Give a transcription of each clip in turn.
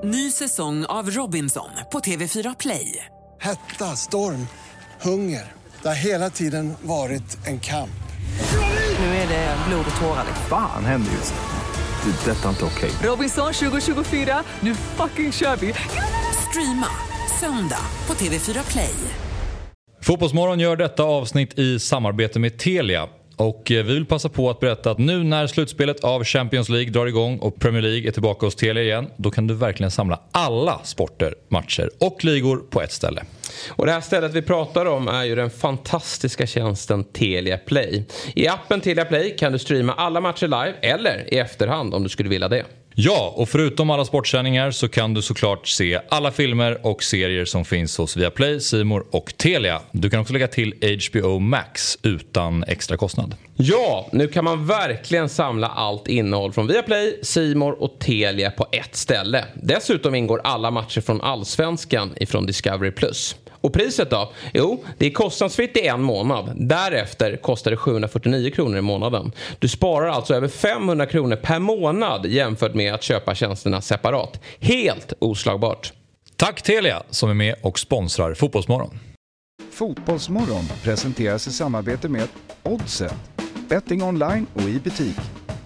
Ny säsong av Robinson på TV4 Play. Hetta, storm, hunger. Det har hela tiden varit en kamp. Nu är det blod och tårar. Fan händer just nu. Det. Detta är inte okej. Robinson 2024, nu fucking kör vi. Streama söndag på TV4 Play. Fotbollsmorgon gör detta avsnitt i samarbete med Telia. Och vi vill passa på att berätta att nu när slutspelet av Champions League drar igång och Premier League är tillbaka hos Telia igen, då kan du verkligen samla alla sporter, matcher och ligor på ett ställe. Och det här stället vi pratar om är ju den fantastiska tjänsten Telia Play. I appen Telia Play kan du streama alla matcher live eller i efterhand om du skulle vilja det. Ja, och förutom alla sportsändningar så kan du såklart se alla filmer och serier som finns hos Viaplay, C More och Telia. Du kan också lägga till HBO Max utan extra kostnad. Ja, nu kan man verkligen samla allt innehåll från Viaplay, C More och Telia på ett ställe. Dessutom ingår alla matcher från Allsvenskan ifrån Discovery+. Och priset då? Jo, det är kostnadsfritt i en månad. Därefter kostar det 749 kronor i månaden. Du sparar alltså över 500 kronor per månad jämfört med att köpa tjänsterna separat. Helt oslagbart. Tack Telia som är med och sponsrar Fotbollsmorgon. Fotbollsmorgon presenteras i samarbete med Oddset. Betting online och i butik.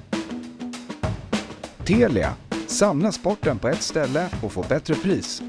Telia. Samla sporten på ett ställe och få bättre pris.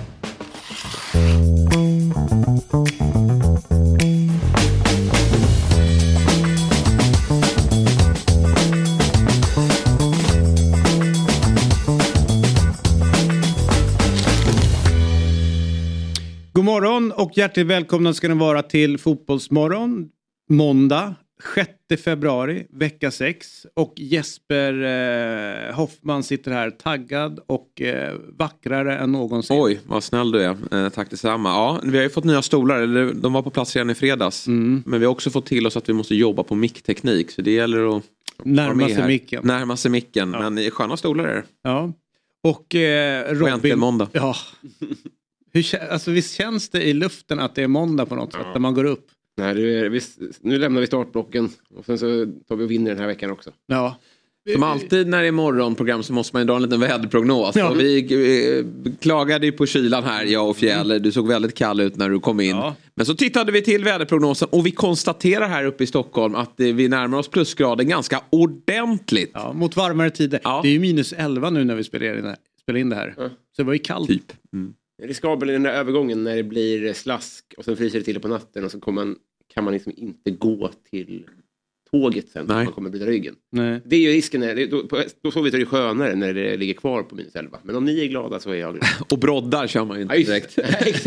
God morgon och hjärtligt välkomna ska ni vara till Fotbollsmorgon. Måndag 6 februari, vecka 6. Och Jesper Hoffman sitter här taggad och vackrare än någonsin. Oj, vad snäll du är. Tack detsamma. Ja, vi har ju fått nya stolar, eller de var på plats redan i fredags. Men vi har också fått till oss att vi måste jobba på mickteknik. Så det gäller att närma sig micken. Ja. Men sköna stolar är det. Ja. Och Robin... Och äntligen måndag. Ja. Alltså visst känns det i luften att det är måndag på något sätt när man går upp? Nej, nu lämnar vi startblocken och sen så tar vi och vinner den här veckan också. Ja. Som alltid när det är morgonprogram så måste man ju dra en liten väderprognos. Ja. Och vi klagade ju på kylan här, jag och Fjäll. Du såg väldigt kall ut när du kom in. Ja. Men så tittade vi till väderprognosen och vi konstaterar här uppe i Stockholm att vi närmar oss plusgraden ganska ordentligt. Ja, mot varmare tider. Ja. Det är ju minus 11 nu när vi spelar in det här. Ja. Så det var ju kallt. Typ. Riskabel i den där övergången när det blir slask och sen fryser det till på natten och så kan man liksom inte gå till tåget sen när man kommer bryta ryggen. Nej. Det är ju risken, då så vet det skönare när det ligger kvar på minus 11. Men om ni är glada så är jag glad. Och broddar kör man ju inte direkt.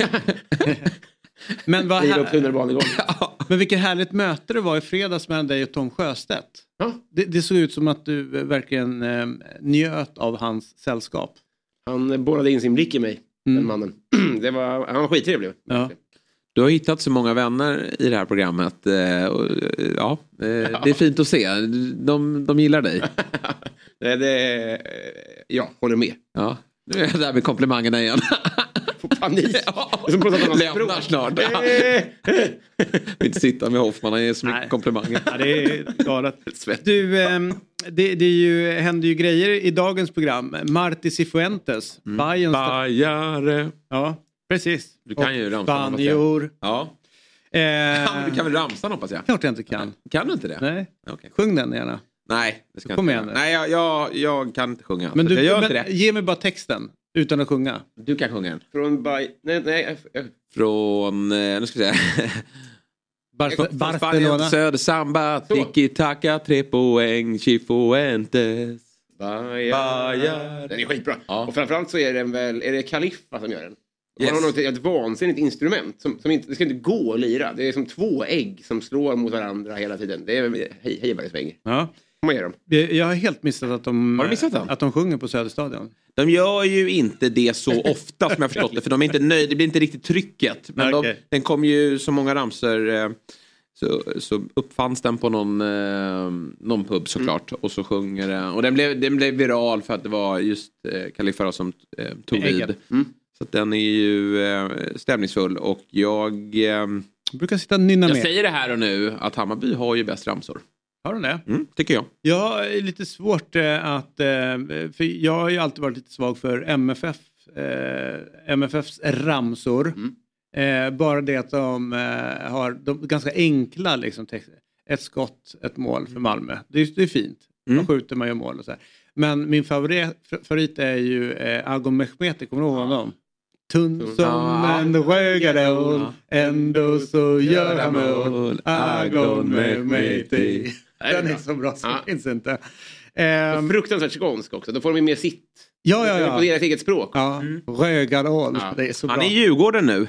Men Men vilket härligt möte det var i fredags mellan dig och Tom Sjöstedt. Ja? Det såg ut som att du verkligen njöt av hans sällskap. Han borrade in sin blick i mig. Den mannen. Han var skittrevlig. Ja. Du har hittat så många vänner i det här programmet. Det är fint att se. De gillar dig. Jag håller med. Ja, nu är det där med komplimangerna igen. Panik. Lämnar snart. Vi inte sitta med Hoffman, han ger så mycket komplimanger. Ja, det är galet. Du, det händer ju grejer i dagens program. Marti Cifuentes. Bajare. Ja, precis. Du kan ju ramsa. Spanjor. Ja. Du kan väl ramsa hoppas jag. Klart jag inte kan. Kan du inte det? Nej. Okay. Sjung den gärna. Nej, det ska Kom inte. igen. Nej, jag kan inte sjunga. Men jag gör inte det. Ge mig bara texten utan att sjunga. Du kan sjunga den. Från nu ska vi se. Barcelona. Söder samba, tiki-taka, 3 poäng, Cifuentes. Bajare. Den är skitbra. Ja. Och framförallt så är den väl, är det Khalifa som gör den? Yes. Han har ett vansinnigt instrument som inte, det ska inte gå att lira. Det är som 2 ägg som slår mot varandra hela tiden. Det är hejbergsväng. Ja. Jag har helt missat att de sjunger på Söderstadion. De gör ju inte det så ofta som jag förstått det. För de är inte nöjda, det blir inte riktigt trycket. Men den kom ju så många ramsor. Så uppfanns den på någon pub såklart. Och så sjunger den. Och den blev viral för att det var just Khalifa som tog vid. Så att den är ju stämningsfull. Och jag brukar sitta och nynna med. Jag säger det här och nu att Hammarby har ju bäst ramsor. Har de det? Tycker jag. Jag är lite svårt att... För jag har ju alltid varit lite svag för MFFs ramsor. Bara det att de har de ganska enkla liksom, ett skott, ett mål för Malmö. Det är fint. Då skjuter man ju mål och så här. Men min favorit är ju Agon Mehmeti. Kommer du ihåg honom? Tunn som en rögadål, ändå så gör han mål. Agon Mehmeti. Den är så bra, så finns inte. Fruktansvärt skånsk också. Då får de med sitt. Ja. På deras eget språk. Ja, rögadål. Det är så bra. Han är i Djurgården nu.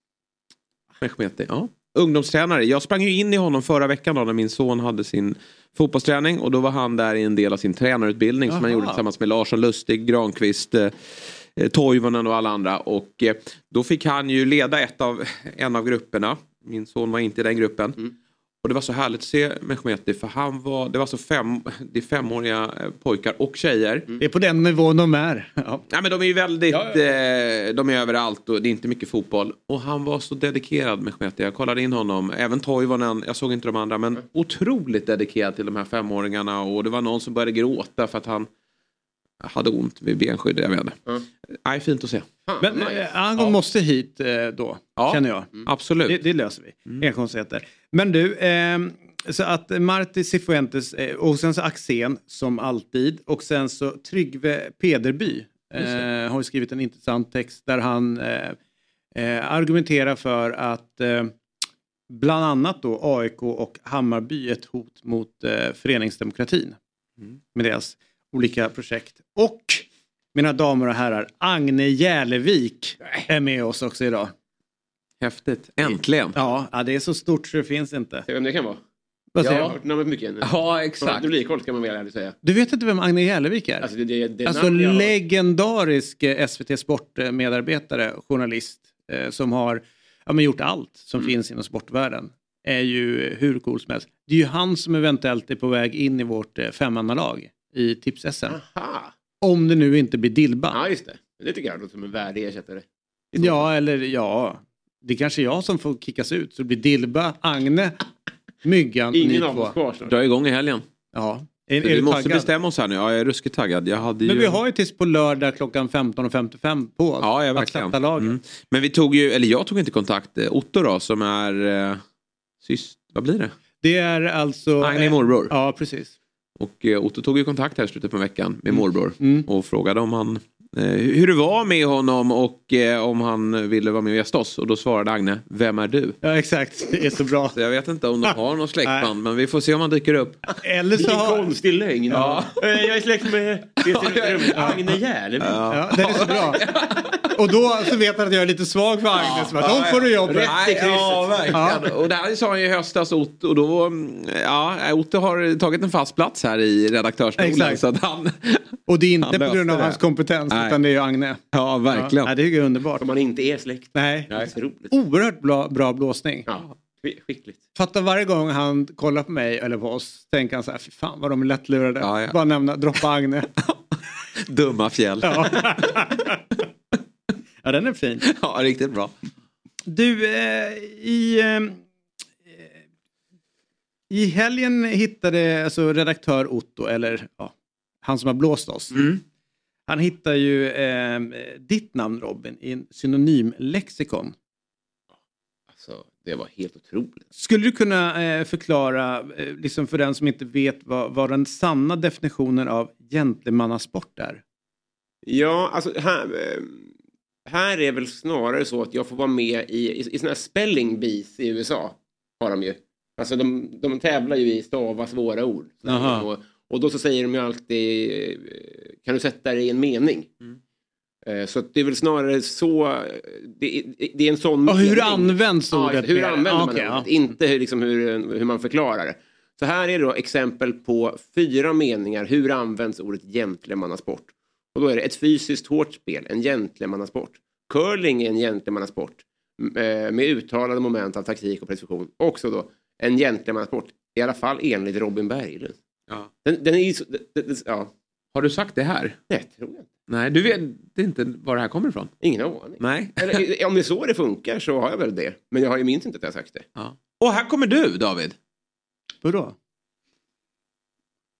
Mehmeti, ja. Ungdomstränare. Jag sprang ju in i honom förra veckan då, när min son hade sin fotbollsträning. Och då var han där i en del av sin tränarutbildning som han gjorde tillsammans med Larsson Lustig, Granqvist, Toivonen och alla andra. Och då fick han ju leda en av grupperna. Min son var inte i den gruppen. Och det var så härligt att se Mehmeti, för det var så det är 5-åriga pojkar och tjejer. Det är på den nivån de är. Ja, men de är ju väldigt, de är överallt och det är inte mycket fotboll. Och han var så dedikerad Mehmeti. Jag kollade in honom, även Toivonen, jag såg inte de andra, men otroligt dedikerad till de här 5-åringarna. Och det var någon som började gråta för att han hade ont vid benskydd, jag vet inte. Nej, fint att se. Men Agon måste hit då, känner jag. Absolut. Det löser vi. Inga konstigheter. Men du, så att Marti Cifuentes och sen så Axén som alltid. Och sen så Tryggve Pederby har skrivit en intressant text där han argumenterar för att bland annat då AIK och Hammarby är ett hot mot föreningsdemokratin. Med deras olika projekt. Och mina damer och herrar, Agne Järlevik är med oss också idag. Häftigt. Äntligen. Ja, det är så stort så det finns inte. Se vem det kan vara. Vad säger du? Namnet mycket. Ja, exakt. Det blir koll, kan man väl ärligt säga. Du vet inte vem Agne Järlevik är? Alltså, legendarisk SVT Sport-medarbetare och journalist som har gjort allt som finns inom sportvärlden. Är ju hur cool som helst. Det är ju han som eventuellt är på väg in i vårt femmannalag i Tips-SM. Aha. Om det nu inte blir Dilba. Ja, just det. Det tycker jag låter som en värdig ersättare. Det är kanske jag som får kickas ut. Så det blir Dilba, Agne, Myggan. Ingen av oss kvar. Dra igång i helgen. Ja. Vi måste bestämma oss här nu. Ja, jag är ruskigt taggad. Men vi har ju tills på lördag klockan 15:55 på oss. Ja, att sätta lagen. Men jag tog inte kontakt. Otto då, som är vad blir det? Det är alltså... Agne morbror. Ja, precis. Och Otto tog ju kontakt här i slutet på veckan med morbror. Och frågade om han... hur det var med honom och om han ville vara med och gästa oss. Och då svarade Agne, vem är du? Ja, exakt. Det är så bra. Så jag vet inte om de har någon släktband, men vi får se om han dyker upp. Eller så har... konstig lögn. Ja. Jag är släkt med Agne Järlevik. Ja, det är så bra. Och då så vet han att jag är lite svag för Agnes. Då får du jobb. Ja, verkligen. Och det här sa han ju i höstas, Otto. Och då, Otto har tagit en fast plats här i redaktörsstolen. Så att och det är inte på grund av hans kompetens, utan det är ju Agne. Ja, verkligen. Ja, det är underbart. Om man inte är släkt. Nej. Det är så roligt. Oerhört bra blåsning. Ja, skickligt. Fatta varje gång han kollar på mig eller på oss, tänker han så här, fy fan vad de är lättlurade. Ja. Bara droppa Agne. Dumma fjäll. Ja. Ja, den är fin. Ja, riktigt bra. Du, i helgen hittade alltså redaktör Otto, eller han som har blåst oss. Han hittar ju ditt namn, Robin, i en synonymlexikon. Alltså, det var helt otroligt. Skulle du kunna förklara, liksom för den som inte vet vad den sanna definitionen av gentlemannasport är? Ja, alltså här är väl snarare så att jag får vara med i såna här spelling bees i USA. Har de ju. Alltså de tävlar ju i stava svåra ord. Och då så säger de ju alltid, kan du sätta det i en mening? Så det är väl snarare så, det är en sån mening. Hur används ordet? Hur använder man ordet? Inte hur man förklarar det. Så här är då exempel på 4 meningar. Hur används ordet gentlemannasport? Och då är det ett fysiskt hårt spel, en gentlemannasport. Curling är en gentlemannasport med uttalade moment av taktik och precision. Också då en gentlemannasport, i alla fall enligt Robin Berglund. Ja. Den är ju ja. Har du sagt det här? Nej, tror jag inte. Nej, du vet inte var det här kommer ifrån? Ingen aning. Nej. Eller, om det är så det funkar så har jag väl det. Men jag har ju minst inte att jag har sagt det. Ja. Och här kommer du, David. Vadå?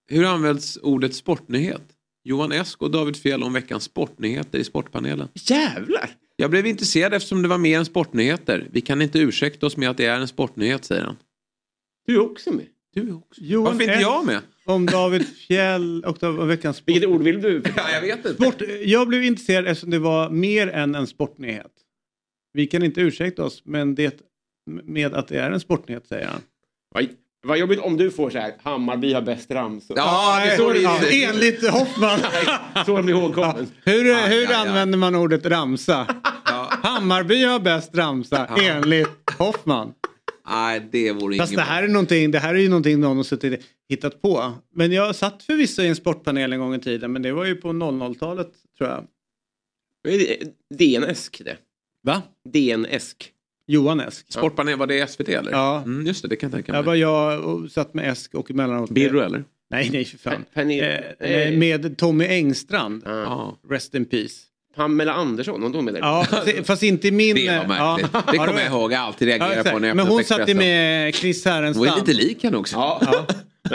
Hur används ordet sportnyhet? Johan Esk och David Fjell om veckans sportnyheter i Sportpanelen. Jävlar! Jag blev intresserad eftersom det var mer än sportnyheter. Vi kan inte ursäkta oss med att det är en sportnyhet, säger han. Du är också med. Du är också. Johan Varför inte jag med? Om David Fjell och veckans sport. Vilket ord vill du? Ja, jag vet inte. Jag blev intresserad eftersom det var mer än en sportnyhet. Vi kan inte ursäkta oss, men det med att det är en sportnyhet, säger han. Vad jobbigt om du får så här, Hammarby har bäst ramsor. Ja, det är så det är. Enligt Hoffman. Så de blir ihågkommen. Hur använder man ordet ramsa? Hammarby har bäst ramsa, enligt Hoffman. Nej, det vore fast det här är ju någonting någon har hittat på. Men jag satt förvisso i en sportpanel en gång i tiden, men det var ju på 00-talet, tror jag. DN-esk det. Va? DN-esk. Johan Esk. Sportpanel, var det SVT eller? Ja. Just det kan jag tänka mig. Jag var och satt med Esk och emellanåt. Birro eller? Nej, för fan. Med Tommy Engstrand. Rest in peace. Pamela Andersson, hon tog med det. Ja, fast inte min... Det var märkligt. Det kommer jag ihåg, jag alltid reagerar på när jag men hon satt ju med Chris Härenstam. Hon är lite lik henne också. Ja.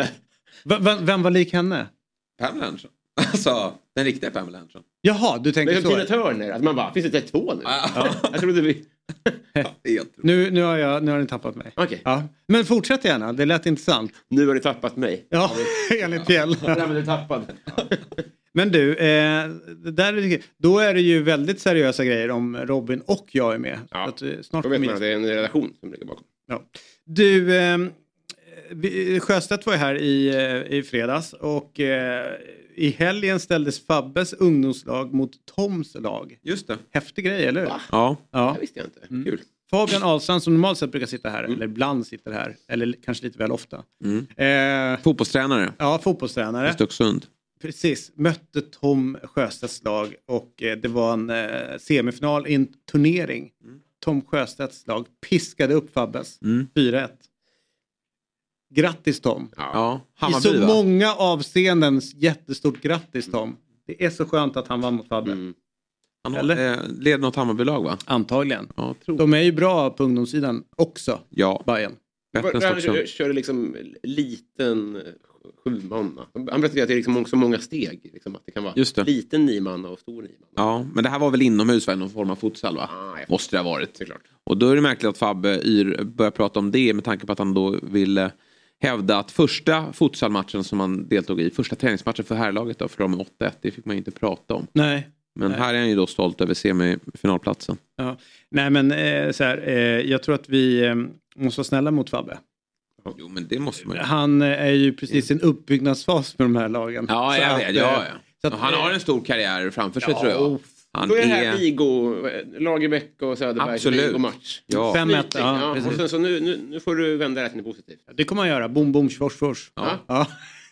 Vem var lik henne? Pamela Andersson. Alltså, den riktiga Pamela Andersson. Jaha, du tänker så. Tina Turner, att man bara, finns det två nu? Jag trodde vi... nu har ni tappat mig. Okay. Ja. Men fortsätt gärna, det lät intressant. Nu har ni tappat mig. Ja, enligt Fjäll. Men du tappad. Men du, då är det ju väldigt seriösa grejer om Robin och jag är med. Ja. Så att, snart då vet man att det är en relation som ligger bakom. Ja. Du, Sjöstedt var ju här i fredags och i helgen ställdes Fabbes ungdomslag mot Toms lag. Just det. Häftig grej, eller? Ja. Det visste jag inte. Kul. Fabian Ahlstrand som normalt sett brukar sitta här, eller ibland sitter här, eller kanske lite väl ofta. Fotbollstränare. Ja, fotbollstränare. I Stöcksund. Precis, mötte Tom Sjöstedts lag och det var en semifinal i en turnering. Tom Sjöstedts lag piskade upp Fabbes 4-1. Grattis Tom. Ja. I så många avseenden jättestort grattis Tom. Det är så skönt att han vann mot Fabbe. Han leder något Hammarby-lag, va? Antagligen. Ja, de är ju bra på ungdomssidan också. Ja. Bayern. Han körde liksom liten 7-manna. Han berättade att det är liksom så många steg. Liksom, att det kan vara liten 9-manna och stor 9-manna. Ja, men det här var väl inomhus, någon form av futsal, va? Måste det ha varit. Det är klart. Och då är det märkligt att Fabbe börjar prata om det med tanke på att han då ville hävda att första futsalmatchen som han deltog i, första träningsmatchen för herrlaget då, för de 8-1, det fick man ju inte prata om. Nej. Men här är han ju då stolt över semifinalplatsen. Ja. Nej, men jag tror att vi måste vara snälla mot Fabbe. Jo, men det måste man ju. Han är ju precis i en uppbyggnadsfas med de här lagen. Ja, jag vet. Ja. Så han har en stor karriär framför sig, tror jag. Då är det här Vigo, Lagerbäck och Söderbergs Vigo-match. Ja. 5-1, ja. Och sen så nu får du vända rätt till positivt. Det kommer man göra. Boom, boom, svors. Ja.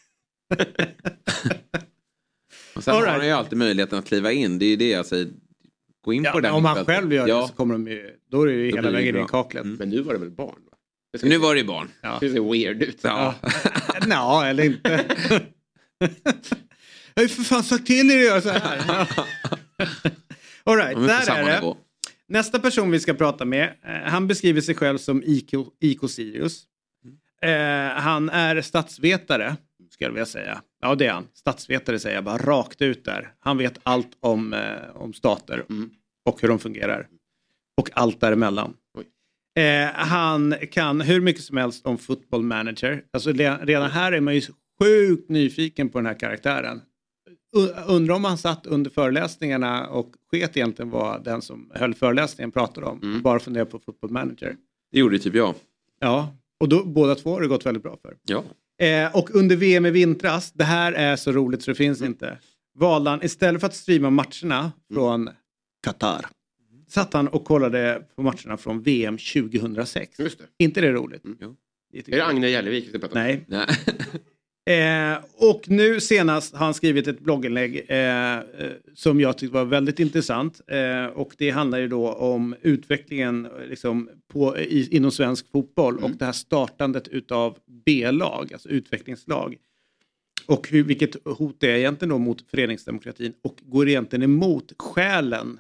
Och sen har han ju alltid möjligheten att kliva in. Det är ju det jag säger. Gå in på den. Om han själv gör det så kommer de ju... Då är det ju hela vägen i kaklet. Men nu var det väl barn, va? Nu var det barn. Ja. Det ser weird ut. Ja. Nej, eller inte. Jag har ju för fan sagt till er att göra så här. All right, där är det. Nästa person vi ska prata med, han beskriver sig själv som IK Sirius. Han är statsvetare, ska jag vilja säga. Ja, det är han. Statsvetare säger jag bara rakt ut där. Han vet allt om stater och hur de fungerar. Och allt däremellan. Han kan hur mycket som helst om Football Manager. Alltså redan här är man ju sjukt nyfiken på den här karaktären. Undrar om han satt under föreläsningarna och sket egentligen vad den som höll föreläsningen pratade om. Bara fundera på Football Manager. Det gjorde typ jag. Ja, och då, båda två har det gått väldigt bra för. Ja. Och under VM i vintras, det här är så roligt så det finns inte. Valde han, istället för att streama matcherna från Qatar, satt han och kollade på matcherna från VM 2006. Just det. Inte det roligt? Är det Agne Jälevik? Nej. Och nu senast har han skrivit ett blogginlägg som jag tyckte var väldigt intressant. Och det handlar ju då om utvecklingen liksom, inom svensk fotboll och det här startandet utav B-lag, alltså utvecklingslag. Och vilket hot det är egentligen då mot föreningsdemokratin och går egentligen emot själen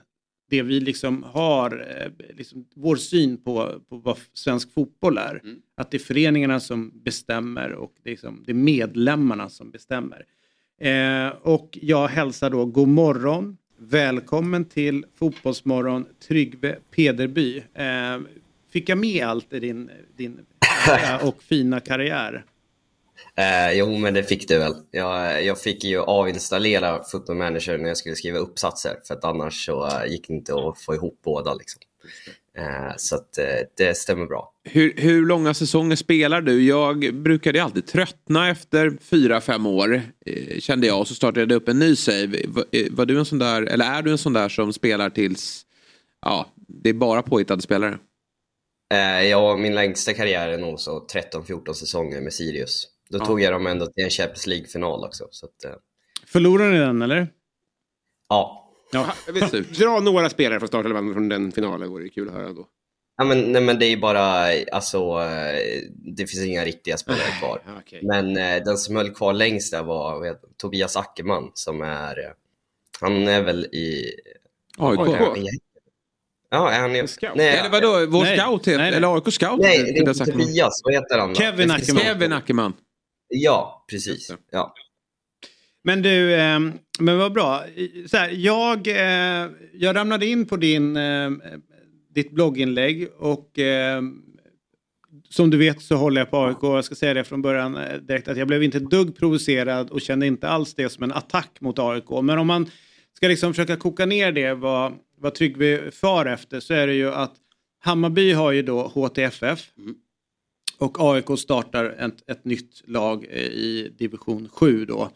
det vi liksom har, liksom vår syn på vad svensk fotboll är. Att det är föreningarna som bestämmer och det är medlemmarna som bestämmer. Och jag hälsar då god morgon. Välkommen till Fotbollsmorgon, Tryggve Pederby. Fick jag med allt i din och fina karriär? Jo, men det fick du väl. Jag fick ju avinstallera Football Manager när jag skulle skriva uppsatser. För att annars så gick det inte att få ihop båda liksom. Så att det stämmer bra. Hur långa säsonger spelar du? Jag brukade alltid tröttna efter 4-5 år, kände jag. Och så startade jag upp en ny save. Var du en sån där, eller är du en sån där som spelar tills det är bara påhittade spelare? Min längsta karriär är nog så 13-14 säsonger med Sirius. Då tog jag dem ändå till en Champions League-final också. Så att, förlorade ni den, eller? Ja. Dra några spelare från startelvan från den finalen, vore det kul att höra då. Ja, men det är bara, alltså, det finns inga riktiga spelare kvar. Okay. Men den som höll kvar längst där var Tobias Ackerman, som han är väl i AIK. Ja, är han är scout. Nej, eller vadå? Vår scout heter, eller AIK scout? Nej, det är inte Tobias, vad heter han då? Kevin Ackerman. Ja, precis. Ja. Men du, men vad bra. Så här, jag ramlade in på ditt blogginlägg och som du vet så håller jag på AIK. Jag ska säga det från början direkt att jag blev inte dugg provocerad och kände inte alls det som en attack mot AIK. Men om man ska liksom försöka koka ner det vad Tryggve far efter, så är det ju att Hammarby har ju då HTFF och AIK startar ett nytt lag i division 7 då.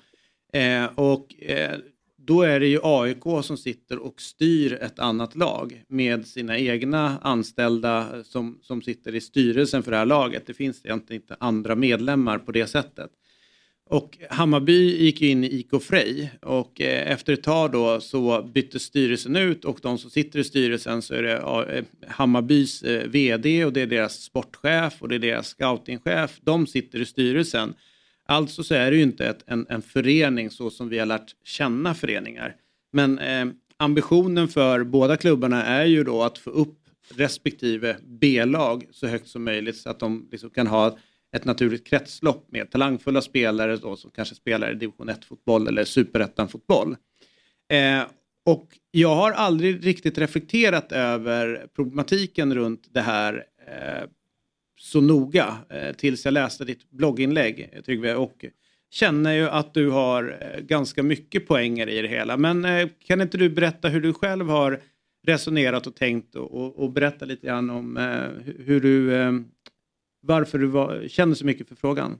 Då är det ju AIK som sitter och styr ett annat lag med sina egna anställda som sitter i styrelsen för det här laget. Det finns egentligen inte andra medlemmar på det sättet. Och Hammarby gick in i IK Frej och efter ett tag då så bytte styrelsen ut och de som sitter i styrelsen så är det Hammarbys vd och det är deras sportchef och det är deras scoutingchef. De sitter i styrelsen. Alltså så är det ju inte en förening så som vi har lärt känna föreningar. Men ambitionen för båda klubbarna är ju då att få upp respektive B-lag så högt som möjligt så att de liksom kan ha ett naturligt kretslopp med talangfulla spelare då, som kanske spelar i division 1-fotboll eller superettan-fotboll. Och jag har aldrig riktigt reflekterat över problematiken runt det här så noga tills jag läste ditt blogginlägg, Tryggve, och känner ju att du har ganska mycket poänger i det hela. Men kan inte du berätta hur du själv har resonerat och tänkt och berätta lite grann om hur du varför du känner så mycket för frågan?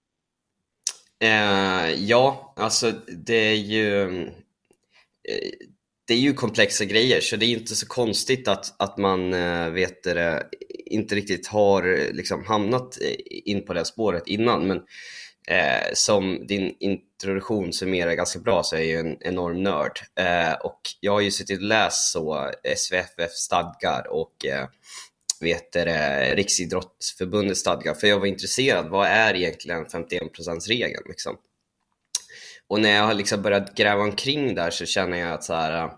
Ja, alltså det är ju komplexa grejer, så det är inte så konstigt att man inte riktigt har liksom hamnat in på det spåret innan. Men som din introduktion summerar ganska bra, så är jag ju en enorm nörd. Och jag har ju suttit och läst så SVFF stadgar och Riksidrottsförbundets stadgar, för jag var intresserad, vad är egentligen 51%-regeln liksom? Och när jag har liksom börjat gräva omkring där så känner jag att så här,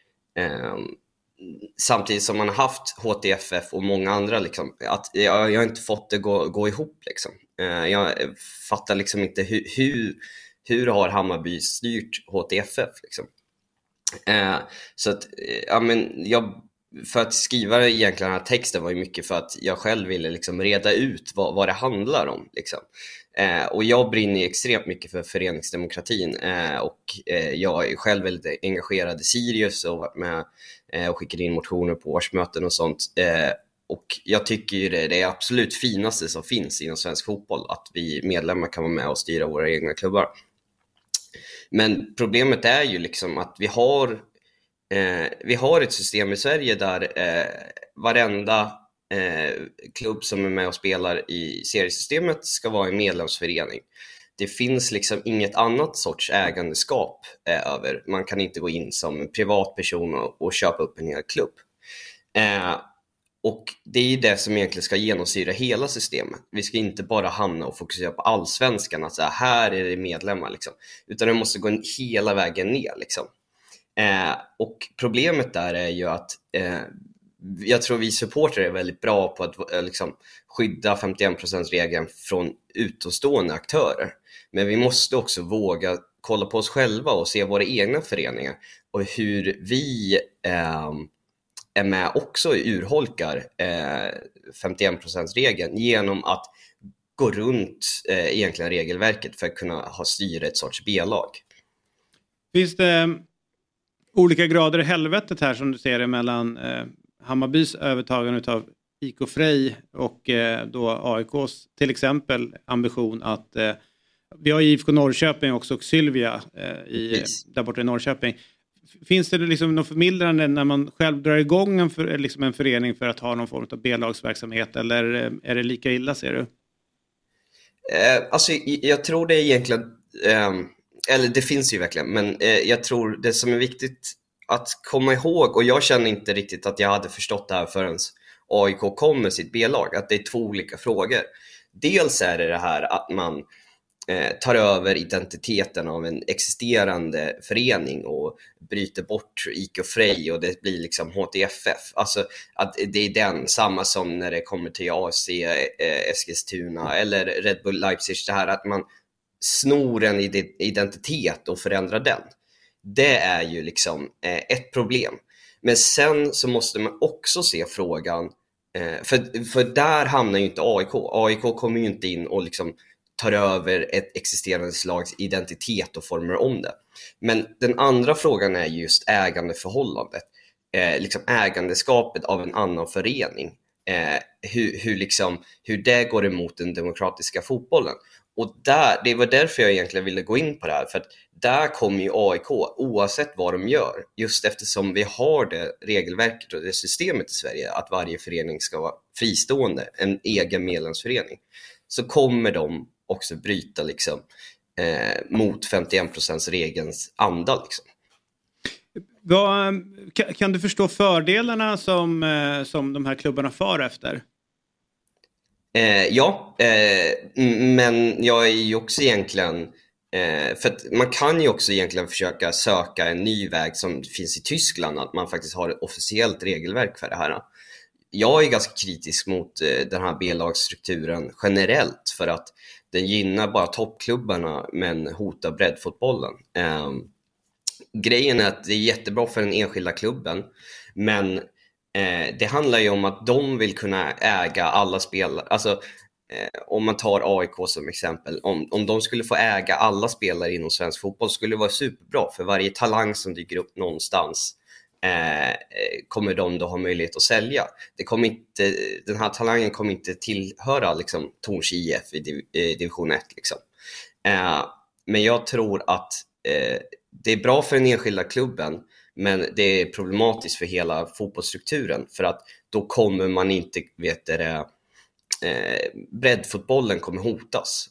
samtidigt som man har haft HTFF och många andra liksom, att jag har inte fått det gå ihop liksom. Jag fattar liksom inte hur har Hammarby styrt HTFF liksom. Så att för att skriva egentligen den här texten var ju mycket för att jag själv ville liksom reda ut vad det handlar om liksom. Och jag brinner extremt mycket för föreningsdemokratin, och jag är själv väldigt engagerad i Sirius och varit med och skickade in motioner på årsmöten och sånt. Och jag tycker ju det är absolut finaste som finns inom svensk fotboll, att vi medlemmar kan vara med och styra våra egna klubbar. Men problemet är ju liksom att vi har ett system i Sverige där varenda klubb som är med och spelar i seriesystemet ska vara en medlemsförening. Det finns liksom inget annat sorts ägandeskap över. Man kan inte gå in som privatperson och köpa upp en hel klubb. Och det är ju det som egentligen ska genomsyra hela systemet. Vi ska inte bara hamna och fokusera på allsvenskan, att så här är det medlemmar liksom. Utan det måste gå hela vägen ner liksom. Och problemet där är ju att jag tror vi supportrar är väldigt bra på att liksom skydda 51%-regeln från utomstående aktörer. Men vi måste också våga kolla på oss själva och se våra egna föreningar och hur vi är med också urholkar 51%-regeln genom att gå runt egentligen regelverket för att kunna styra ett sorts B-lag. Finns det olika grader i helvetet här som du ser det mellan Hammarbys övertagande av IK Frej och då AIKs till exempel ambition att vi har IFK Norrköping också och Sylvia där borta i Norrköping. Finns det liksom något förmildrande när man själv drar igång en förening för att ha någon form av B-lagsverksamhet, eller är det lika illa, ser du? Alltså jag tror det är egentligen eller det finns ju verkligen, men jag tror det som är viktigt att komma ihåg, och jag känner inte riktigt att jag hade förstått det här förrän AIK kom med sitt B-lag, att det är två olika frågor. Dels är det här att man tar över identiteten av en existerande förening och bryter bort IK Frej och det blir liksom HTFF. Alltså att det är den, samma som när det kommer till AC Eskilstuna eller Red Bull Leipzig, det här att man snor en identitet och förändrar den. Det är ju liksom ett problem. Men sen så måste man också se frågan, för där hamnar ju inte AIK. AIK kommer ju inte in och liksom tar över ett existerande slags identitet och formar om det. Men den andra frågan är just ägandeförhållandet. Liksom ägandeskapet av en annan förening. Hur det går emot den demokratiska fotbollen. Och det var därför jag egentligen ville gå in på det här. För att där kommer ju AIK, oavsett vad de gör, just eftersom vi har det regelverket och det systemet i Sverige, att varje förening ska vara fristående, en egen medlemsförening, så kommer de också bryta liksom, mot 51%-regelns anda. Liksom. Kan du förstå fördelarna som de här klubbarna far efter? Ja, men jag är ju också egentligen för att man kan ju också egentligen försöka söka en ny väg som finns i Tyskland, att man faktiskt har ett officiellt regelverk för det här. Jag är ganska kritisk mot den här B-lagsstrukturen generellt, för att den gynnar bara toppklubbarna men hotar breddfotbollen. Grejen är att det är jättebra för den enskilda klubben, men det handlar ju om att de vill kunna äga alla spelare. Alltså om man tar AIK som exempel, om de skulle få äga alla spelare inom svensk fotboll, skulle det vara superbra, för varje talang som dyker upp någonstans kommer de då ha möjlighet att sälja. Den här talangen kommer inte tillhöra liksom Torns IF i division 1 liksom. Men jag tror att det är bra för den enskilda klubben, men det är problematiskt för hela fotbollsstrukturen, för att då kommer man inte, breddfotbollen kommer hotas.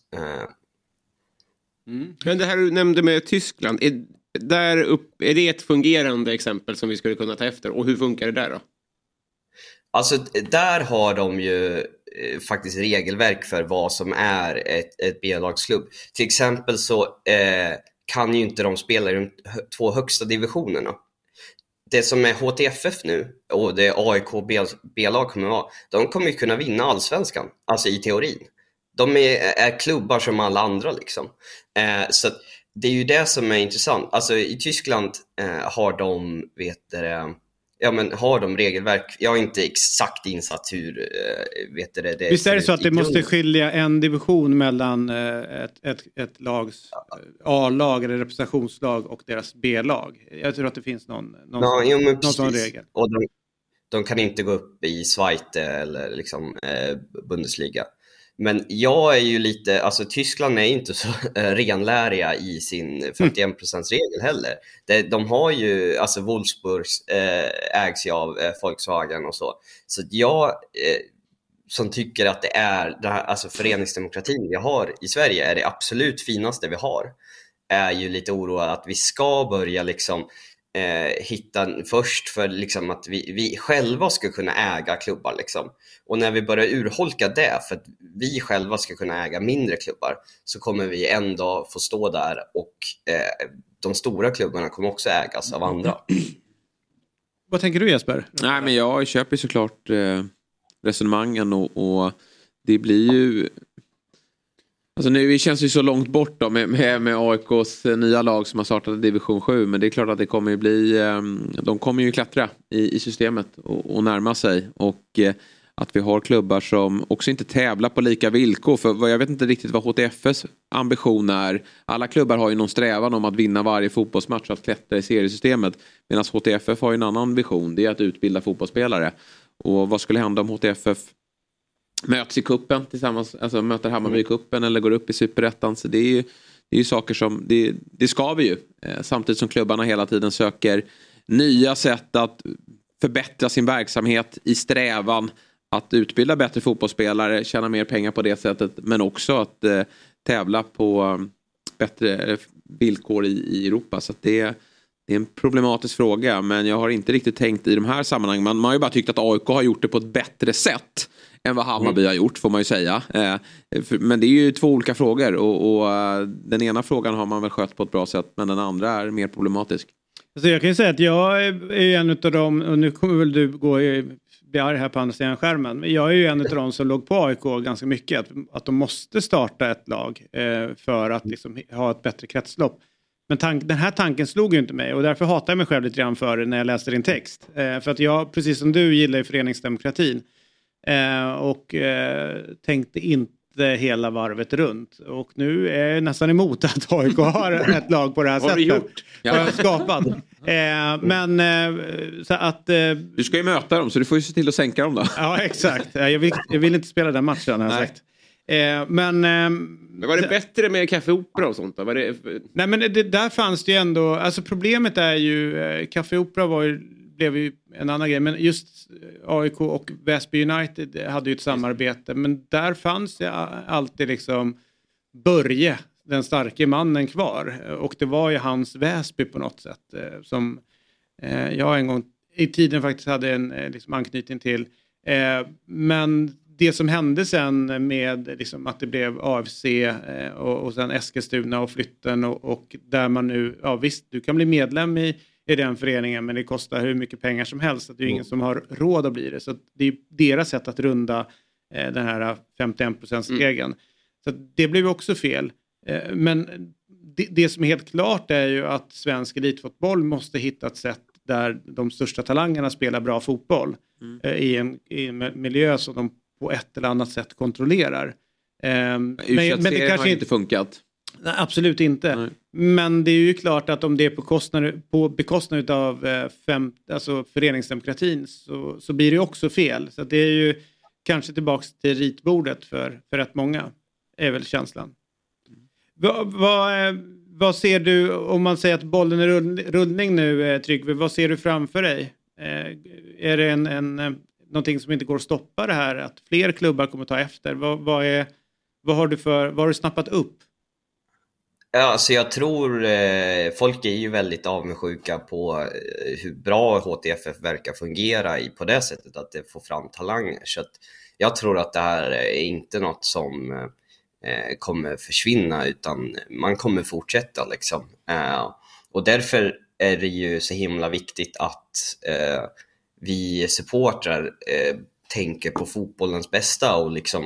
Men det här du nämnde med Tyskland, är det ett fungerande exempel som vi skulle kunna ta efter, och hur funkar det där då? Alltså där har de ju faktiskt regelverk för vad som är ett B-lagsklubb. Till exempel så kan ju inte de spela i de 2 högsta divisionerna. Det som är HTFF nu och det AIK B-lag kommer vara, de kommer ju kunna vinna allsvenskan, alltså i teorin. De är klubbar som alla andra liksom. Så det är ju det som är intressant. Alltså i Tyskland har de har de regelverk. Jag är inte exakt insatt hur det visst är det så att det måste skilja en division mellan ett lags A-lag eller representationslag och deras B-lag. Jag tror att det finns någon sån regel. Och de kan inte gå upp i Zweite eller liksom Bundesliga. Men jag är ju lite, alltså Tyskland är inte så renläriga i sin 51%-regel heller. De har ju, alltså Wolfsburg ägs ju av Volkswagen och så. Så jag som tycker att det är det här, alltså föreningsdemokratin vi har i Sverige är det absolut finaste vi har, är ju lite oroad att vi ska börja liksom hitta först för liksom att vi själva ska kunna äga klubbar liksom. Och när vi börjar urholka det för att vi själva ska kunna äga mindre klubbar, så kommer vi ändå få stå där och de stora klubbarna kommer också ägas av andra. Vad tänker du, Jesper? Nej, men jag köper såklart resonemangen och det blir ju... Alltså nu känns det ju så långt bort då med AIKs nya lag som har startat division 7, men det är klart att det kommer ju bli, de kommer ju klättra i systemet och närma sig, och att vi har klubbar som också inte tävlar på lika villkor, för jag vet inte riktigt vad HTFs ambition är. Alla klubbar har ju någon strävan om att vinna varje fotbollsmatch och att klättra i seriesystemet, medan HTFF har ju en annan vision, det är att utbilda fotbollsspelare. Och vad skulle hända om HTFF möts i kuppen tillsammans, alltså möter Hammarby i kuppen eller går upp i Superettan? Så det är ju saker som det ska vi ju, samtidigt som klubbarna hela tiden söker nya sätt att förbättra sin verksamhet i strävan att utbilda bättre fotbollsspelare, tjäna mer pengar på det sättet, men också att tävla på bättre villkor i Europa. Så att det är en problematisk fråga, men jag har inte riktigt tänkt i de här sammanhangen. Man har ju bara tyckt att AIK har gjort det på ett bättre sätt än vad Hammarby har gjort, får man ju säga. Men det är ju två olika frågor, och den ena frågan har man väl skött på ett bra sätt, men den andra är mer problematisk. Alltså jag kan ju säga att jag är en av dem, och nu kommer väl du gå bli arg här på andra sidan skärmen, men jag är ju en av dem som låg på AIK ganska mycket, att de måste starta ett lag för att liksom ha ett bättre kretslopp. Men den här tanken slog ju inte mig, och därför hatar jag mig själv lite grann för det när jag läste din text. För att jag, precis som du, gillar ju föreningsdemokratin. Och tänkte inte hela varvet runt. Och nu är jag nästan emot att AIK har ett lag på det här sättet. Har du gjort? Har jag skapat. Men så att... Du ska ju möta dem, så du får ju se till att sänka dem då. Ja, exakt. Jag vill inte spela den matchen, har jag sagt. Men var det bättre med kaffeopera och sånt då? Nej, men där fanns det ju ändå, alltså problemet är ju kaffeopera blev ju en annan grej, men just AIK och Väsby United hade ju ett samarbete, men där fanns det alltid liksom Börje, den starke mannen, kvar, och det var ju hans Väsby på något sätt som jag en gång i tiden faktiskt hade en liksom anknytning till, men det som hände sen med liksom att det blev AFC och sen Eskilstuna och flytten och där man nu, ja visst, du kan bli medlem i den föreningen, men det kostar hur mycket pengar som helst, att det är ingen som har råd att bli det. Så det är deras sätt att runda den här 51%-regeln. Så det blev också fel. Men det som är helt klart är ju att svensk elitfotboll måste hitta ett sätt där de största talangerna spelar bra fotboll i en miljö som de på ett eller annat sätt kontrollerar. Men det kanske inte funkat. Nej, absolut inte. Nej. Men det är ju klart att om det är på bekostnad av alltså föreningsdemokratin så blir det också fel. Så det är ju kanske tillbaka till ritbordet för rätt många, är väl känslan. Vad ser du, om man säger att bollen är rullning nu, Tryggve, vad ser du framför dig? Är det någonting som inte går att stoppa det här? Att fler klubbar kommer ta efter? Vad har du snappat upp? Ja, alltså jag tror folk är ju väldigt avundsjuka på hur bra HTFF verkar fungera på det sättet, att det får fram talanger. Så att jag tror att det här är inte något som kommer försvinna, utan man kommer fortsätta liksom. Och därför är det ju så himla viktigt att vi supportrar tänker på fotbollens bästa och liksom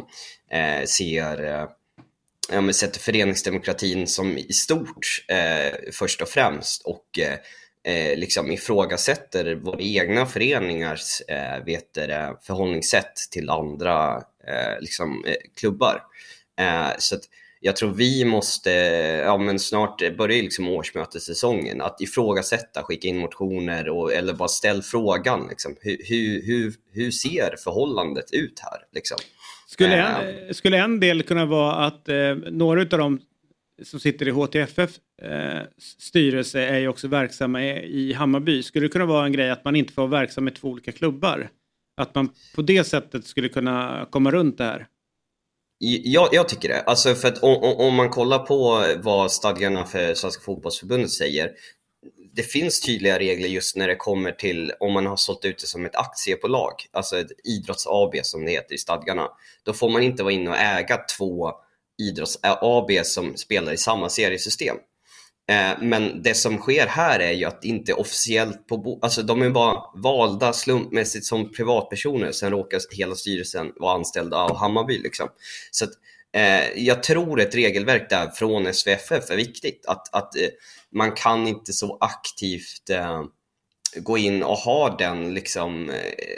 sätter föreningsdemokratin som i stort först och främst, och liksom ifrågasätter våra egna föreningars förhållningssätt till andra klubbar. Så att jag tror vi måste, snart börjar liksom årsmötessäsongen, att ifrågasätta, skicka in motioner eller bara ställa frågan liksom, hur ser förhållandet ut här liksom? Skulle en del kunna vara att några av dem som sitter i HTFF styrelse är ju också verksamma i Hammarby. Skulle det kunna vara en grej att man inte får vara verksam med två olika klubbar? Att man på det sättet skulle kunna komma runt det här? Jag tycker det. Alltså för att om man kollar på vad stadgarna för Svenska fotbollsförbundet säger, det finns tydliga regler just när det kommer till om man har sålt ut det som ett aktiebolag, alltså ett idrotts-AB som det heter i stadgarna. Då får man inte vara inne och äga 2 idrotts-AB som spelar i samma seriesystem. Men det som sker här är ju att det inte är officiellt alltså de är bara valda slumpmässigt som privatpersoner, sen råkar hela styrelsen vara anställda av Hammarby liksom. Så att, jag tror ett regelverk där från SVFF är viktigt, att man kan inte så aktivt gå in och ha den liksom,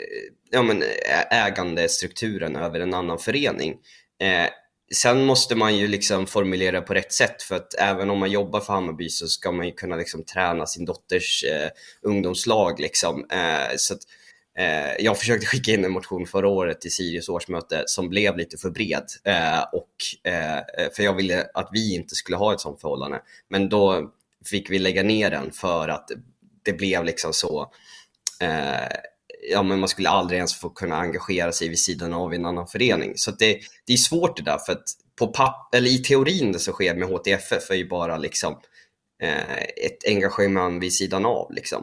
ägandestrukturen över en annan förening. Sen måste man ju liksom formulera på rätt sätt, för att även om man jobbar för Hammarby så ska man ju kunna liksom träna sin dotters ungdomslag liksom. Så att, jag försökte skicka in en motion förra året till Sirius årsmöte som blev lite för bred, för jag ville att vi inte skulle ha ett sånt förhållande, men då fick vi lägga ner den för att det blev liksom så men man skulle aldrig ens få kunna engagera sig vid sidan av en annan förening. Så att det är svårt det där, för att eller i teorin det som sker med HTFF är ju bara liksom ett engagemang vid sidan av liksom.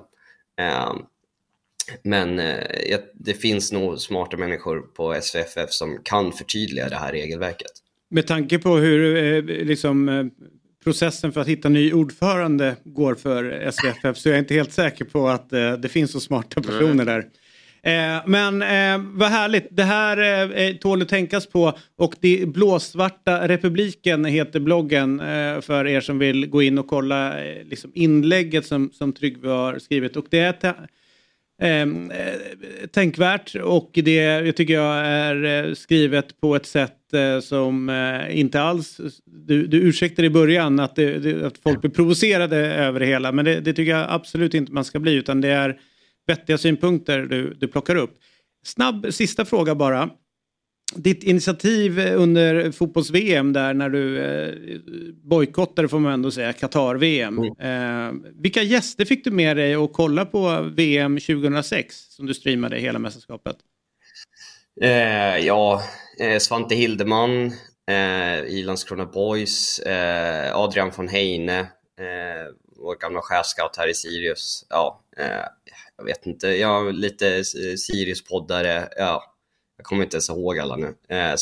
Men det finns nog smarta människor på SVFF som kan förtydliga det här regelverket. Med tanke på hur processen för att hitta ny ordförande går för SVFF, så är jag inte helt säker på att det finns så smarta personer där. Men vad härligt. Det här tål att tänkas på, och det Blåsvarta Republiken heter bloggen för er som vill gå in och kolla liksom inlägget som Tryggve har skrivit, och det är tänkvärt, och det jag tycker jag är skrivet på ett sätt som inte alls du ursäktar i början att folk blir provocerade över det hela, men det tycker jag absolut inte man ska bli, utan det är vettiga synpunkter du plockar upp. Snabb sista fråga bara. Ditt initiativ under fotbolls-VM där när du bojkottade, får man ändå säga, Qatar-VM. Vilka gäster fick du med dig att kolla på VM 2006 som du streamade hela mästerskapet? Svante Hildeman i Landskrona Boys, Adrian von Heine, vår gamla chefscout här i Sirius. Jag vet inte, jag lite Sirius-poddare, jag kommer inte ens ihåg alla nu.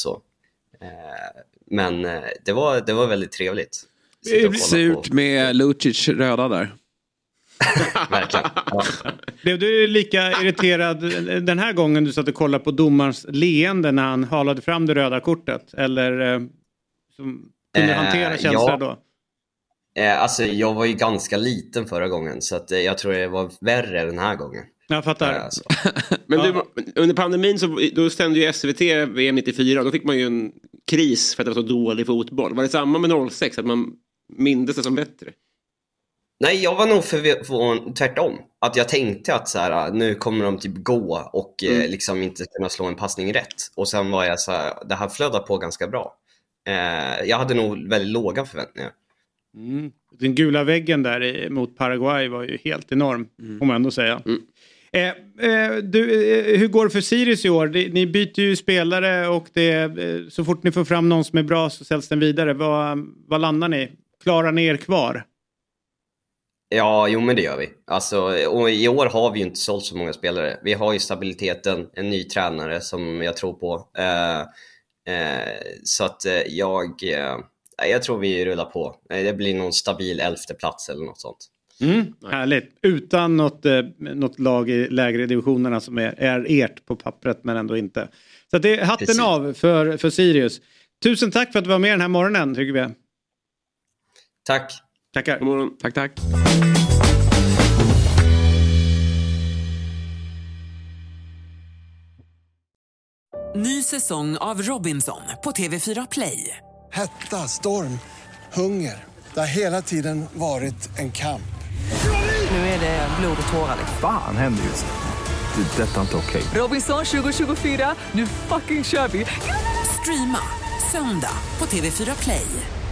Men det var väldigt trevligt. Surt med Lucic röda där. Verkligen. Ja. Blev du lika irriterad den här gången du satt och kollade på domarens leende när han halade fram det röda kortet? Eller som kunde hantera känslor då? Alltså jag var ju ganska liten förra gången, så att jag tror det var värre den här gången. Jag fattar. Men under pandemin då stämde ju SVT VM 94, då fick man ju en kris för att det var så dålig fotboll. Var det samma med 06, att man mindes det som bättre? Nej, jag var nog tvärtom. Att jag tänkte att så här, nu kommer de typ gå och liksom inte kunna slå en passning rätt. Och sen var jag så här, det här flödade på ganska bra. Jag hade nog väldigt låga förväntningar. Den gula väggen där mot Paraguay var ju helt enorm, får man ändå säga. Hur går det för Sirius i år? Ni byter ju spelare, och så fort ni får fram någon som är bra så säljs den vidare. Vad landar ni? Klarar ni er kvar? Ja, men det gör vi. Alltså, och i år har vi ju inte sålt så många spelare. Vi har ju stabiliteten, en ny tränare som jag tror på. Så att jag tror vi rullar på. Det blir någon stabil 11:e plats eller något sånt. Härligt. Utan något lag i lägre divisionerna som är ert på pappret, men ändå inte. Så att det är hatten av för Sirius. Tusen tack för att du var med den här morgonen, Tryggve. Tack. Tackar. God morgon. Tack. Ny säsong av Robinson på TV4 Play. Hetta, storm, hunger. Det har hela tiden varit en kamp. Nu är det blod och tårar. Fan händer just nu. Det är detta inte okej. Robinson 2024, nu fucking kör vi. Streama söndag på TV4 Play.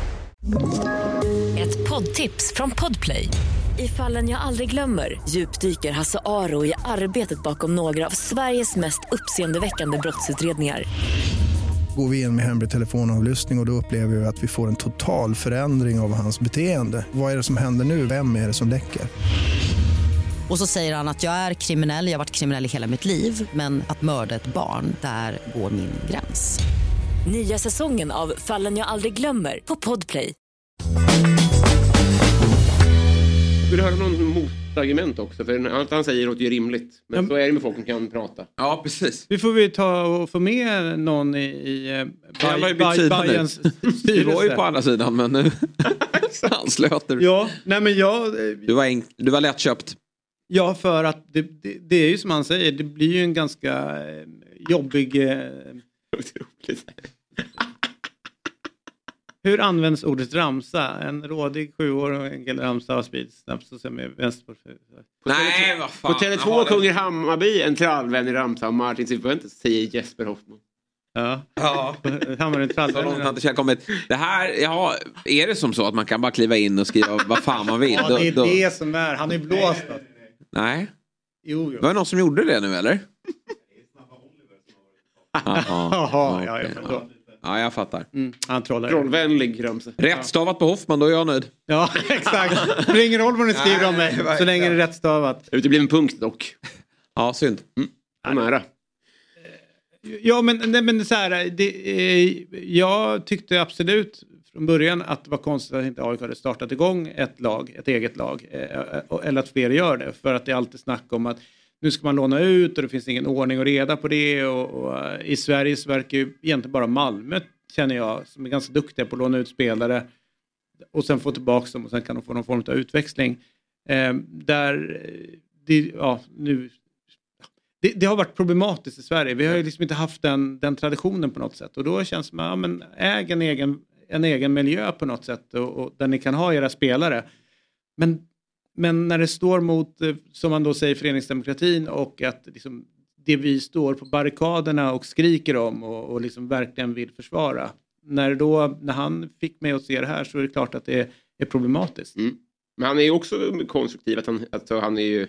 Ett poddtips från Podplay. I Fallen jag aldrig glömmer djupdyker Hasse Aro i arbetet bakom några av Sveriges mest uppseendeväckande brottsutredningar. Går vi in med hemlig telefonavlyssning och då upplever vi att vi får en total förändring av hans beteende. Vad är det som händer nu? Vem är det som läcker? Och så säger han att jag är kriminell, jag har varit kriminell i hela mitt liv. Men att mörda ett barn, där går min gräns. Nya säsongen av Fallen jag aldrig glömmer på Podplay. Vill du höra någon motargument också? För allt han säger låter ju rimligt. Men så är det med folk som kan prata. Ja, precis. Vi får ta och få med någon i Bayerns styrelse. Du var ju på andra sidan, men nu anslöt du. Ja, nej men Du var lättköpt. Ja, för att det är ju som han säger, det blir ju en ganska jobbig... Hur används ordet ramsa? En rådig 7-årig ramsa har spridits snabbt så som är vänster. Nej, vad fan. På Tele2 sjunger Hammarby en trallvänlig ramsa av Martin Cifuentes, säger Jesper Hoffman. Ja. Hammarby en trallvänlig. Det här, är det som så att man kan bara kliva in och skriva vad fan man vill? Ja, det är det som är. Han är blåst. Nej. Jo. Var det någon som gjorde det nu, eller? Ja, jag fattar. Han trollar. Trollvänlig ramsa. Rättstavat på Hoffman, då är jag nöjd. Ja, exakt. Det är ingen roll vad ni skriver om mig, så länge det är rättstavat. Det blir en punkt dock. Ja, synd. Nära. Ja, men så här, jag tyckte absolut från början att det var konstigt att inte AIK hade startat igång ett eget lag. Eller att fler gör det. För att det är alltid snack om att nu ska man låna ut och det finns ingen ordning och reda på det. Och i Sverige så verkar ju egentligen bara Malmö, känner jag, som är ganska duktiga på att låna ut spelare. Och sen få tillbaka dem och sen kan de få någon form av utväxling. Det har varit problematiskt i Sverige. Vi har ju liksom inte haft den traditionen på något sätt. Och då känns det som äg en egen miljö på något sätt. Och där ni kan ha era spelare. Men när det står mot, som man då säger, föreningsdemokratin och att liksom, det vi står på barrikaderna och skriker om och liksom verkligen vill försvara. När han fick mig att se det här så är det klart att det är problematiskt. Men han är ju också konstruktiv. Att han är ju...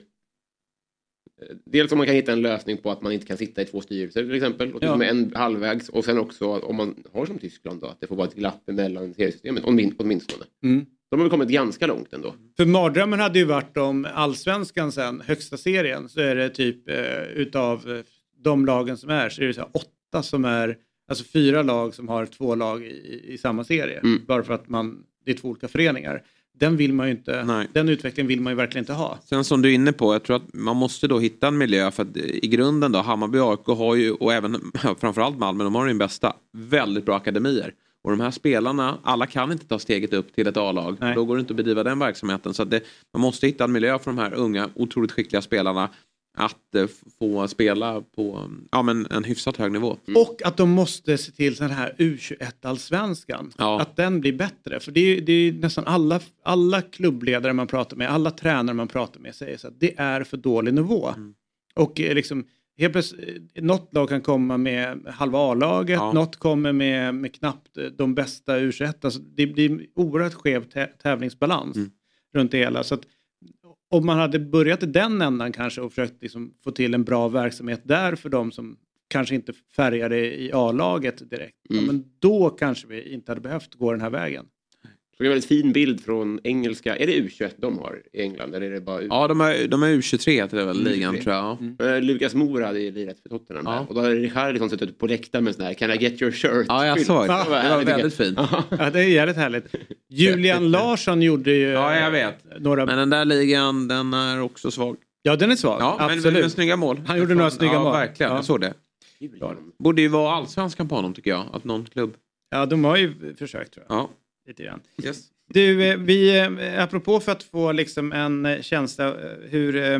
Dels om man kan hitta en lösning på att man inte kan sitta i 2 styrelser till exempel. Och med en halvvägs. Och sen också om man har som Tyskland då, att det får vara ett glapp mellan seriesystemet åtminstone. De har väl kommit ganska långt ändå. För mardrömmen hade ju varit om allsvenskan sen, högsta serien, så är det typ utav de lagen som är, så är det så 8 som är, alltså 4 lag som har 2 lag i samma serie. Bara för att det är 2 olika föreningar. Den vill man ju inte, den utvecklingen vill man ju verkligen inte ha. Sen som du är inne på, jag tror att man måste då hitta en miljö för att i grunden då, Hammarby och AIK har ju, och även framförallt Malmö, de har den bästa, väldigt bra akademier. Och de här spelarna, alla kan inte ta steget upp till ett A-lag. Då går det inte att bedriva den verksamheten. Så att man måste hitta en miljö för de här unga, otroligt skickliga spelarna att få spela på en hyfsat hög nivå. Och att de måste se till den här U21-allsvenskan. Att den blir bättre. För det är nästan alla klubbledare man pratar med, alla tränare man pratar med säger så att det är för dålig nivå. Och liksom... Helt plötsligt, något lag kan komma med halva A-laget, något kommer med knappt de bästa U21. Alltså det blir oerhört skev tävlingsbalans runt det hela. Så att om man hade börjat i den ändan kanske och försökt liksom få till en bra verksamhet där för de som kanske inte färgade i A-laget direkt. Men då kanske vi inte hade behövt gå den här vägen. Så det är en väldigt fin bild från engelska. Är det U21 de har i England? Eller är det bara Ja, de är U23 till den ligan, tror jag. Lukas Moura hade ju lirat för Tottenham. Och då hade Richarlison suttit på läktaren med sån här, can I get your shirt? Ja, jag såg det. Det var väldigt fint. Ja, det är jävligt härligt. Julian Larsson gjorde ju... Ja, jag vet. Men den där ligan, den är också svag. Ja, den är svag. Ja, absolut. Men snygga mål. Han gjorde några snygga mål. Ja, verkligen. Jag såg det. Borde ju vara allsvenskan på honom, tycker jag. Att någon klubb... Ja, de har ju försökt, tror jag. Ja. Lite grann. Yes. Du, apropå för att få liksom en känsla hur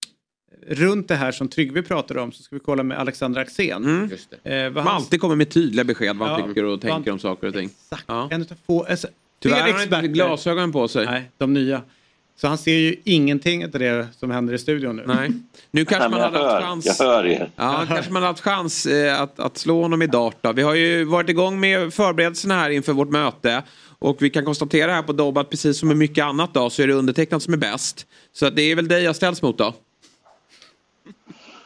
runt det här som Tryggve pratade om, så ska vi kolla med Alexander Axén. Just det. Man alltid kommer med tydliga besked vad han tycker och tänker om saker och ting. Exakt. En utav få, tyvärr har han inte glasögon på sig. Nej, de nya. Så han ser ju ingenting av det som händer i studion nu. Nej. Nu kanske man hade haft chans. Jag hör er. Ja, kanske man hade haft chans att slå honom i dart då. Vi har ju varit igång med förberedelserna här inför vårt möte. Och vi kan konstatera här på Dobb att precis som med mycket annat då, så är det undertecknat som är bäst. Så att det är väl dig jag ställs mot då?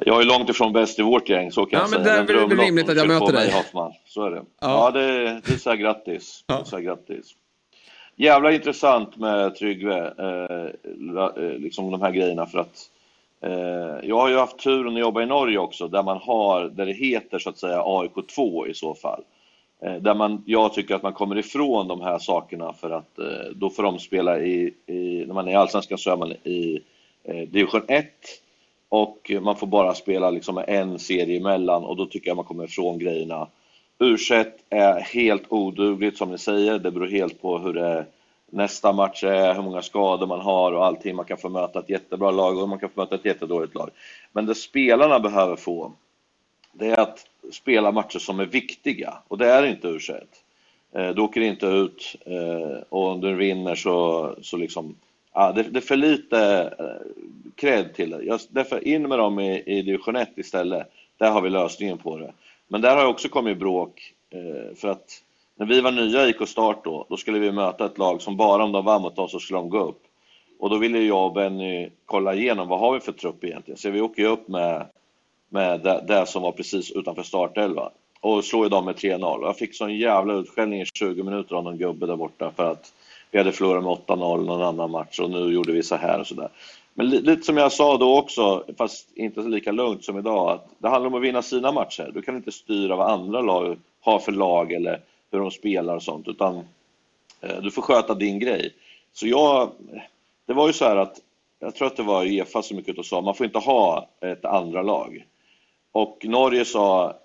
Jag är långt ifrån bäst i vårt gäng, så kan jag säga. Men det är väl rimligt att jag möter dig. Hoffman. Så är det. Ja, det säger grattis. Ja. Det grattis. Jävla intressant med Tryggve, liksom de här grejerna, för att jag har ju haft turen att jobba i Norge också, där det heter så att säga AIK2 i så fall. Jag tycker att man kommer ifrån de här sakerna, för att då får de spela när man är i Allsvenskan, så är man i division 1 och man får bara spela liksom en serie emellan, och då tycker jag man kommer ifrån grejerna. U21 är helt odugligt som ni säger, det beror helt på hur det nästa match är, hur många skador man har och allting. Man kan få möta ett jättebra lag och man kan få möta ett jättedåligt lag. Men det spelarna behöver få, det är att spela matcher som är viktiga, och det är inte U21. Du åker inte ut, och om du vinner så liksom, det är för lite cred till det. Därför in med dem i division 1 istället. Där har vi lösningen på det. Men där har också kommit bråk, för att när vi var nya i IK Start då skulle vi möta ett lag som bara om de vann mot oss så skulle de gå upp. Och då ville jag och Benny kolla igenom vad har vi för trupp egentligen. Så vi åker upp med det som var precis utanför startelva och slår ju dem med 3-0. Jag fick sån jävla utskällning i 20 minuter av någon gubbe där borta för att vi hade förlorat med 8-0 någon annan match och nu gjorde vi så här och sådär. Men lite som jag sa då också, fast inte så lika lugnt som idag, att det handlar om att vinna sina matcher. Du kan inte styra vad andra lag har för lag eller hur de spelar och sånt, utan du får sköta din grej. Så det var ju så här att jag tror att det var UEFA som mycket och sa man får inte ha ett andra lag. Och Norge sa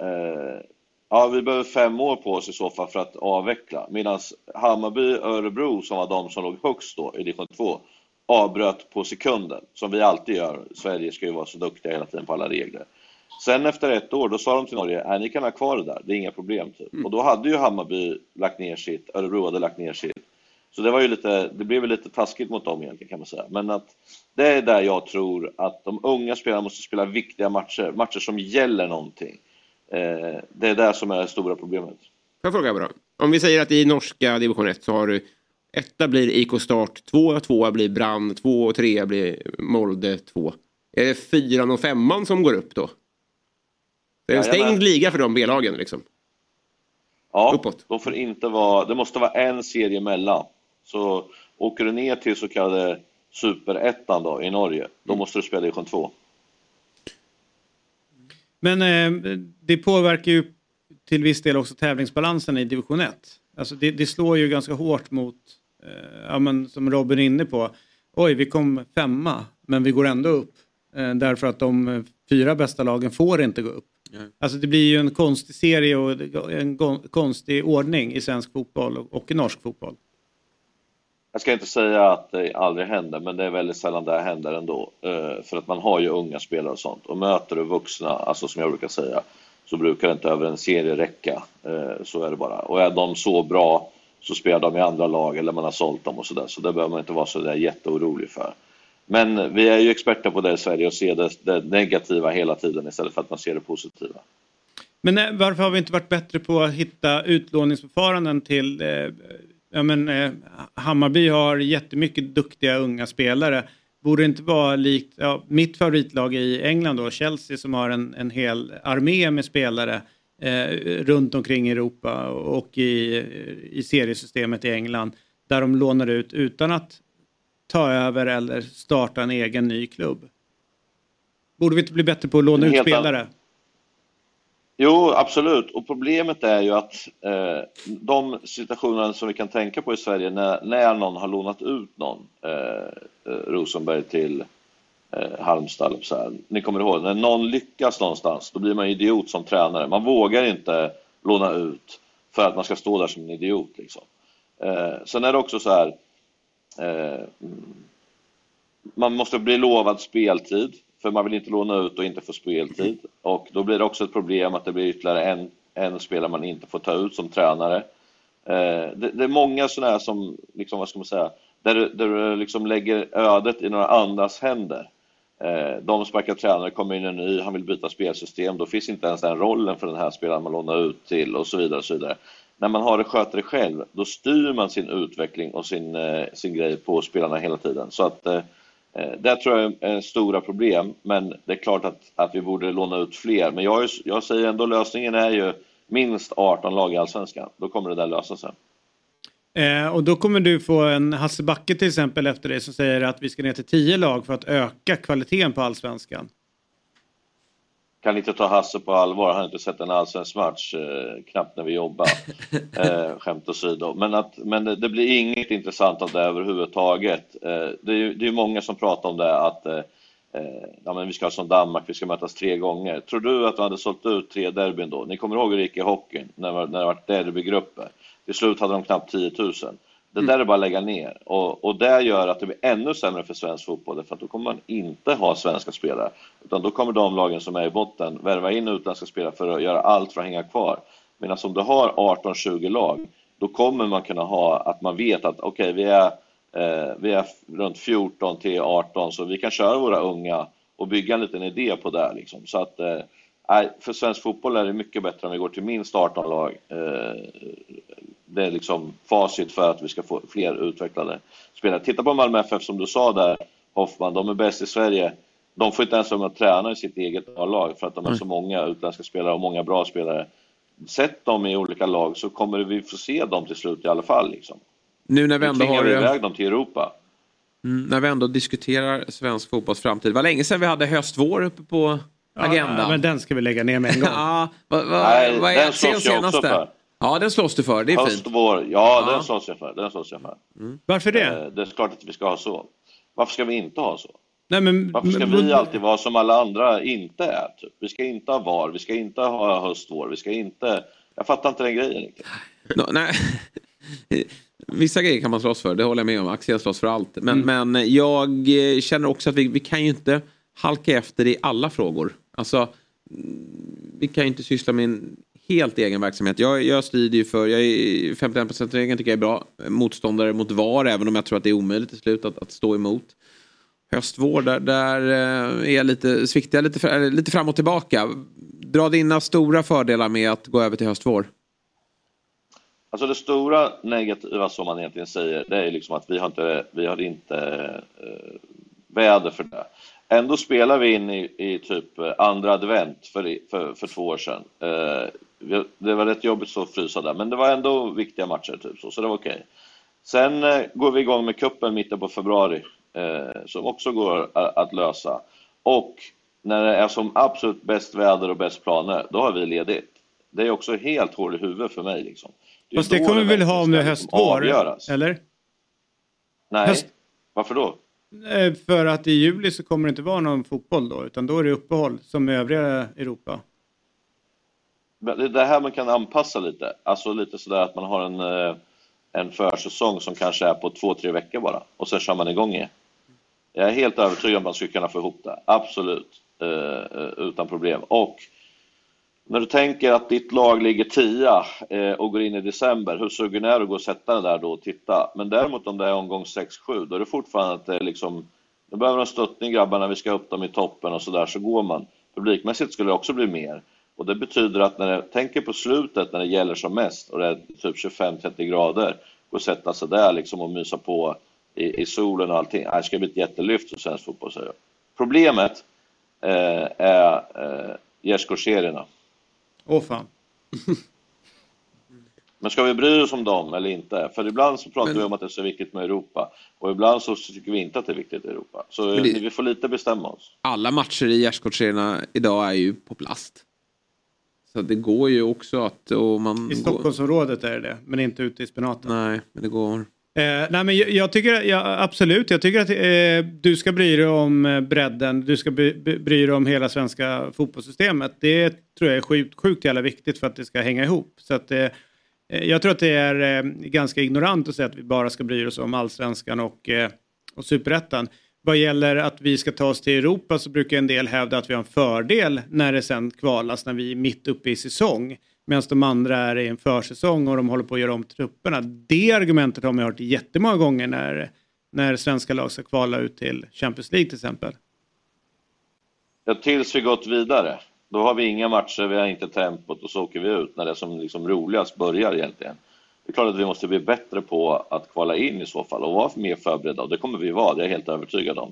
vi behöver 5 år på oss i så fall för att avveckla. Medan Hammarby och Örebro, som var de som låg högst då i division 2, avbröt på sekunden, som vi alltid gör. Sverige ska ju vara så duktiga hela tiden på alla regler. Sen efter 1 år, då sa de till Norge, ni kan ha kvar det där, det är inga problem typ. Och då hade ju Hammarby lagt ner sitt, Örebro hade lagt ner sitt. Så det var ju det blev väl lite taskigt mot dem egentligen, kan man säga. Men att det är där jag tror att de unga spelarna måste spela viktiga matcher som gäller någonting. Det är där som är det stora problemet. Får jag fråga bara? Om vi säger att i norska division 1 så har du 1 blir IK Start 2 blir Brann 2 och 3 blir Molde 2. Är det 4 och 5 som går upp då? Det är en stängd liga för de B-lagen liksom. Ja, uppåt. De får inte vara, det måste vara en serie emellan. Så åker du ner till så kallade Superettan då i Norge, då måste du spela division 2. Men det påverkar ju till viss del också tävlingsbalansen i division 1. Alltså det slår ju ganska hårt mot, som Robin är inne på. Oj, vi kom 5, men vi går ändå upp. Därför att de 4 bästa lagen får inte gå upp. Alltså det blir ju en konstig serie och en konstig ordning i svensk fotboll och i norsk fotboll. Jag ska inte säga att det aldrig händer, men det är väldigt sällan det händer ändå. För att man har ju unga spelare och sånt. Och möter du vuxna, alltså som jag brukar säga, så brukar det inte över en serie räcka. Så är det bara. Och är de så bra så spelar de i andra lag eller man har sålt dem och sådär. Så det behöver man inte vara så där jätteorolig för. Men vi är ju experter på det i Sverige och ser det negativa hela tiden istället för att man ser det positiva. Men varför har vi inte varit bättre på att hitta utlåningsförfaranden till... Hammarby har jättemycket duktiga unga spelare. Borde det inte vara likt mitt favoritlag i England då, Chelsea, som har en hel armé med spelare runt omkring i Europa och i seriesystemet i England, där de lånar ut utan att ta över eller starta en egen ny klubb. Borde vi inte bli bättre på att låna ut spelare? Jo, absolut. Och problemet är ju att de situationerna som vi kan tänka på i Sverige när någon har lånat ut någon, Rosenberg till Halmstad, så här. Ni kommer ihåg, när någon lyckas någonstans, då blir man idiot som tränare. Man vågar inte låna ut för att man ska stå där som en idiot liksom. Sen är det också så här, man måste bli lovad speltid, för man vill inte låna ut och inte få speltid. Och då blir det också ett problem att det blir ytterligare en spelare man inte får ta ut som tränare. Det är många sådana här som, liksom, vad ska man säga, där du liksom lägger ödet i några andras händer. De sparkar tränare, kommer in en ny, han vill byta spelsystem. Då finns inte ens den rollen för den här spelaren man lånar ut till och så vidare och så vidare. När man har det, sköter det själv, då styr man sin utveckling och sin grej på spelarna hela tiden. Så att Det tror jag är stora problem, men det är klart att vi borde låna ut fler. Men jag säger ändå lösningen är ju minst 18 lag i Allsvenskan. Då kommer det där lösa sig. Och då kommer du få en Hasse Backe till exempel efter det som säger att vi ska ner till 10 lag för att öka kvaliteten på Allsvenskan. Kan inte ta Hasse på allvar. Han har inte sett en allsvensk match knappt när vi jobbar. Skämt åsido. Men det blir inget intressant av det överhuvudtaget. Det är ju många som pratar om det att men vi ska ha som Danmark, vi ska mötas 3 gånger. Tror du att du hade sålt ut 3 derbyn då? Ni kommer ihåg hur det gick i hockeyn när det var derbygrupper. Till slut hade de knappt 10 000. Det där är bara att lägga ner. Och det gör att det blir ännu sämre för svensk fotboll. För att då kommer man inte ha svenska spelare. Utan då kommer de lagen som är i botten värva in utländska spelare för att göra allt för att hänga kvar. Men om du har 18-20 lag, då kommer man kunna ha att man vet att okej, vi är runt 14 till 18, så vi kan köra våra unga och bygga en liten idé på det. Liksom. Så att för svensk fotboll är det mycket bättre om vi går till minst 18 lag. Det är liksom facit för att vi ska få fler utvecklade spelare. Titta på Malmö FF som du sa där, Hoffman. De är bäst i Sverige. De får inte ens vara med att träna i sitt eget lag för att de har så många utländska spelare och många bra spelare. Sätt dem i olika lag så kommer vi få se dem till slut i alla fall. Liksom. Nu när vi ändå har iväg dem till Europa. När vi ändå diskuterar svensk fotbolls framtid. Var länge sedan vi hade höst-vår uppe på agendan. Ja, men den ska vi lägga ner med en gång. Nej, vad den slåss jag också för. Ja, den slås du för. Det är fint. Höst-vår, ja, den slåss jag för. Varför det? Det är klart att vi ska ha så. Varför ska vi inte ha så? Nej, men, varför ska vi alltid vara som alla andra inte är? Typ? Vi ska inte ha VAR, vi ska inte ha höst-vår, vi ska inte... Jag fattar inte den grejen riktigt. Nej. Vissa grejer kan man slåss för, det håller jag med om. Axel slåss för allt. Men jag känner också att vi kan ju inte halka efter i alla frågor. Alltså, vi kan ju inte syssla med en helt egen verksamhet. Jag strider ju för, 51%-regeln tycker jag är bra. Motståndare mot VAR, även om jag tror att det är omöjligt till slut att stå emot. Höstvår, där är jag lite sviktig, lite fram och tillbaka. Dra dina stora fördelar med att gå över till höstvår. Alltså det stora negativa som man egentligen säger, det är liksom att vi har inte väder för det. Ändå spelar vi in i typ andra advent för 2 år sedan. Det var rätt jobbigt att frysa där, men det var ändå viktiga matcher typ så det var okej. Sen går vi igång med kuppen mitten på februari som också går att lösa. Och när det är som absolut bäst väder och bäst planer, då har vi ledigt. Det är också helt hål i huvudet för mig liksom. Fast det kommer vi väl ha om det är höstvår, eller? Nej, varför då? För att i juli så kommer det inte vara någon fotboll då, utan då är det uppehåll som i övriga Europa. Det är det här man kan anpassa lite. Alltså lite sådär att man har en försäsong som kanske är på 2-3 veckor bara. Och sen kör man igång igen. Jag är helt övertygad om att man skulle kunna få ihop det. Absolut. Utan problem. Och när du tänker att ditt lag ligger 10 och går in i december, hur sugen är du att gå och sätta den där då och titta? Men däremot om det är omgång 6-7, då är det fortfarande att det är liksom, då behöver de stöttning grabbar när vi ska upp dem i toppen och sådär, så går man. Publikmässigt skulle det också bli mer. Och det betyder att när jag tänker på slutet, när det gäller som mest, och det är typ 25-30 grader, gå och sätta sig där liksom och mysa på i solen och allting. Det ska bli ett jättelyft för svensk fotboll, säger jag. Problemet är gärdsgårdsserierna. Fan. Men ska vi bry oss om dem eller inte? För ibland så pratar vi om att det är så viktigt med Europa. Och ibland så tycker vi inte att det är viktigt i Europa. Så vi får lite bestämma oss. Alla matcher i gärdsgårdsserierna idag är ju på plast. Så det går ju också att... I Stockholmsområdet är det, men inte ute i spenaten. Nej, men det går... Nej, men jag tycker, absolut, jag tycker att du ska bry dig om bredden, du ska bry dig om hela svenska fotbollssystemet. Det tror jag är sjukt jävla viktigt för att det ska hänga ihop. Så att jag tror att det är ganska ignorant att säga att vi bara ska bry oss om allsvenskan och superettan. Vad gäller att vi ska ta oss till Europa så brukar en del hävda att vi har en fördel när det sen kvalas, när vi är mitt uppe i säsong. Medan de andra är i en försäsong och de håller på att göra om trupperna. Det argumentet har man hört jättemånga gånger när svenska lag ska kvala ut till Champions League till exempel. Ja, tills vi gått vidare. Då har vi inga matcher, vi har inte tempot och så åker vi ut när det som liksom roligast börjar egentligen. Det är klart att vi måste bli bättre på att kvala in i så fall och vara mer förberedda. Och det kommer vi vara, det är jag helt övertygad om.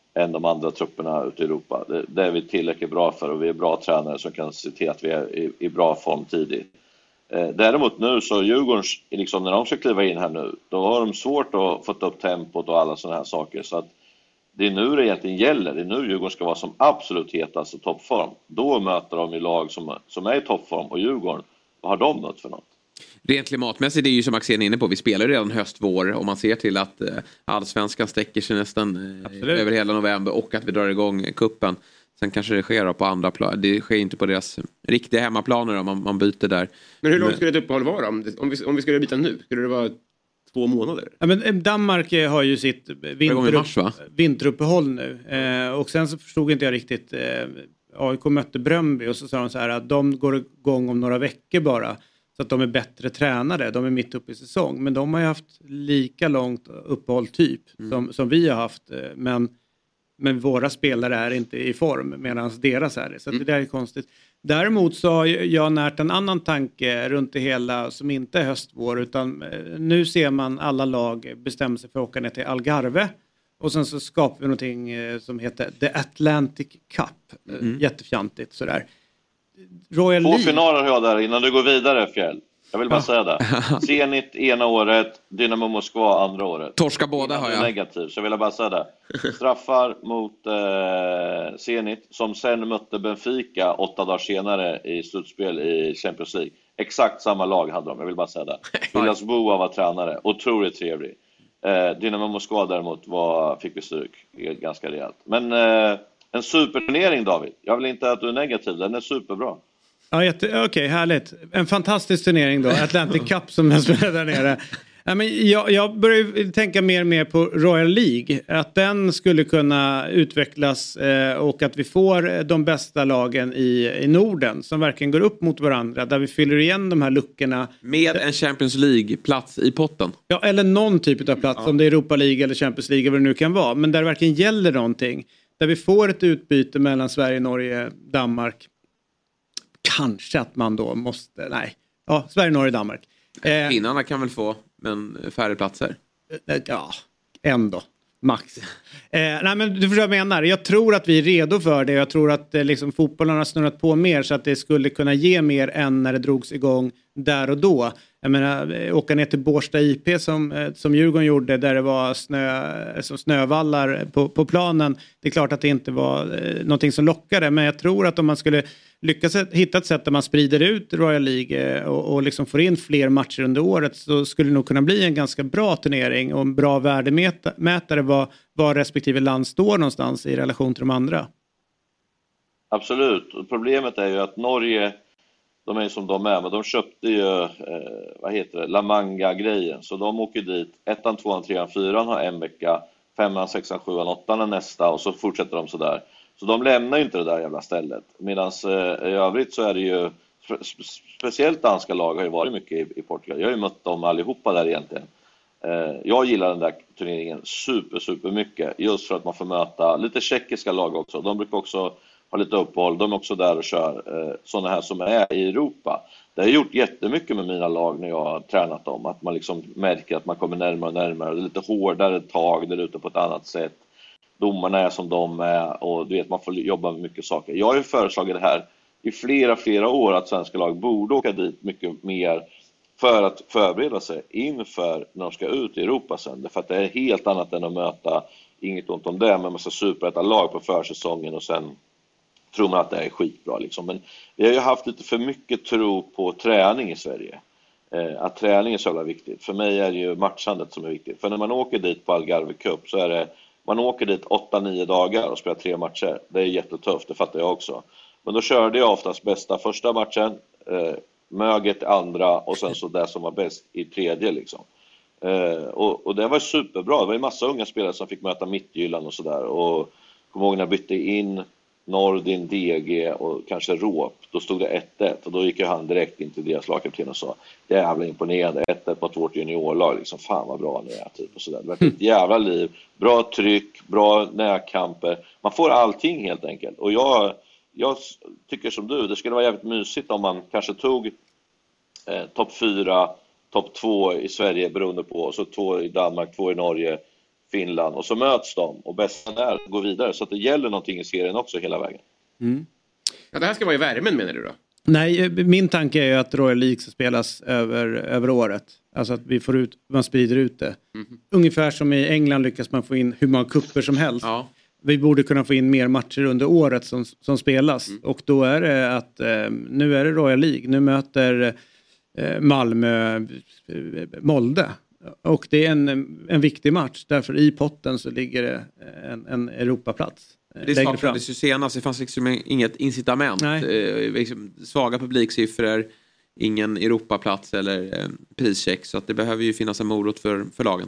än de andra trupperna ute i Europa. Det är vi tillräckligt bra för, och vi är bra tränare som kan se till att vi är i bra form tidigt. Däremot nu så Djurgården, liksom när de ska kliva in här nu, då har de svårt att få upp tempot och alla sådana här saker. Så att det är nu det egentligen gäller. Det är nu Djurgården ska vara som absolut hetast och toppform. Då möter de i lag som är i toppform, och Djurgården, vad har de mött för något? Rent klimatmässigt, det är ju som Axén är inne på, vi spelar redan höst-vår, och man ser till att allsvenskan sträcker sig nästan över hela november, och att vi drar igång kuppen. Sen kanske det sker på andra plan. Det sker inte på deras riktiga hemmaplaner om man byter där. Men hur långt skulle ett uppehåll vara om vi skulle byta nu? Skulle det vara 2 månader? Ja, men Danmark har ju sitt vinteruppehåll nu. Och sen så förstod inte jag riktigt. AIK mötte Bröndby och så sa de så här att de går igång om några veckor bara. Så att de är bättre tränade. De är mitt uppe i säsong. Men de har ju haft lika långt uppehåll typ som vi har haft. Men våra spelare är inte i form medan deras är det. Så det där är konstigt. Däremot så har jag närt en annan tanke runt det hela som inte är höstvår. Utan nu ser man alla lag bestämma sig för att åka ner till Algarve. Och sen så skapar vi någonting som heter The Atlantic Cup. Jättefjantigt sådär. Royal League. 2 finaler har jag där innan du går vidare, Fjäll. Jag vill bara säga det. Zenit ena året, Dynamo Moskva andra året. Torska båda har jag. Negativ, så jag vill bara säga det. Straffar mot Zenit, som sen mötte Benfica 8 dagar senare i slutspel i Champions League. Exakt samma lag hade de, jag vill bara säga det. Vilas Boa var tränare, otroligt trevlig. Dynamo Moskva däremot fick vi stryk ganska rejält. Men en superturnering, David. Jag vill inte att du är negativ, den är superbra. Ja, okej, härligt. En fantastisk turnering då, Atlantic Cup som jag spelar där nere. Ja, men jag börjar tänka mer och mer på Royal League. Att den skulle kunna utvecklas och att vi får de bästa lagen i Norden som verkligen går upp mot varandra. Där vi fyller igen de här luckorna. Med en Champions League-plats i potten. Ja, eller någon typ av plats, om det är Europa League eller Champions League eller vad det nu kan vara. Men där det verkligen gäller någonting. Där vi får ett utbyte mellan Sverige, Norge, Danmark. Kanske att man då måste... Nej. Ja, Sverige, Norge, Danmark. Finnarna kan väl få, men färre platser? Ja, ändå. Max. Nej, men du förstår vad jag menar. Jag tror att vi är redo för det. Jag tror att liksom, fotbollen har snurrat på mer så att det skulle kunna ge mer än när det drogs igång där och då. Jag menar, åka ner till Bårsta IP som Djurgården gjorde där det var snövallar på planen. Det är klart att det inte var någonting som lockade, men jag tror att om man skulle lyckas hitta ett sätt där man sprider ut Royal League och liksom får in fler matcher under året, så skulle det nog kunna bli en ganska bra turnering och en bra värdemätare var respektive land står någonstans i relation till de andra. Absolut. Och problemet är ju att Norge, de är som de är, men de köpte ju La Manga-grejen. Så de åker dit, 1, 2, 3, 4 har en vecka, 5, 6, 7, 8 nästa, och så fortsätter de sådär. Så de lämnar ju inte det där jävla stället. Medan i övrigt så är det ju, speciellt danska lag har ju varit mycket i Portugal. Jag har ju mött dem allihopa där egentligen. Jag gillar den där turneringen super mycket. Just för att man får möta lite tjeckiska lag också. De brukar också ha lite uppehåll. De är också där och kör sådana här som är i Europa. Det har gjort jättemycket med mina lag när jag har tränat dem. Att man liksom märker att man kommer närmare och närmare. Det är lite hårdare tag där ute på ett annat sätt. Domarna är som de är, och du vet, man får jobba med mycket saker. Jag har ju föreslagit det här i flera år, att svenska lag borde åka dit mycket mer för att förbereda sig inför när de ska ut i Europa sen. För att det är helt annat än att möta, inget ont om det, men man ska superetta lag på försäsongen och sen tror man att det är skitbra liksom. Men vi har ju haft lite för mycket tro på träning i Sverige. Att träning är så jävla viktigt. För mig är det ju matchandet som är viktigt. För när man åker dit på Algarve Cup så är det, man åker dit 8-9 dagar och spelar 3 matcher. Det är jättetufft, det fattar jag också. Men då körde jag oftast bästa första matchen, möget andra och sen så det som var bäst i tredje liksom. Och det var superbra. Det var ju massa unga spelare som fick möta Midtjylland och sådär. Och kom ihåg när jag bytte in Nordin, DG och kanske Råp. Då stod det 1-1 och då gick ju han direkt in till deras lagkapten och sa: det är jävla imponerande, 1-1 på vårt juniorlag liksom, fan vad bra ni är typ och sådär. Det var ett jävla liv, bra tryck, bra närkamper. Man får allting helt enkelt. Och jag tycker som du, det skulle vara jävligt mysigt om man kanske tog topp 4, topp 2 i Sverige beroende på, och så 2 i Danmark, 2 i Norge, Finland och så möts de och bästa där går vidare. Så att det gäller någonting i serien också hela vägen. Ja, det här ska vara i värmen menar du då? Nej, min tanke är ju att Royal League ska spelas över året. Alltså att man sprider ut det. Ungefär som i England lyckas man få in hur många kupper som helst. Ja. Vi borde kunna få in mer matcher under året som spelas. Och då är det att nu är det Royal League. Nu möter Malmö Molde. Och det är en viktig match. Därför i potten så ligger det en Europaplats. Det saknades ju senast. Det fanns liksom inget incitament. Liksom svaga publiksiffror. Ingen Europaplats eller prischeck. Så att det behöver ju finnas en morot för lagen.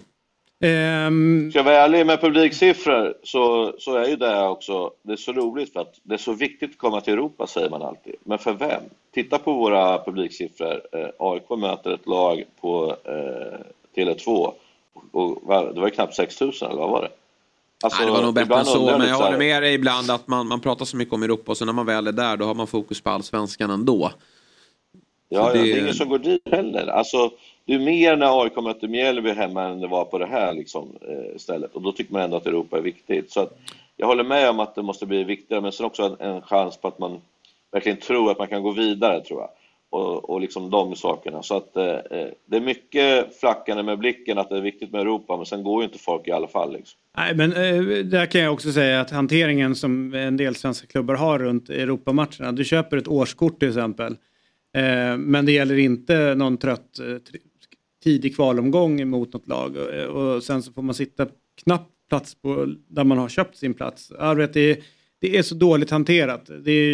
Ska jag vara ärlig med publiksiffror så är ju det också, det är så roligt för att det är så viktigt att komma till Europa säger man alltid. Men för vem? Titta på våra publiksiffror. AIK möter ett lag på Tele2 och det var ju knappt 6 000 eller vad var det? Alltså, nej, det var nog bättre än så, men jag håller med dig ibland att man pratar så mycket om Europa och så när man väl är där då har man fokus på allsvenskan ändå. Ja, det är ingen som går dit heller. Alltså, det är mer när AIK möter Mjällby hemma än det var på det här liksom, stället. Och då tycker man ändå att Europa är viktigt. Så att, jag håller med om att det måste bli viktigare, men sen också en chans på att man verkligen tror att man kan gå vidare, tror jag. Och liksom de sakerna. Så att det är mycket flackande med blicken att det är viktigt med Europa, men sen går ju inte folk i alla fall. Liksom. Nej, men där kan jag också säga att hanteringen som en del svenska klubbar har runt Europamatcherna. Du köper ett årskort till exempel. Men det gäller inte någon trött tidig kvalomgång mot något lag. Och sen så får man sitta knappt plats på där man har köpt sin plats. Det är så dåligt hanterat. Det är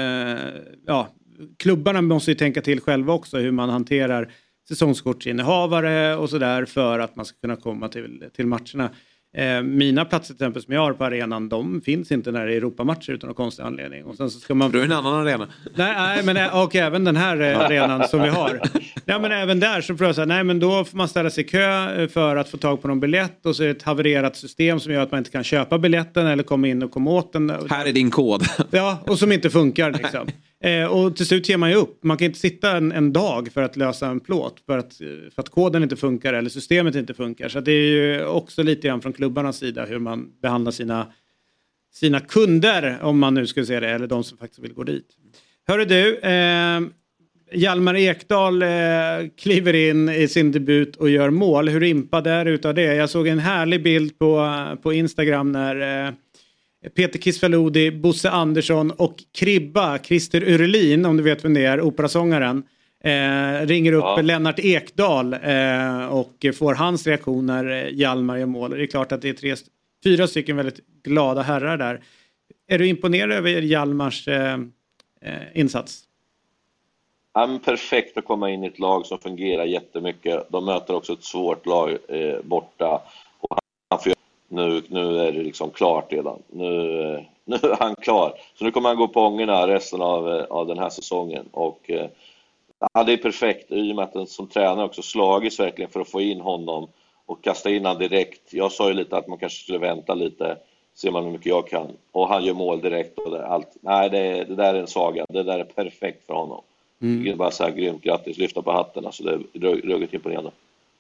ju, klubbarna måste ju tänka till själva också hur man hanterar säsongskortsinnehavare och sådär för att man ska kunna komma till matcherna. Mina platser till exempel som jag har på arenan, de finns inte när det är Europamatcher utan någon konstig anledning. Och sen så ska man... Du är en annan arena. Nej, men och även den här arenan som vi har. Ja, men även där så får jag säga, nej men då får man ställa sig i kö för att få tag på någon biljett och så är det ett havererat system som gör att man inte kan köpa biljetten eller komma in och komma åt den. Här är din kod. Ja, och som inte funkar liksom. Och till slut ger man ju upp. Man kan inte sitta en dag för att lösa en plåt för att koden inte funkar eller systemet inte funkar. Så det är ju också lite grann från klubbarnas sida hur man behandlar sina kunder, om man nu ska se det, eller de som faktiskt vill gå dit. Hörru du, Hjalmar Ekdal kliver in i sin debut och gör mål. Hur impad är utav det? Jag såg en härlig bild på Instagram när Peter Kisvelodi, Bosse Andersson och Kribba, Christer Urelin, om du vet vem det är, operasångaren, ringer upp Lennart Ekdal och får hans reaktion när Hjalmar gör mål. Det är klart att det är 4 stycken väldigt glada herrar där. Är du imponerad över Hjalmars insats? Perfekt att komma in i ett lag som fungerar jättemycket. De möter också ett svårt lag borta. Och han får nu är det liksom klart redan. Nu är han klar. Så nu kommer han gå på ångorna resten av den här säsongen. Och det är perfekt i och med att den som tränare också slagits verkligen för att få in honom och kasta in han direkt. Jag sa ju lite att man kanske skulle vänta lite, ser man hur mycket jag kan. Och han gör mål direkt och allt. Nej, det där är en saga. Det där är perfekt för honom. Det är bara så här grymt, grattis, lyfta på hatten. Alltså det är ruggigt imponerande.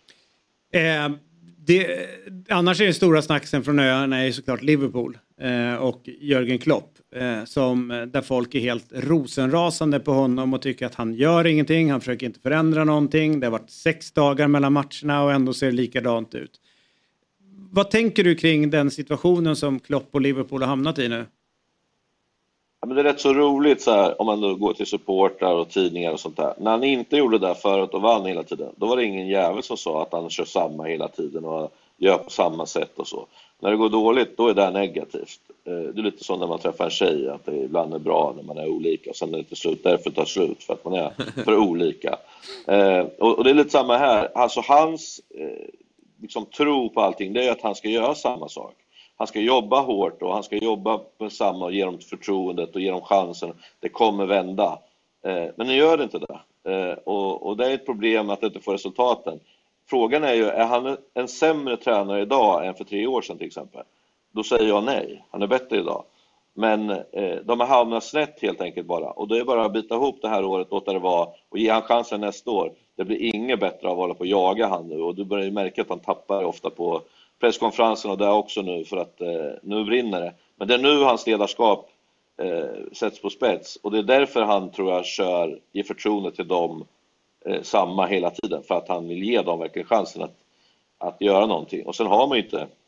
Annars är den stora snacksen från öarna är såklart Liverpool och Jürgen Klopp där folk är helt rosenrasande på honom och tycker att han gör ingenting, han försöker inte förändra någonting. Det har varit 6 dagar mellan matcherna och ändå ser det likadant ut. Vad tänker du kring den situationen som Klopp och Liverpool har hamnat i nu? Ja, men det är rätt så roligt så här, om man då går till supportrar och tidningar och sånt där. När han inte gjorde det där förut och vann hela tiden, då var det ingen jävel som sa att han kör samma hela tiden och gör på samma sätt och så. När det går dåligt, då är det negativt. Det är lite så när man träffar en tjej, att det ibland är bra när man är olika och sen är det till slut därför tar slut för att man är för olika. Och det är lite samma här. Alltså hans liksom, tro på allting, det är att han ska göra samma sak. Han ska jobba hårt och han ska jobba med samma och ge dem förtroendet och ge dem chansen. Det kommer vända. Men nu gör det inte det. Och det är ett problem att det inte får resultaten. Frågan är ju, är han en sämre tränare idag än för 3 år sedan till exempel? Då säger jag nej. Han är bättre idag. Men de har hamnat snett helt enkelt bara. Och det är bara att bita ihop det här året, låta det vara och ge han chansen nästa år. Det blir inget bättre av att hålla på och jaga han nu. Och du börjar ju märka att han tappar ofta på presskonferensen och där också nu, för att nu brinner det. Men det är nu hans ledarskap sätts på spets, och det är därför han, tror jag, ger förtroende till dem samma hela tiden, för att han vill ge dem verkligen chansen att göra någonting. Och sen har man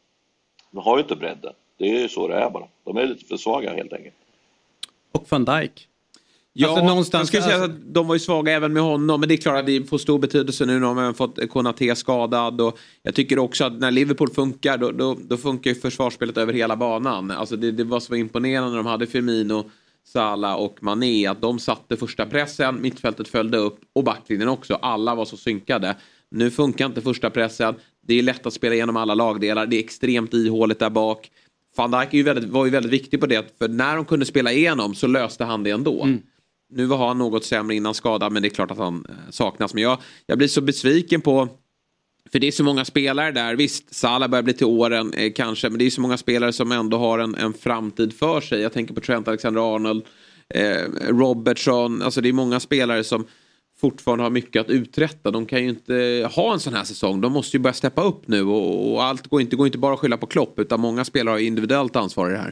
ju inte bredden. Det är ju så det är bara. De är lite för svaga helt enkelt. Och Van Dijk. Ja, alltså, någonstans, jag skulle säga att de var ju svaga även med honom, men det är klart att det får stor betydelse nu när de har fått Konaté skadad, och jag tycker också att när Liverpool funkar då funkar ju försvarsspelet över hela banan. Alltså det var så imponerande när de hade Firmino, Salah och Mané, att de satte första pressen, mittfältet följde upp och backlinjen också, alla var så synkade. Nu funkar inte första pressen, det är lätt att spela igenom alla lagdelar, det är extremt ihåligt där bak. Van Dijk var ju väldigt viktig på det, för när de kunde spela igenom så löste han det ändå. Nu var han något sämre innan skada, men det är klart att han saknas. Men jag blir så besviken på, för det är så många spelare där. Visst, Salah börjar bli till åren kanske, men det är så många spelare som ändå har en framtid för sig. Jag tänker på Trent Alexander-Arnold, Robertson. Alltså det är många spelare som fortfarande har mycket att uträtta. De kan ju inte ha en sån här säsong. De måste ju börja steppa upp nu, och allt går inte bara att skylla på Klopp, utan många spelare har individuellt ansvar i det här.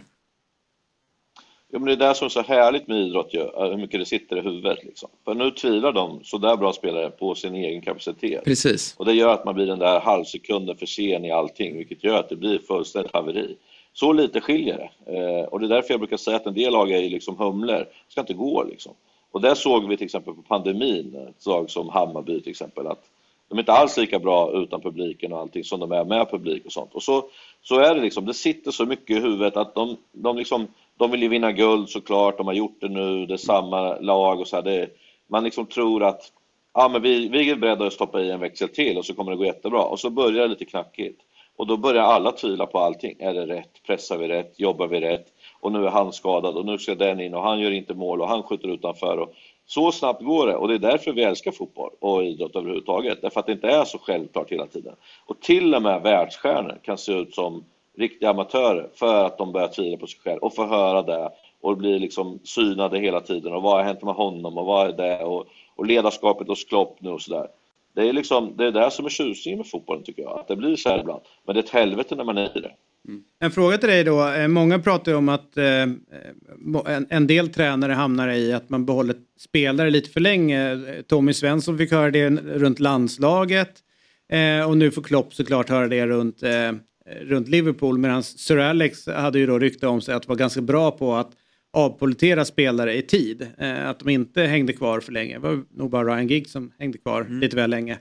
Ja, men det är det som är så härligt med idrott, hur mycket det sitter i huvudet liksom. För nu tvivlar de så där bra spelare på sin egen kapacitet. Precis. Och det gör att man blir den där halvsekunden för sen i allting, vilket gör att det blir fullständigt haveri. Så lite skiljer det. Och det är därför jag brukar säga att en del lag är liksom humlor. Det ska inte gå liksom. Och där såg vi till exempel på pandemin, ett lag som Hammarby till exempel, att de är inte alls lika bra utan publiken och allting som de är med publik och sånt. Och så är det liksom, det sitter så mycket i huvudet att de vill ju vinna guld såklart, de har gjort det nu, det är samma lag och så här. Man liksom tror att men vi är beredda att stoppa i en växel till och så kommer det gå jättebra. Och så börjar det lite knackigt. Och då börjar alla tvivla på allting. Är det rätt? Pressar vi rätt? Jobbar vi rätt? Och nu är han skadad och nu ska den in och han gör inte mål och han skjuter utanför. Och så snabbt går det, och det är därför vi älskar fotboll och idrott överhuvudtaget. Därför att det inte är så självklart hela tiden. Och till och med världsstjärnor kan se ut som riktiga amatörer för att de börjar tvivla på sig själv och få höra det och blir liksom synade hela tiden. Och vad har hänt med honom och vad är det? Och ledarskapet hos Klopp nu och sådär. Det är liksom, det är det som är tjusningen med fotbollen tycker jag. Att det blir så här ibland. Men det är ett helvete när man är i det. En fråga till dig då. Många pratar ju om att en del tränare hamnar i att man behåller spelare lite för länge. Tommy Svensson fick höra det runt landslaget. Och nu får Klopp såklart höra det runt Liverpool. Medan Sir Alex hade ju då rykte om sig att vara ganska bra på att avpolitera spelare i tid. Att de inte hängde kvar för länge. Det var nog bara Ryan Giggs som hängde kvar lite väl länge.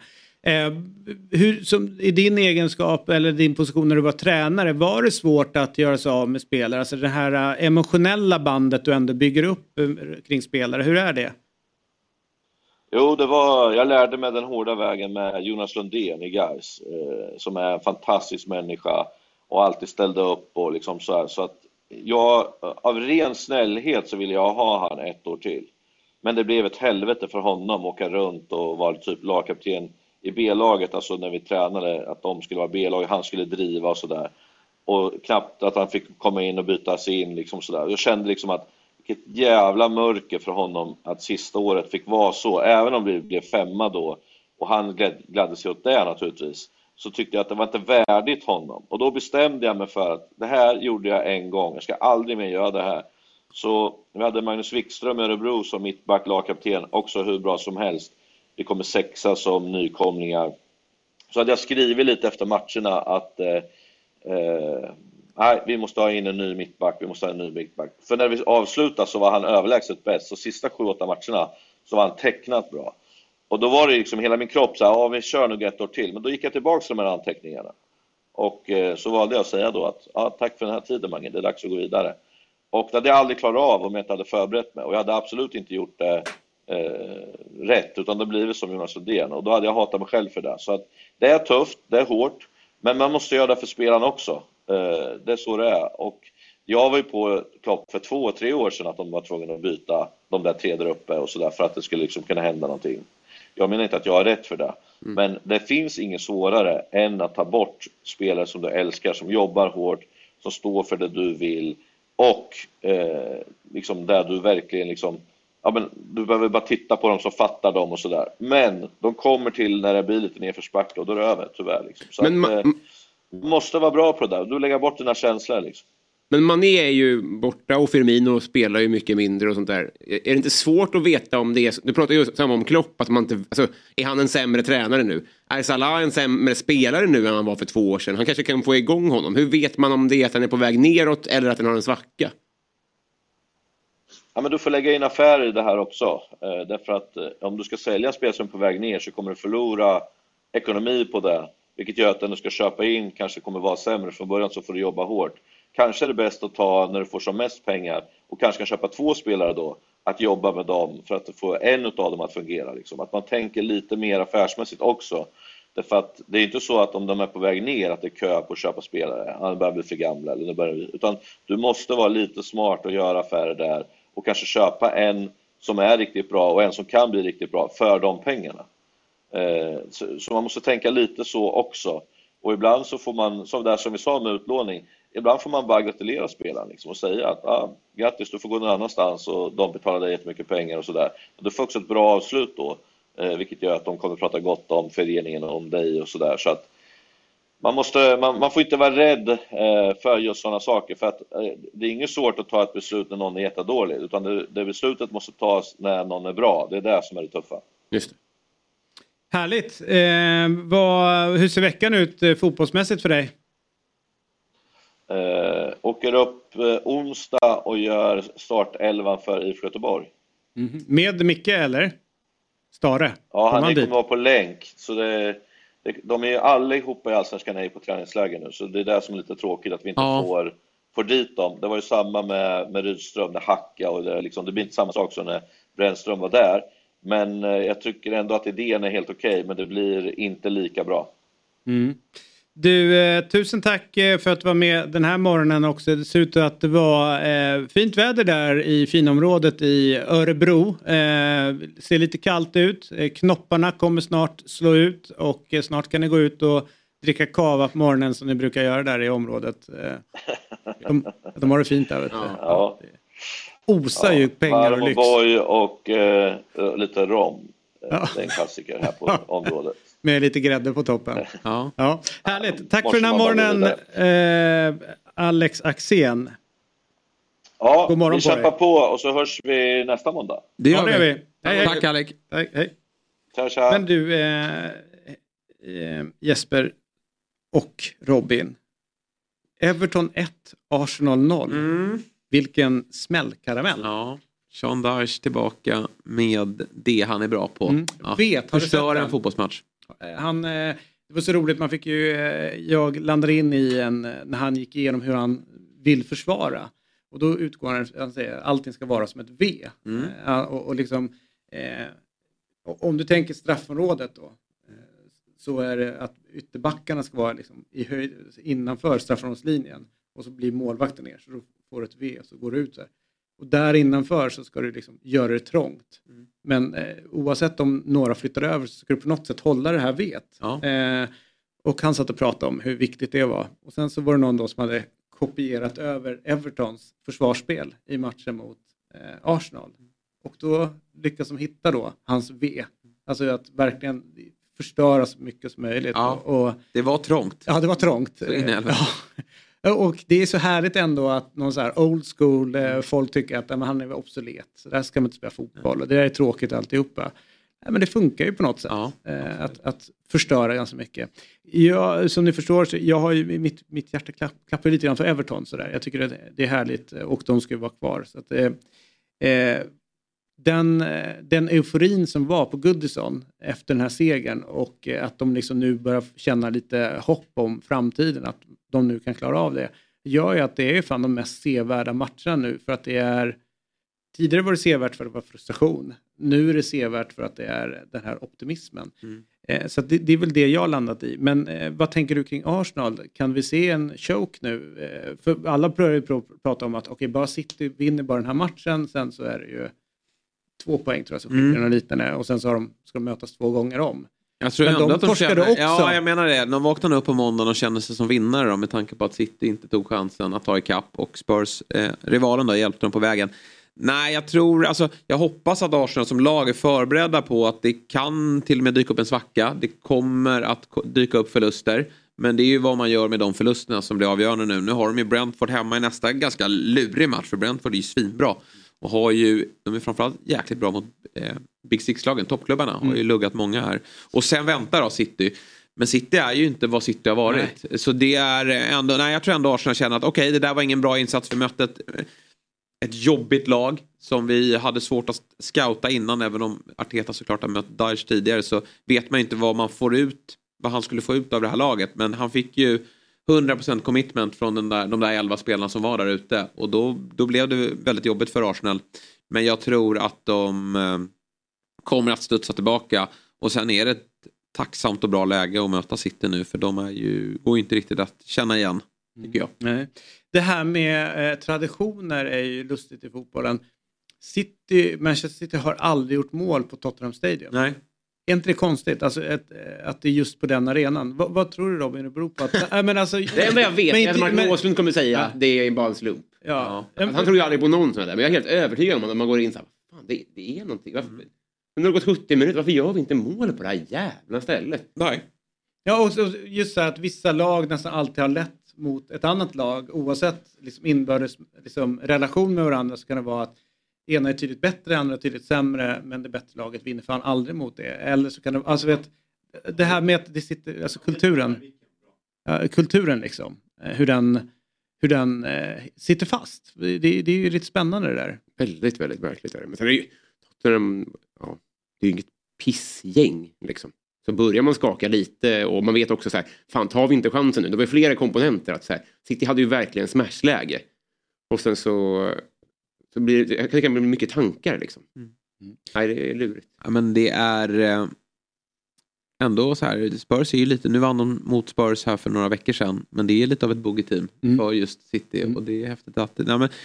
I din egenskap eller din position när du var tränare, var det svårt att göra sig av med spelare? Alltså det här emotionella bandet du ändå bygger upp kring spelare, hur är det? Jo, jag lärde mig den hårda vägen med Jonas Lundén i Gais, som är en fantastisk människa och alltid ställde upp och liksom så här, så att jag av ren snällhet så ville jag ha han 1 år till. Men det blev ett helvete för honom att åka runt och vara typ lagkapten i B-laget, alltså när vi tränade att de skulle vara B-lag, han skulle driva och sådär. Och knappt att han fick komma in och byta sig in liksom sådär. Jag kände liksom att vilket jävla mörker för honom att sista året fick vara så. Även om vi blev 5 då och han gladde sig åt det naturligtvis, så tyckte jag att det var inte värdigt honom. Och då bestämde jag mig för att det här gjorde jag en gång. Jag ska aldrig mer göra det här. Så vi hade Magnus Wikström i Örebro som mittback, lagkapten, också hur bra som helst. Vi kommer 6 som nykomlingar. Så hade jag skrivit lite efter matcherna att nej, vi måste ha in en ny mittback. För när vi avslutade så var han överlägset bäst. Så sista 7-8 matcherna så var han tecknat bra. Och då var det liksom hela min kropp så här, vi kör nog 1 år till. Men då gick jag tillbaka till de här anteckningarna. Och så valde jag att säga då att tack för den här tiden Mange, det är dags att gå vidare. Och det hade jag aldrig klarat av om jag inte hade förberett mig. Och jag hade absolut inte gjort det rätt, utan det blev som Jonas Lundén. Och då hade jag hatat mig själv för det. Så att det är tufft, det är hårt. Men man måste göra det för spelarna också. Det är så det är. Och jag var ju på Klopp för 2-3 år sedan att de var tvungna att byta de där 3 där uppe och sådär för att det skulle liksom kunna hända någonting. Jag menar inte att jag har rätt för det. Men det finns inget svårare än att ta bort spelare som du älskar, som jobbar hårt, som står för det du vill och liksom där du verkligen liksom, ja, men du behöver bara titta på dem som fattar dem och sådär. Men de kommer till när det blir lite nerförsbacke och då är det över tyvärr liksom. Så Du måste vara bra på det där. Du lägger bort dina känslor liksom. Men Mané är ju borta och Firmino spelar ju mycket mindre och sånt där. Är det inte svårt att veta om det är... Du pratar ju samma om Klopp, att man inte... Alltså, är han en sämre tränare nu? Är Salah en sämre spelare nu än han var för 2 år sedan? Han kanske kan få igång honom. Hur vet man om det är att han är på väg neråt eller att han har en svacka? Ja, men du får lägga in affärer i det här också. Därför att om du ska sälja spel som är på väg ner så kommer du förlora ekonomi på det. Vilket gör att den du ska köpa in kanske kommer vara sämre. Från början så får du jobba hårt. Kanske är det bäst att ta när du får som mest pengar och kanske kan köpa 2 spelare då, att jobba med dem för att få en av dem att fungera liksom. Att man tänker lite mer affärsmässigt också. Därför att det är inte så att om de är på väg ner att det är kö på att köpa spelare, han börjar bli för gamla eller utan du måste vara lite smart och göra affärer där och kanske köpa en som är riktigt bra och en som kan bli riktigt bra för de pengarna. Så man måste tänka lite så också. Och ibland så får man, som vi sa med utlåning, ibland får man bara gratulera spelaren liksom, och säga att grattis, du får gå någon annanstans och de betalar dig jättemycket pengar och sådär. Du får också ett bra avslut då, vilket gör att de kommer prata gott om föreningen och om dig och sådär. Så att man får inte vara rädd för just sådana saker, för att det är inget svårt att ta ett beslut när någon är jättedålig, utan det beslutet måste tas när någon är bra. Det är det som är det tuffa. Just det. Härligt. Hur ser veckan ut fotbollsmässigt för dig? Åker upp onsdag och gör startelvan för IFK Göteborg. Med Micke eller? Stare? Ja, han kommer vara på länk. Så de är ju allihopa i Allsvenskan på träningsläger nu. Så det är det som är lite tråkigt att vi inte får dit dem. Det var ju samma med Rydström, det Hacka och det blir inte samma sak som när Brännström var där. Men jag tycker ändå att idén är helt okej, men det blir inte lika bra. Du, tusen tack för att du var med den här morgonen också. Det ser ut att det var fint väder där i finområdet i Örebro. Ser lite kallt ut. Knopparna kommer snart slå ut och snart kan ni gå ut och dricka kava på morgonen som ni brukar göra där i området. De har det fint där, vet du. Ja. Osar ju pengar och lyx. Boy och lite rom. Det är en klassiker här på området. Med lite grädde på toppen. Ja. Härligt. Tack för den här morgonen, Alex Axén. Ja, god morgon vi kämpar på och så hörs vi nästa måndag. Det gör vi. Hej. Tack, Alex. Hej. Tja. Men du, Jesper och Robin. Everton 1, Arsenal 0. Vilken smällkaramell. Ja. Sean Dyche tillbaka med det han är bra på. Förstör en fotbollsmatch. Det var så roligt, man fick ju, jag landade in i när han gick igenom hur han vill försvara. Och då utgår han säger allting ska vara som ett V. Och liksom, om du tänker straffområdet då, så är det att ytterbackarna ska vara liksom i höjd, innanför straffområdeslinjen. Och så blir målvakten ner, så då får du ett V, så går du ut där. Och där innanför så ska du liksom göra det trångt. Men oavsett om några flyttar över så ska du på något sätt hålla det här vet. Och han satt och pratade om hur viktigt det var. Och sen så var det någon då som hade kopierat över Evertons försvarsspel i matchen mot Arsenal. Och då lyckas de hitta då hans V. Alltså att verkligen förstöra så mycket som möjligt. Ja, och det var trångt. Ja, det var trångt. Och det är så härligt ändå att någon så här old school folk tycker att han är obsolet. Så där ska man inte spela fotboll. Och det där är tråkigt alltihopa. Men det funkar ju på något sätt. Att förstöra ganska mycket. Som ni förstår så jag har ju mitt hjärta klappar lite grann för Everton. Så där. Jag tycker att det är härligt och de ska ju vara kvar. Så att, den euforin som var på Goodison efter den här segern och att de liksom nu börjar känna lite hopp om framtiden, att de nu kan klara av det, gör ju att det är fan de mest sevärda matcherna nu, för att det är, tidigare var det sevärt för att det var frustration, nu är det sevärt för att det är den här optimismen. Så att det är väl det jag landat i. Men vad tänker du kring Arsenal? Kan vi se en choke nu? För alla börjar prata om att bara City vinner bara den här matchen, sen så är det ju 2 poäng tror jag som skiljer den liten, och sen så ska de mötas 2 gånger om. Jag tror ändå att de torskade också. Ja, jag menar det. De vaknade upp på måndagen och kände sig som vinnare då, med tanke på att City inte tog chansen att ta ikapp och Spurs, rivalen då, hjälpte dem på vägen. Nej, jag hoppas att Arsenal som lag är förberedda på att det kan till och med dyka upp en svacka. Det kommer att dyka upp förluster. Men det är ju vad man gör med de förlusterna som blir avgörande nu. Nu har de ju Brentford hemma i nästa ganska lurig match. För Brentford är ju svinbra. Och de är framförallt jäkligt bra mot Big Six-lagen. Toppklubbarna har ju luggat många här. Och sen väntar då City. Men City är ju inte vad City har varit. Nej. Så det är ändå, jag tror ändå Arsenal känner att okej, det där var ingen bra insats. Vi mötte ett jobbigt lag som vi hade svårt att scouta innan. Även om Arteta såklart har mött Dyche tidigare, så vet man inte vad han skulle få ut av det här laget. Men han fick ju 100% commitment från de där 11 spelarna som var där ute. Och då blev det väldigt jobbigt för Arsenal. Men jag tror att de kommer att studsa tillbaka. Och sen är det ett tacksamt och bra läge att möta City nu. För de går inte riktigt att känna igen, tycker jag. Nej. Det här med traditioner är ju lustigt i fotbollen. Manchester City har aldrig gjort mål på Tottenham Stadium. Nej. Är inte det konstigt? Alltså att det är just på den arenan. Vad tror du, Robin, det beror på? Men alltså, det enda jag vet är att Martin Åslund kommer säga att det är bara en slump. Ja. Han tror ju aldrig på någon sån där. Men jag är helt övertygad om att man går in så här, fan, det är någonting. Men det har gått 70 minuter, varför gör vi inte mål på det här jävla stället? Nej. Ja, och så just så att vissa lag nästan alltid har lätt mot ett annat lag. Oavsett liksom inbördes relation med varandra, så kan det vara att ena är tydligt bättre, andra är tydligt sämre, men det bättre laget vinner fan aldrig mot det. Eller så kan det, alltså det här med att det sitter, alltså kulturen liksom, hur den sitter fast. Det är ju lite spännande det där. Väldigt, väldigt märkligt är det. Men sen är det ju det är ju inget pissgäng liksom. Så börjar man skaka lite och man vet också så här, fan, tar vi inte chansen nu? Det var ju flera komponenter att så här, City hade ju verkligen smashläge. Och sen så blir det kan bli mycket tankar liksom. Nej, det är lurigt. Ja, men det är ändå så här, Spurs är ju lite, nu vann de mot Spurs här för några veckor sedan, men det är lite av ett bogey-team för just City och det är häftigt att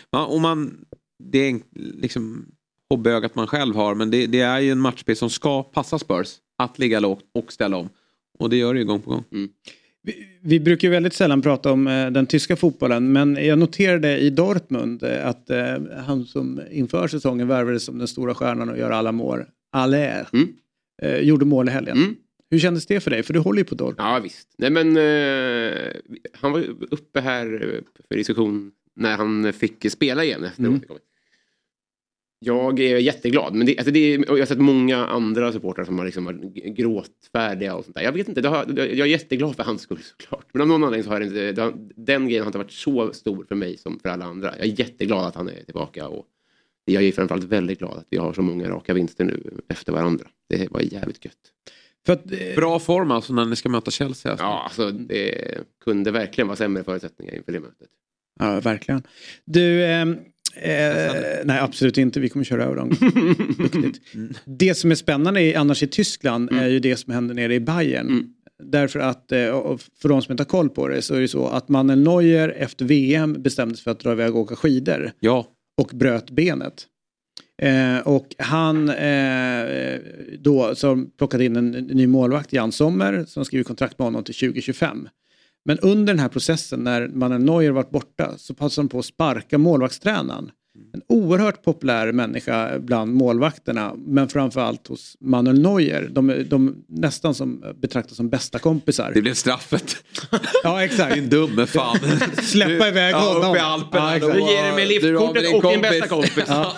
det är liksom hobbyögat man själv har, men det är ju en matchspel som ska passa Spurs att ligga lågt och ställa om, och det gör det ju gång på gång. Vi brukar ju väldigt sällan prata om den tyska fotbollen, men jag noterade i Dortmund att han som inför säsongen värvades som den stora stjärnan och gör alla mål, Aller, gjorde mål i helgen. Hur kändes det för dig? För du håller ju på Dortmund. Ja, visst. Nej, men han var uppe här för diskussion när han fick spela igen efter återkommet. Jag är jätteglad, men jag har sett många andra supportrar som har liksom varit gråtfärdiga och sånt där. Jag vet inte, jag är jätteglad för hans skull såklart. Men av någon anledning så har den grejen har inte varit så stor för mig som för alla andra. Jag är jätteglad att han är tillbaka, och jag är framförallt väldigt glad att vi har så många raka vinster nu efter varandra. Det var jävligt gött. För att, bra form alltså när ni ska möta Chelsea. Alltså. Ja, alltså det kunde verkligen vara sämre förutsättningar inför det mötet. Ja, verkligen. Du... nej, absolut inte. Vi kommer köra över dem. Det som är spännande annars i Tyskland är ju det som händer nere i Bayern. Därför att, för de som inte har koll på det, så är det så att Manuel Neuer efter VM bestämdes för att dra iväg och åka skidor. Ja. Och bröt benet. Och han då som plockade in en ny målvakt, Jan Sommer, som skriver kontrakt med honom till 2025. Men under den här processen, när Manuel Neuer varit borta, så passade de på att sparka målvaktstränaren. En oerhört populär människa bland målvakterna, men framförallt hos Manuel Neuer. De nästan som betraktas som bästa kompisar. Det blev straffet. Ja, exakt. Din dumme fan. Släppa iväg honom. Upp i Alperna. Ja, du ger dig med liftkortet och din bästa kompis. Ja.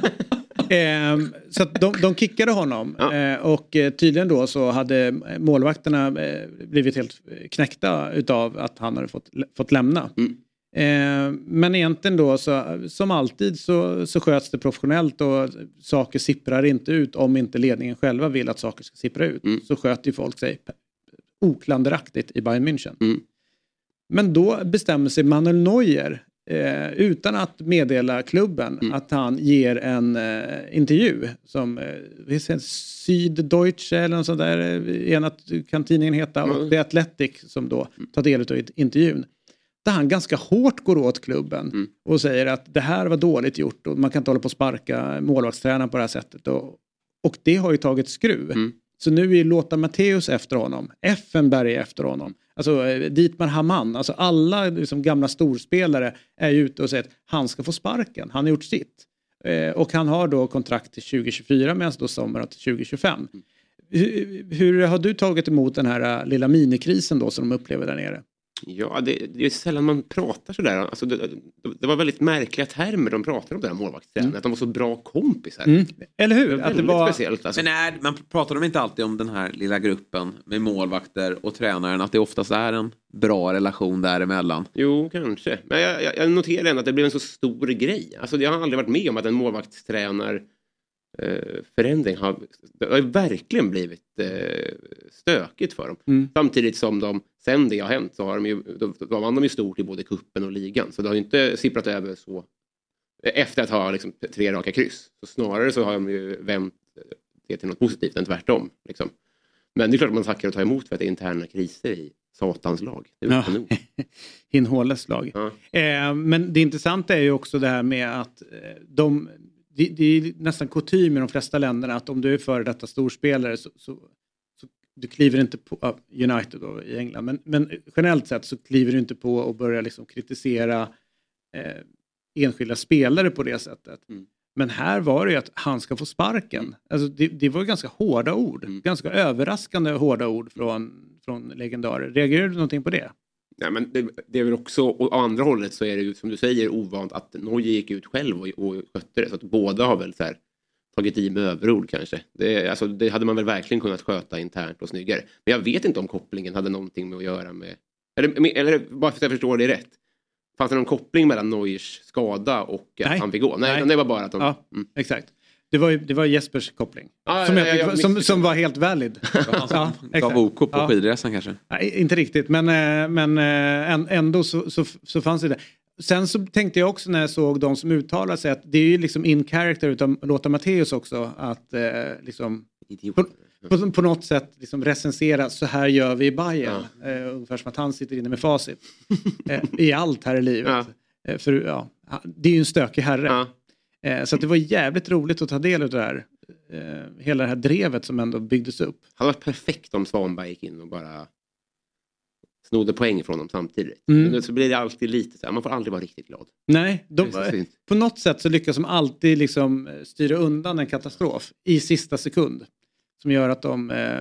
Så att de kickade honom och tydligen då så hade målvakterna blivit helt knäckta utav att han hade fått lämna. Men egentligen då så, som alltid så sköts det professionellt, och saker sipprar inte ut om inte ledningen själva vill att saker ska sippra ut. Så sköter ju folk sig oklanderaktigt i Bayern München. Men då bestämmer sig Manuel Neuer utan att meddela klubben att han ger en intervju som Süddeutsche eller något sånt där, kan tidningen heta, och det är Athletic som då tar del av intervjun, där han ganska hårt går åt klubben och säger att det här var dåligt gjort och man kan inte hålla på att sparka målvaktstränaren på det här sättet, och det har ju tagit skruv. Så nu är Lothar Matthäus efter honom, Effenberg efter honom, alltså Dietmar Hamann, alltså alla liksom gamla storspelare är ute och säger att han ska få sparken, han har gjort sitt. Och han har då kontrakt till 2024 medan då Sommer till 2025. Hur har du tagit emot den här lilla minikrisen då som de upplever där nere? Ja, det är sällan man pratar sådär. Alltså det var väldigt märkliga termer de pratade om, den här målvaktstränaren. Att de var så bra kompisar. Eller hur? Det var speciellt. Alltså. Men man pratar de inte alltid om den här lilla gruppen med målvakter och tränaren, att det oftast är en bra relation däremellan? Jo, kanske. Men jag noterar ändå att det blev en så stor grej. Alltså jag har aldrig varit med om att en målvaktstränare förändring har verkligen blivit stökigt för dem. Samtidigt som de, sen det har hänt, så har då vann de ju stort i både kuppen och ligan. Så det har ju inte sipprat över så efter att ha liksom 3 raka kryss. Så snarare så har de ju vänt det till något positivt än tvärtom. Liksom. Men det är klart att man tackar och tar emot för att det är interna kriser i satans lag. Det är Hinhåles lag. Ja. Men det intressanta är ju också det här med att det är nästan kutym i de flesta länderna att om du är före detta storspelare så du kliver inte på United då, i England. Men generellt sett så kliver du inte på och börjar liksom kritisera enskilda spelare på det sättet. Men här var det ju att han ska få sparken. Alltså det var ganska hårda ord. Ganska överraskande hårda ord från legendarer. Reagerar du någonting på det? Nej, men det är väl också, och å andra hållet så är det ju som du säger ovant att Neuer gick ut själv och skötte det. Så att båda har väl så här tagit i med överord kanske. Det hade man väl verkligen kunnat sköta internt och snyggare. Men jag vet inte om kopplingen hade någonting med att göra med... Eller bara för att jag förstår det rätt. Fanns det någon koppling mellan Neuers skada och att han fick gå? Nej. Det var bara att de... Ja, exakt. Det var Jespers koppling. Som var helt valid. Han gav OK på skidresan kanske. Nej, inte riktigt. Men ändå så fanns det. Sen så tänkte jag också när jag såg de som uttalade sig att det är ju liksom in character utan Lothar Matthäus också att liksom på något sätt liksom recensera så här gör vi i Bayern. Ungefär som att han sitter inne med facit i allt här i livet. För det är ju en stökig herre. Så att det var jävligt roligt att ta del av det här. Hela det här drevet som ändå byggdes upp. Det hade varit perfekt om Svanberg gick in och bara snodde poäng från dem samtidigt. Så blir det alltid lite så här. Man får aldrig vara riktigt glad. Nej, på något sätt så lyckas de alltid liksom styra undan en katastrof i sista sekund. Som gör att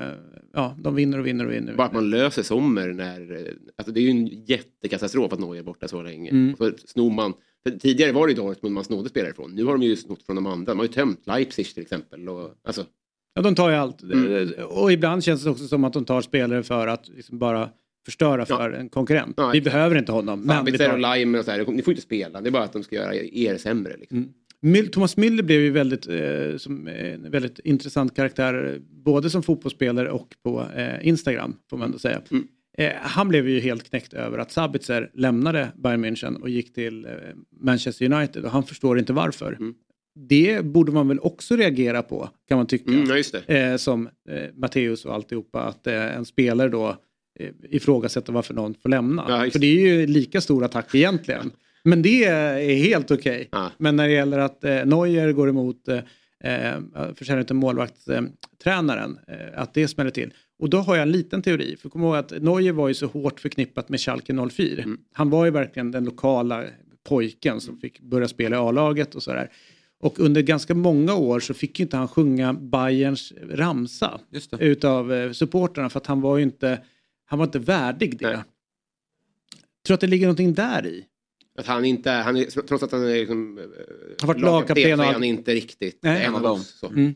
de vinner. Bara att man löser sommer när... Alltså det är ju en jättekatastrof att Neuer är borta så länge. Så snor man... För tidigare var det ju Dortmund man snodde spelare från. Nu har de ju snott från de andra. De har ju tömt Leipzig till exempel. Ja, de tar ju allt. Och ibland känns det också som att de tar spelare för att liksom bara förstöra för en konkurrent. Ja, vi behöver inte honom. Sabitzer och Lime och så här. Ni får inte spela. Det är bara att de ska göra er sämre. Liksom. Thomas Müller blev ju som en väldigt intressant karaktär. Både som fotbollsspelare och på Instagram får man ändå säga. Han blev ju helt knäckt över att Sabitzer lämnade Bayern München och gick till Manchester United. Och han förstår inte varför. Det borde man väl också reagera på, kan man tycka. Just det. Som Matthäus och alltihopa. Att en spelare då ifrågasätter varför någon får lämna. För det är ju lika stor attack egentligen. Men det är helt okej. Men när det gäller att Neuer går emot förtjänar inte målvaktstränaren, att det smäller till. Och då har jag en liten teori. För kom ihåg att Neuer var ju så hårt förknippat med Schalke 04. Han var ju verkligen den lokala pojken som fick börja spela i A-laget och sådär. Och under ganska många år så fick ju inte han sjunga Bayerns ramsa utav supporterna. För att han var inte värdig det. Jag tror att det ligger någonting där i. Att han inte, trots att han är liksom, har varit lagkapten så är han inte riktigt en av dem.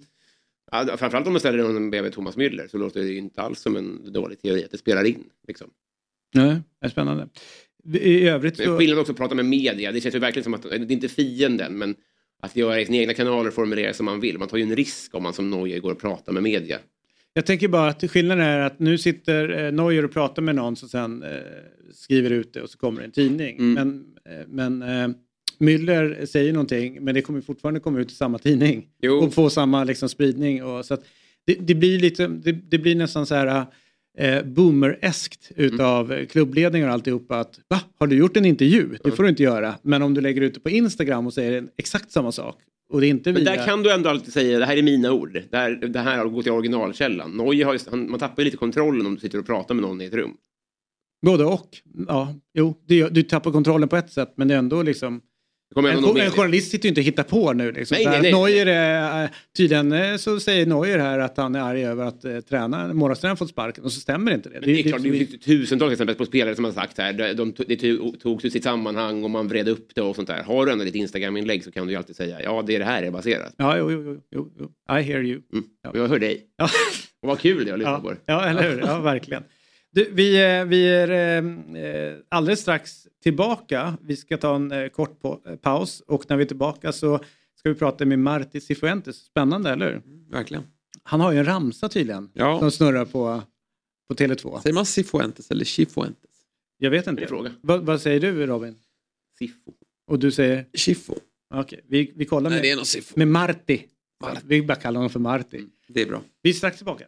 Ja, framförallt om man ställer honom bredvid Thomas Müller så låter det ju inte alls som en dålig teori att det spelar in. Liksom. Nej, det är spännande. I övrigt så... Skillnaden också att prata med media. Det känns ju verkligen som att det är inte fienden, men att göra i sina egna kanaler och formulera som man vill. Man tar ju en risk om man som Neuer går och pratar med media. Jag tänker bara att skillnaden är att nu sitter Neuer och pratar med någon som sen skriver ut det och så kommer det en tidning. Men Müller säger någonting, men det kommer fortfarande komma ut i samma tidning. Och få samma liksom spridning. Och, så att det blir lite, det blir nästan så här boomer-eskt utav klubbledningar och alltihopa. Att, har du gjort en intervju? Det får du inte göra. Men om du lägger ut det på Instagram och säger exakt samma sak. Och det är inte men där kan du ändå alltid säga, det här är mina ord. Det här har gått till originalkällan. Man tappar ju lite kontrollen om du sitter och pratar med någon i ett rum. Både och. Ja, du tappar kontrollen på ett sätt, men det är ändå liksom... En journalist sitter ju inte och hittar på nu. Liksom. Nej. Neuer är, tydligen så säger Neuer här att han är arg över att målvaktstränaren fått sparken och så stämmer inte det. Men det är klart, det finns tusentals exempel på spelare som har sagt här, det togs ut sitt sammanhang och man vred upp det och sånt där. Har du ändå ditt Instagram-inlägg så kan du ju alltid säga, ja det är det här är baserat. Ja, jo. I hear you. Ja. Jag hör dig. Ja. Och vad kul det är att lyssna på det. Ja, eller hur? Ja, verkligen. Vi är alldeles strax tillbaka. Vi ska ta en kort paus och när vi är tillbaka så ska vi prata med Marti Cifuentes. Spännande, eller? Verkligen. Han har ju en ramsa tydligen som snurrar på Tele2. Säger man Cifuentes eller Cifuentes? Jag vet inte. Vad säger du, Robin? Sifo. Och du säger? Chifo. Okej, vi kollar Nej, det är nog med Marti. Vi bara kallar honom för Marti. Det är bra. Vi är strax tillbaka.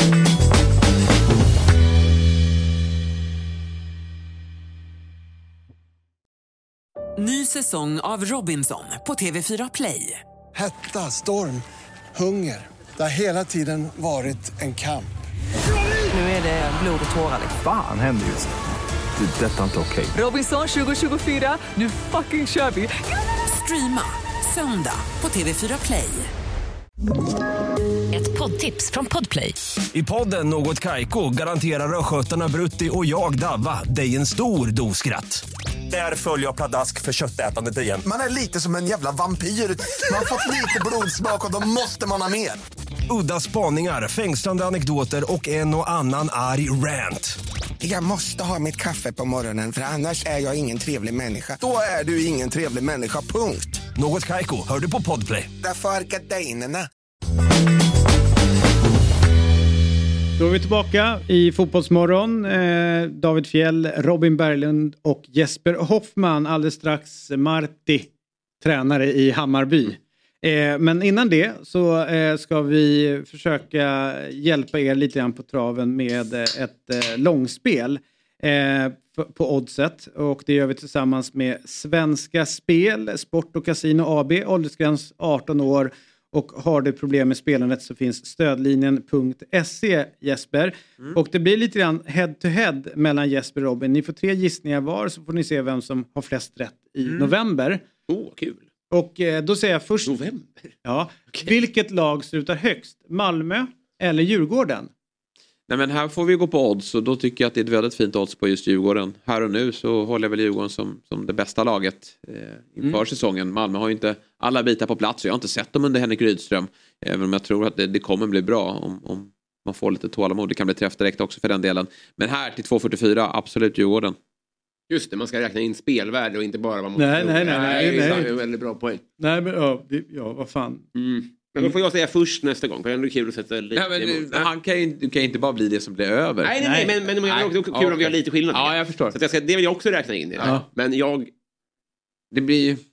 Ny säsong av Robinson på TV4 Play. Hetta, storm, hunger. Det har hela tiden varit en kamp. Nu är det blod och tårar. Fan händer just nu. Det är detta inte okej. Robinson 2024, nu fucking kör vi. Streama söndag på TV4 Play. Ett poddtips från Podplay. I podden Något Kaiko garanterar röskötarna Brutti och jag Davva dig en stor doskratt. Där följer jag pladask för köttätandet igen. Man är lite som en jävla vampyr. Man har fått lite blodsmak och då måste man ha mer. Udda spaningar, fängslande anekdoter och en och annan arg rant. Jag måste ha mitt kaffe på morgonen för annars är jag ingen trevlig människa. Då är du ingen trevlig människa, punkt. Något Kaiko, hör du på Podplay. Därför är gardinerna. Då är vi tillbaka i Fotbollsmorgon. David Fjell, Robin Berglund och Jesper Hoffman. Alldeles strax Marti, tränare i Hammarby. Men innan det så ska vi försöka hjälpa er lite grann på traven med ett långspel på Oddset. Och det gör vi tillsammans med Svenska Spel, Sport och Casino AB, åldersgräns 18 år. Och har du problem med spelandet så finns stödlinjen.se, Jesper. Och det blir lite grann head-to-head mellan Jesper och Robin. Ni får 3 gissningar var så får ni se vem som har flest rätt i november. Kul. Och då säger jag först... November? Ja. Okay. Vilket lag slutar högst? Malmö eller Djurgården? Nej, men här får vi gå på odds och då tycker jag att det är ett väldigt fint odds på just Djurgården. Här och nu så håller jag väl Djurgården som det bästa laget inför säsongen. Malmö har ju inte alla bitar på plats och jag har inte sett dem under Henrik Rydström. Även om jag tror att det kommer bli bra om man får lite tålamod. Det kan bli träff direkt också för den delen. Men här till 2,44, absolut Djurgården. Just det, man ska räkna in spelvärde och inte bara vad man Nej. Det är en väldigt bra poäng. Nej, men vad fan. Men då får jag säga först nästa gång. För det är ändå kul att sätta lite emot. Han kan ju inte bara bli det som blir över. Nej, men det är också kul om vi har lite skillnad. Ja, jag förstår. Så det vill jag också räkna in i det. Ja. Men det blir ju...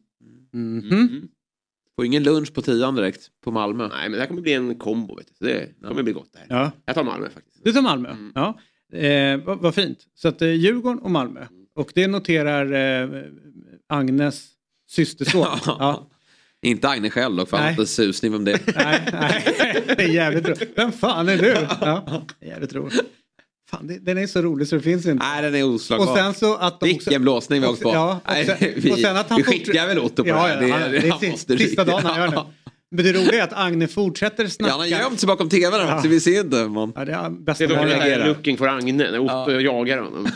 Får ingen lunch på 10:an direkt på Malmö. Nej, men det här kommer bli en kombo. Vet du. Så det kommer bli gott det här. Ja. Jag tar Malmö faktiskt. Du tar Malmö? Ja. Vad fint. Så att Djurgården och Malmö. Och det noterar Agnes systerson. Ja. Inte Agne själv dock, för han har inte susning om det. Nej, det är jävligt roligt. Vem fan är du? Ja, jävligt roligt. Fan, den är så rolig så det finns inte. Nej, den är oslagbar. Och sen så att de vilken blåsning vi har på. Ja, och sen att han vi skickar väl Otto på det här. Det är sista dagen han gör det. Men det roliga är att Agne fortsätter snacka. Ja, han har gömt sig bakom tvn också, vi ser inte. Man. Ja, det är bästa det är då looking for Agne, när Otto jagar honom.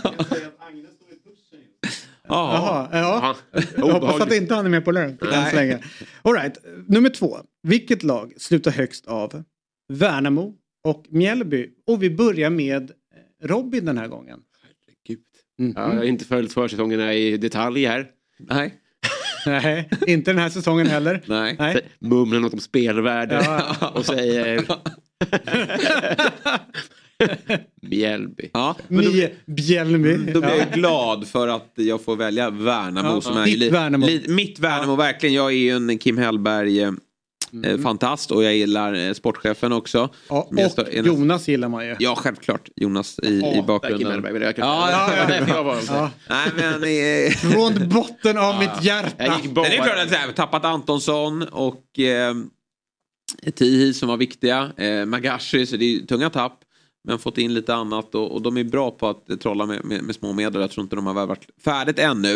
Ja. Jag hoppas att inte han är med på lön. All right. Nummer 2. Vilket lag slutar högst av Värnamo och Mjällby? Och vi börjar med Robin den här gången. Herregud. Jag har inte följt försäsongerna i detalj här. Nej, inte den här säsongen heller. Nej. Mumlar något om spelvärde och säger... Mjällby. Ja, Mjällby. Då blir jag glad för att jag får välja Värnamo som är mitt Värnamo verkligen. Jag är ju en Kim Hellberg fantast och jag gillar sportchefen också. Ja, och Jonas gillar man ju. Ja, självklart. Jonas i bakgrunden. Från botten av mitt hjärta. Det är klart att jag har tappat Antonsson och Tihi som var viktiga. Magashi, så det är tunga tapp. Men fått in lite annat och de är bra på att trolla med små medel. Jag tror inte de har varit färdigt ännu.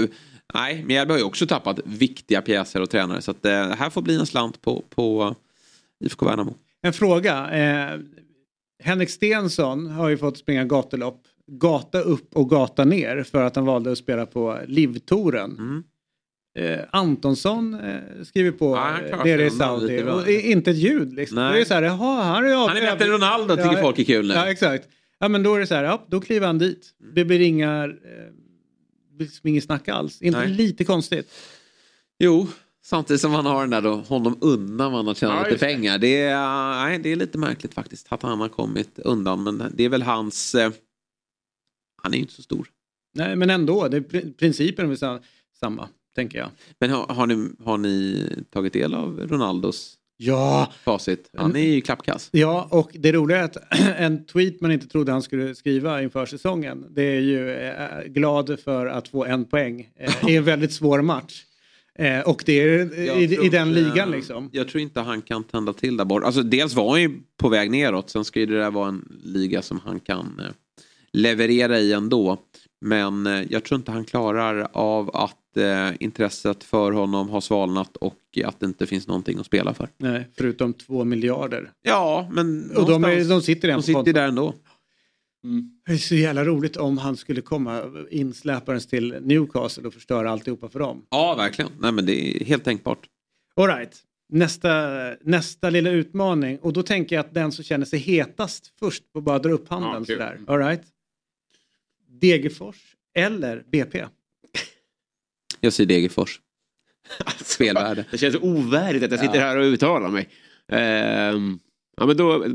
Nej, Mjällby har ju också tappat viktiga pjäser och tränare. Så att det här får bli en slant på IFK Värnamo. En fråga. Henrik Stensson har ju fått springa gatulopp. Gata upp och gata ner för att han valde att spela på Livtouren. Antonsson skriver på nere i Saudi. Och inte ett ljud liksom. Det är så här, han är bättre än Ronaldo, tycker folk är kul nu. Ja, exakt. Ja, men då är det så här, då kliver han dit. Det blir inget snack alls. Inte lite konstigt. Jo, samtidigt som han har den där då, honom undan man har tjänat lite pengar. Det är lite märkligt faktiskt att han har kommit undan. Men det är väl hans... han är ju inte så stor. Nej, men ändå. Principen är samma, tänker jag. Men har ni tagit del av Ronaldos facit? Han är ju klappkass. Ja, och det roliga är att en tweet man inte trodde han skulle skriva inför säsongen. Det är ju glad för att få 1 poäng i en väldigt svår match. Och det är i den ligan liksom. Jag tror inte han kan tända till där bort. Alltså dels var han ju på väg neråt. Sen ska ju det där vara en liga som han kan leverera i ändå. Men jag tror inte han klarar av att intresset för honom har svalnat och att det inte finns någonting att spela för. Nej, förutom 2 miljarder. Ja, men och de sitter där ändå. Det är så jävla roligt om han skulle komma insläparens till Newcastle och förstöra alltihopa för dem. Ja, verkligen. Nej, men det är helt tänkbart. All right. Nästa lilla utmaning. Och då tänker jag att den som känner sig hetast först får bara dra upp handen sådär. All right. Degerfors eller BP? Jag säger Degerfors. Spelvärde. Det känns ovärdigt att jag sitter här och uttalar mig. Ja, men då...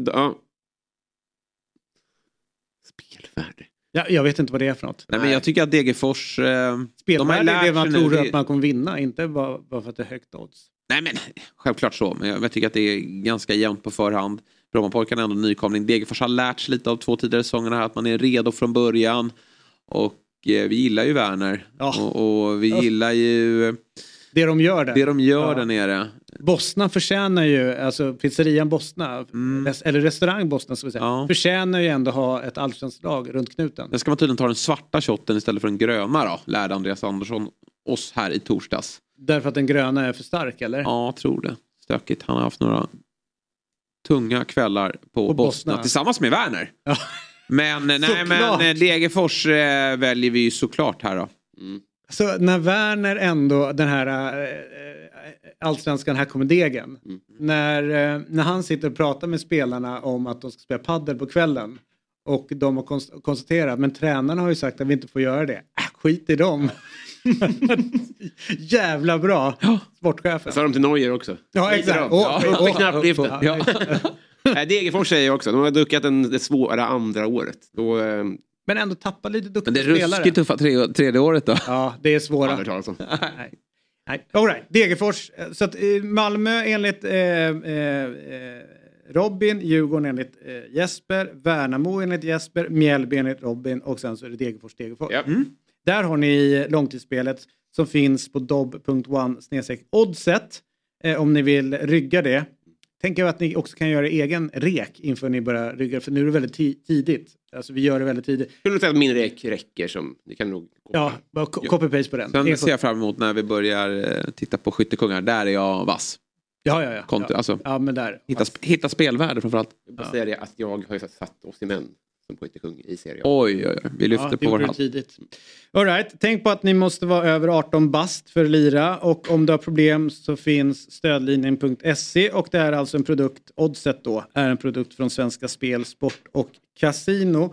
Spelvärde. Ja, jag vet inte vad det är för något. Nej, men jag tycker att Degerfors... Spelvärde är det man tror att man kommer vinna. Inte bara för att det är högt odds. Nej, men självklart så. Men jag tycker att det är ganska jämnt på förhand. Brommapojkarna är ändå nykomling. Degerfors har lärt sig lite av 2 tidigare säsonger här. Att man är redo från början. Och vi gillar ju Werner. Ja. Och vi gillar ju... Det de gör där. Det de gör där nere. Bosna förtjänar ju, alltså pizzerian Bosna, eller restaurang Bosna så vill säga, förtjänar ju ändå ha ett allsvenskt lag runt knuten. Det ska man tydligen ta den svarta shotten istället för den gröna då, lärde Andreas Andersson oss här i torsdags. Därför att den gröna är för stark, eller? Ja, jag tror det. Stökigt. Han har haft några tunga kvällar på Bosna tillsammans med Werner. Ja. Men Degerfors väljer vi ju såklart här då. Så när Werner ändå, den här allsvenskan, här kommer degen. När han sitter och pratar med spelarna om att de ska spela paddel på kvällen. Och de har konstaterat, men tränarna har ju sagt att vi inte får göra det. Skit i dem. Jävla bra. Sportchefen. Sa de till Neuer också. Ja, exakt. Degerfors säger jag också. De har duckat det svåra andra året. Men ändå tappa lite duktiga spelare. Men det är ruskigt tuffa tredje året då. Ja, det är svåra. Nej. All right. Degerfors. Så att Malmö enligt Robin, Djurgården enligt Jesper, Värnamo enligt Jesper, Mjällby enligt Robin och sen så är det Degerfors. Ja. Där har ni långtidsspelet som finns på dobb.one/oddset om ni vill rygga det. Tänker jag att ni också kan göra egen rek inför ni börjar rygga, för nu är det väldigt tidigt. Alltså vi gör det väldigt tidigt. Skulle du säga att min rek räcker som ni kan nog... Ja, bara copy-paste på den. Sen ser jag fram emot när vi börjar titta på skyttekungar. Där är jag vass. Ja. Alltså, men där. Hitta spelvärde framförallt. Jag bara säga det att jag har ju satt oss i män som skyttekung i serien. Oj. Vi lyfter på vår hand. All right. Tänk på att ni måste vara över 18 bast för att lira. Och om du har problem så finns stödlinjen.se. Och det är alltså en produkt, Oddset då, är en produkt från Svenska Spel, Sport och Casino.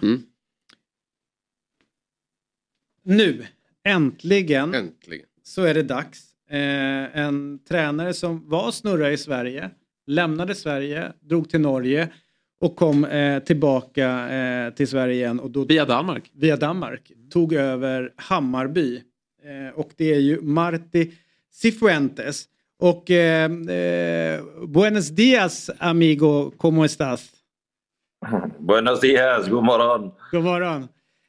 Nu, äntligen så är det dags. En tränare som var snurra i Sverige, lämnade Sverige, drog till Norge och kom tillbaka till Sverige igen. Och då, via Danmark. Tog över Hammarby. Och det är ju Marti Cifuentes. Och buenos dias, amigo. ¿Cómo estás? Buenos dias, god morgon. God morgon.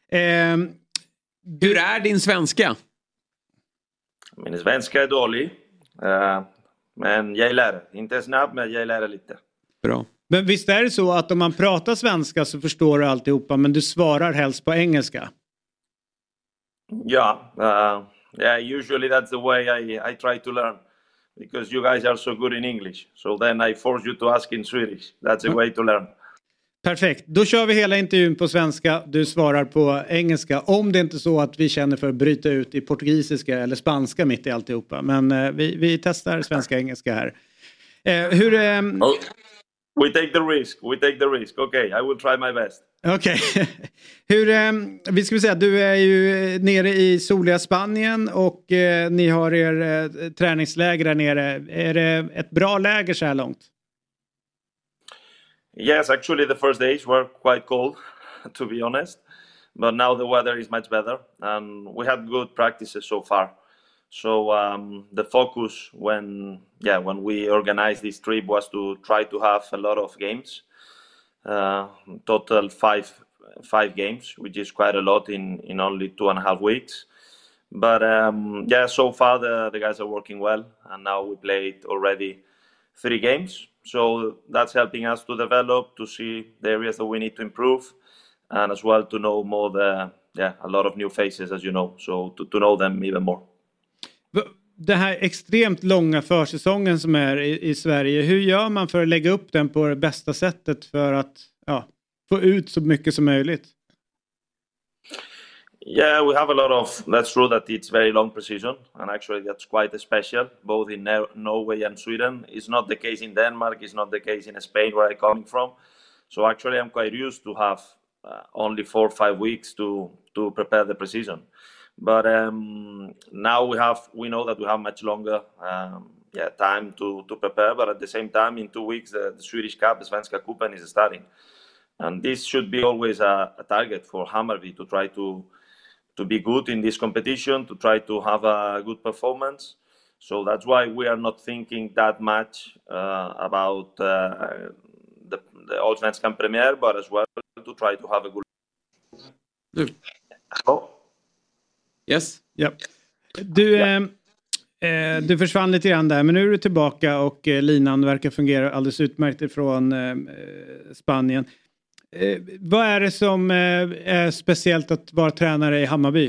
Hur är din svenska? Min svenska är dålig. Men jag lär. Inte snabb, men jag lär lite. Bra. Men visst är det så att om man pratar svenska så förstår du alltihopa, men du svarar helst på engelska? Ja, Yeah, usually that's the way I try to learn. Because you guys are so good in English. So then I force you to ask in Swedish. That's a way to learn. Perfekt. Då kör vi hela intervjun på svenska. Du svarar på engelska. Om det inte är så att vi känner för att bryta ut i portugisiska eller spanska mitt i alltihopa. Men vi testar svenska-engelska här. We take the risk. Okay, I will try my best. Okej. Vi ska säga, du är ju nere i soliga Spanien och ni har er träningsläger där nere. Är det ett bra läger så här långt? Yes, actually the first days were quite cold, to be honest. But now the weather is much better and we had good practices so far. So the focus when we organized this trip was to try to have a lot of games. Total five games, which is quite a lot in only 2.5 weeks. But so far the guys are working well, and now we played already 3 games. So that's helping us to develop, to see the areas that we need to improve, and as well to know more a lot of new faces, as you know. So to know them even more. Det här extremt långa försäsongen som är i Sverige, hur gör man för att lägga upp den på det bästa sättet för att få ut så mycket som möjligt? Yeah, we have a lot of, that's true that it's very long preseason, and actually that's quite special, both in Norway and Sweden. It's not the case in Denmark, it's not the case in Spain where I'm coming from. So actually I'm quite used to have only 4 or 5 weeks to prepare the preseason. But now we know that we have much longer time to prepare. But at the same time, in 2 weeks, the Swedish Cup, the Svenska Cupen, is starting, and this should be always a target for Hammarby to try to be good in this competition, to try to have a good performance. So that's why we are not thinking that much about the Allsvenskan Premier, but as well to try to have a good. Yes. Yep. Du försvann lite grann där, men nu är du tillbaka och linan verkar fungera alldeles utmärkt ifrån Spanien. Vad är det som är speciellt att vara tränare i Hammarby?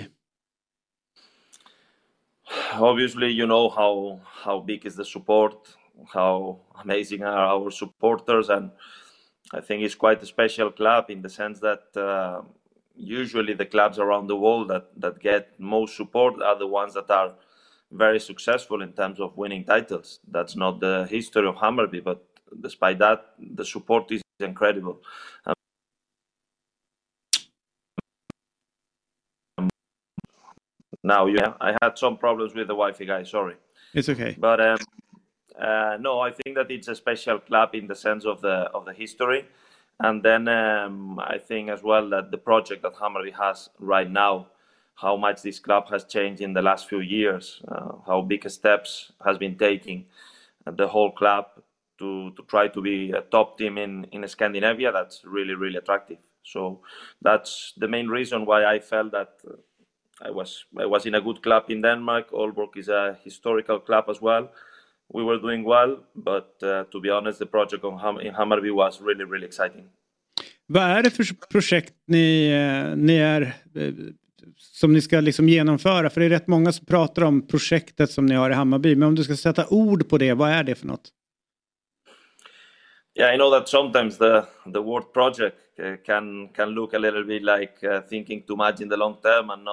Obviously, you know how big is the support, how amazing are our supporters, and I think it's quite a special club in the sense that usually the clubs around the world that get most support are the ones that are very successful in terms of winning titles. That's not the history of Hammarby, but despite that, the support is incredible. Now, I had some problems with the Wi-Fi guy, sorry. It's okay. But no, I think that it's a special club in the sense of the history. And then I think as well that the project that Hammarby has right now, how much this club has changed in the last few years, how big steps has been taking the whole club to try to be a top team in Scandinavia, that's really, really attractive. So that's the main reason why I felt that I was in a good club in Denmark. Aalborg is a historical club as well. We were doing well, but to be honest, the project in Hammarby was really, really exciting. Vad är det för projekt ni är som ni ska liksom genomföra? För det är rätt många som pratar om projektet som ni har i Hammarby. Men om du ska sätta ord på det, vad är det för något? Yeah, I know that sometimes the word project can look a little bit like thinking too much in the long term and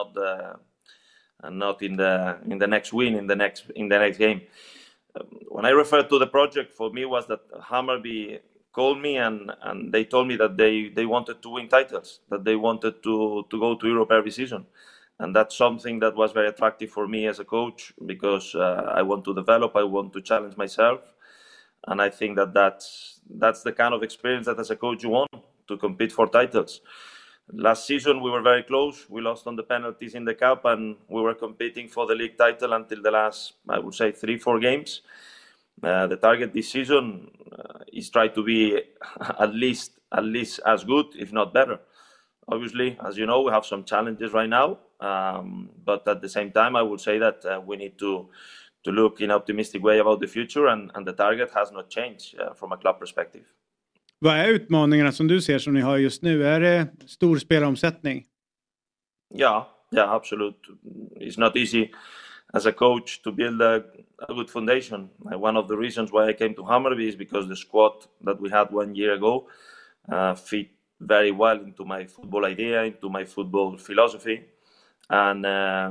not in the next win in the next game. When I refer to the project, for me was that Hammarby called me and they told me that they wanted to win titles, that they wanted to go to Europe every season. And that's something that was very attractive for me as a coach because I want to develop, I want to challenge myself. And I think that's the kind of experience that as a coach you want, to compete for titles. Last season we were very close. We lost on the penalties in the cup and we were competing for the league title until the last, I would say, 3-4 games. The target this season is try to be at least as good, if not better. Obviously, as you know, we have some challenges right now. But at the same time, I would say that we need to look in an optimistic way about the future and the target has not changed from a club perspective. Vad är utmaningarna som du ser som ni har just nu? Är det stor spelomsättning? Ja, absolut. It's not easy as a coach to build a good foundation. One of the reasons why I came to Hammarby is because the squad that we had 1 year ago fit very well into my football idea, into my football philosophy. And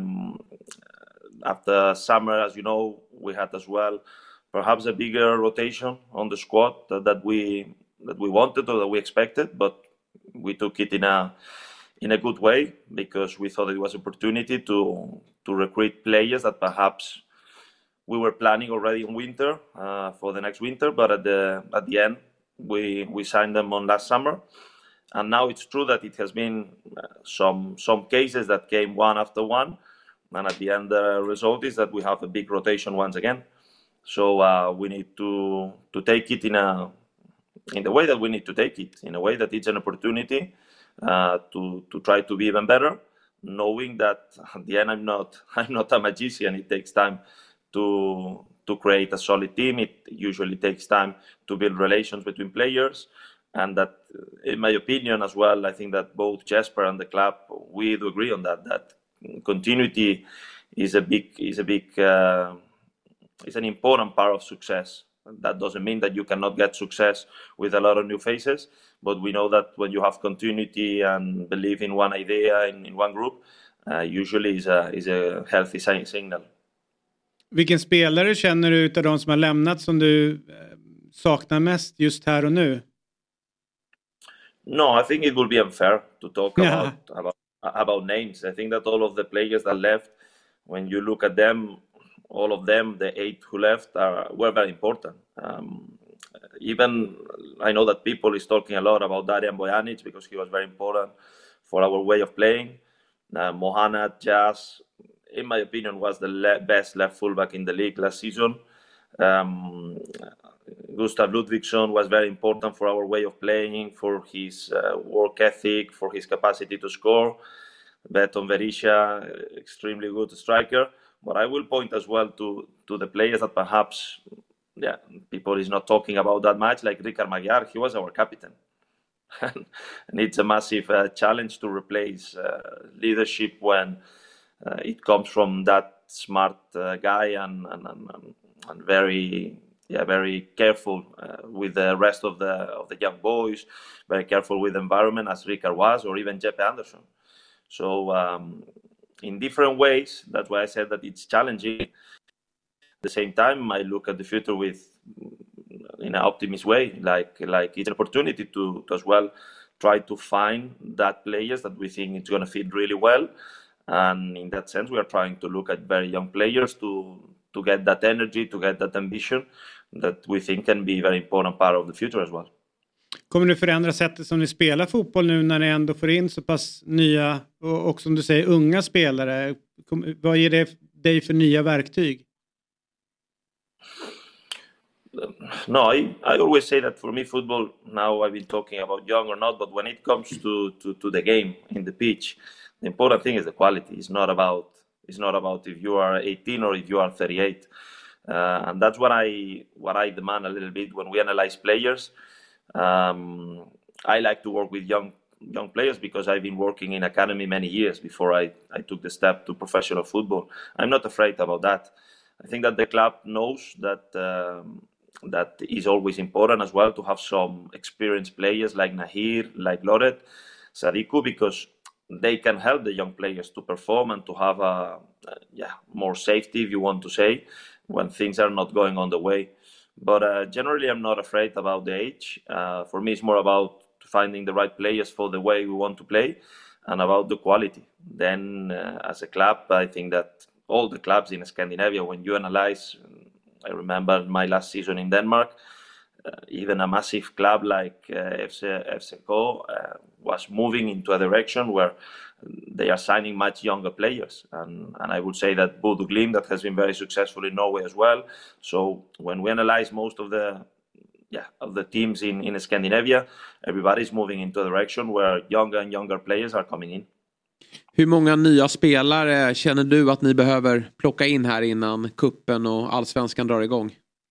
after summer, as you know, we had as well perhaps a bigger rotation on the squad that we wanted or that we expected, but we took it in a good way because we thought it was an opportunity to recruit players that perhaps we were planning already in winter for the next winter, but at the end we signed them on last summer. And now it's true that it has been some cases that came one after one, and at the end the result is that we have a big rotation once again. So we need to take it in the way that we need to take it, in a way that it's an opportunity to try to be even better, knowing that at the end I'm not a magician. It takes time to create a solid team. It usually takes time to build relations between players. And that, in my opinion as well, I think that both Jesper and the club, we do agree on that continuity is an important part of success. That doesn't mean that you cannot get success with a lot of new faces, but we know that when you have continuity and believe in one idea, in one group, usually is a healthy signal. Vilken spelare känner du utav de som har lämnat som du saknar mest just här och nu? No, I think it will be unfair to talk about names. I think that all of the players that left, when you look at them, all of them, the 8 who left, were very important. Even I know that people is talking a lot about Darijan Bojanic because he was very important for our way of playing. Mohana Jazz, in my opinion, was the best left fullback in the league last season. Gustav Ludvigsson was very important for our way of playing, for his work ethic, for his capacity to score. Beton Verisha, extremely good striker. But I will point as well to the players that perhaps people is not talking about that much, like Ricard Magyar. He was our captain. And it's a massive challenge to replace leadership when it comes from that smart guy and very careful with the rest of the young boys, very careful with the environment as Ricard was, or even Jeppe Andersson. So in different ways, that's why I said that it's challenging. At the same time, I look at the future in an optimist way, like it's an opportunity to as well try to find that players that we think it's going to fit really well. And in that sense, we are trying to look at very young players to get that energy, to get that ambition that we think can be a very important part of the future as well. Kommer du förändra sättet som ni spelar fotboll nu när ni ändå får in så pass nya och som du säger unga spelare? Vad ger det dig för nya verktyg? No, I always say that for me football, now I've been talking about young or not, but when it comes to the game in the pitch, the important thing is the quality. It's not about if you are 18 or if you are 38. And that's what I demand a little bit when we analyze players. I like to work with young players because I've been working in academy many years before I took the step to professional football. I'm not afraid about that. I think that the club knows that is always important as well to have some experienced players like Nahir, like Loret, Sadiku, because they can help the young players to perform and to have more safety, if you want to say, when things are not going on the way. But generally, I'm not afraid about the age. For me, it's more about finding the right players for the way we want to play and about the quality. Then, as a club, I think that all the clubs in Scandinavia, when you analyze, I remember my last season in Denmark, even a massive club like FCK was moving into a direction where they are signing much younger players. And I would say that Bodø Glimt, that has been very successful in Norway as well. So when we analyze most of the teams in Scandinavia, everybody's moving into a direction where younger and younger players are coming in. Hur många nya spelare känner du att ni behöver plocka in här innan kuppen och allsvenskan drar igång?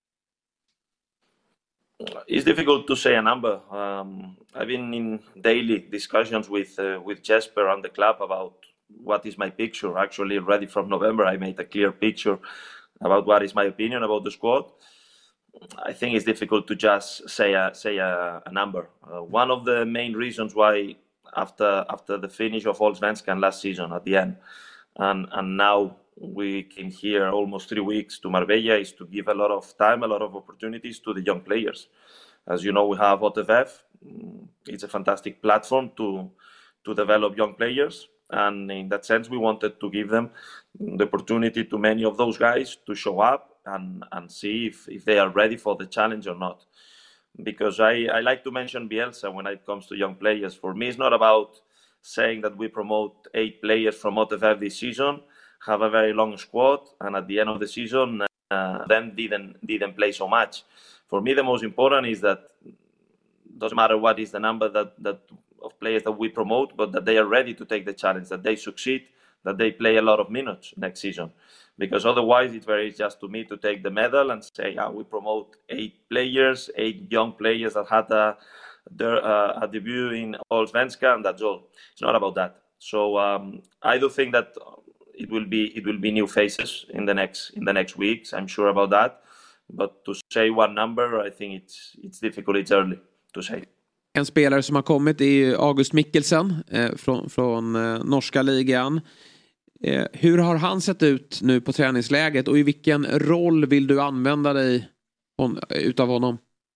It's difficult to say a number. I've been in daily discussions with Jesper and the club about what is my picture. Actually, already from November, I made a clear picture about what is my opinion about the squad. I think it's difficult to just say a number. One of the main reasons why after the finish of Allsvenskan last season at the end, and now we came here almost 3 weeks to Marbella, is to give a lot of time, a lot of opportunities to the young players. As you know, we have OTFF. It's a fantastic platform to develop young players. And in that sense, we wanted to give them the opportunity to many of those guys to show up and see if they are ready for the challenge or not. Because I like to mention Bielsa when it comes to young players. For me, it's not about saying that we promote 8 players from OTFF this season, have a very long squad, and at the end of the season, then didn't play so much. For me, the most important is that doesn't matter what is the number that of players that we promote, but that they are ready to take the challenge, that they succeed, that they play a lot of minutes next season. Because otherwise, it's very just to me to take the medal and say, we promote 8 players, 8 young players that had a debut in Allsvenskan, and that's all. It's not about that. So I do think that it will be new faces in the next weeks. I'm sure about that. But to say one number, I think it's difficult. It's early to say. En spelare som har kommit är August Mikkelsen från norska ligan. Hur har han sett ut nu på träningsläget och i vilken roll vill du använda dig utav honom?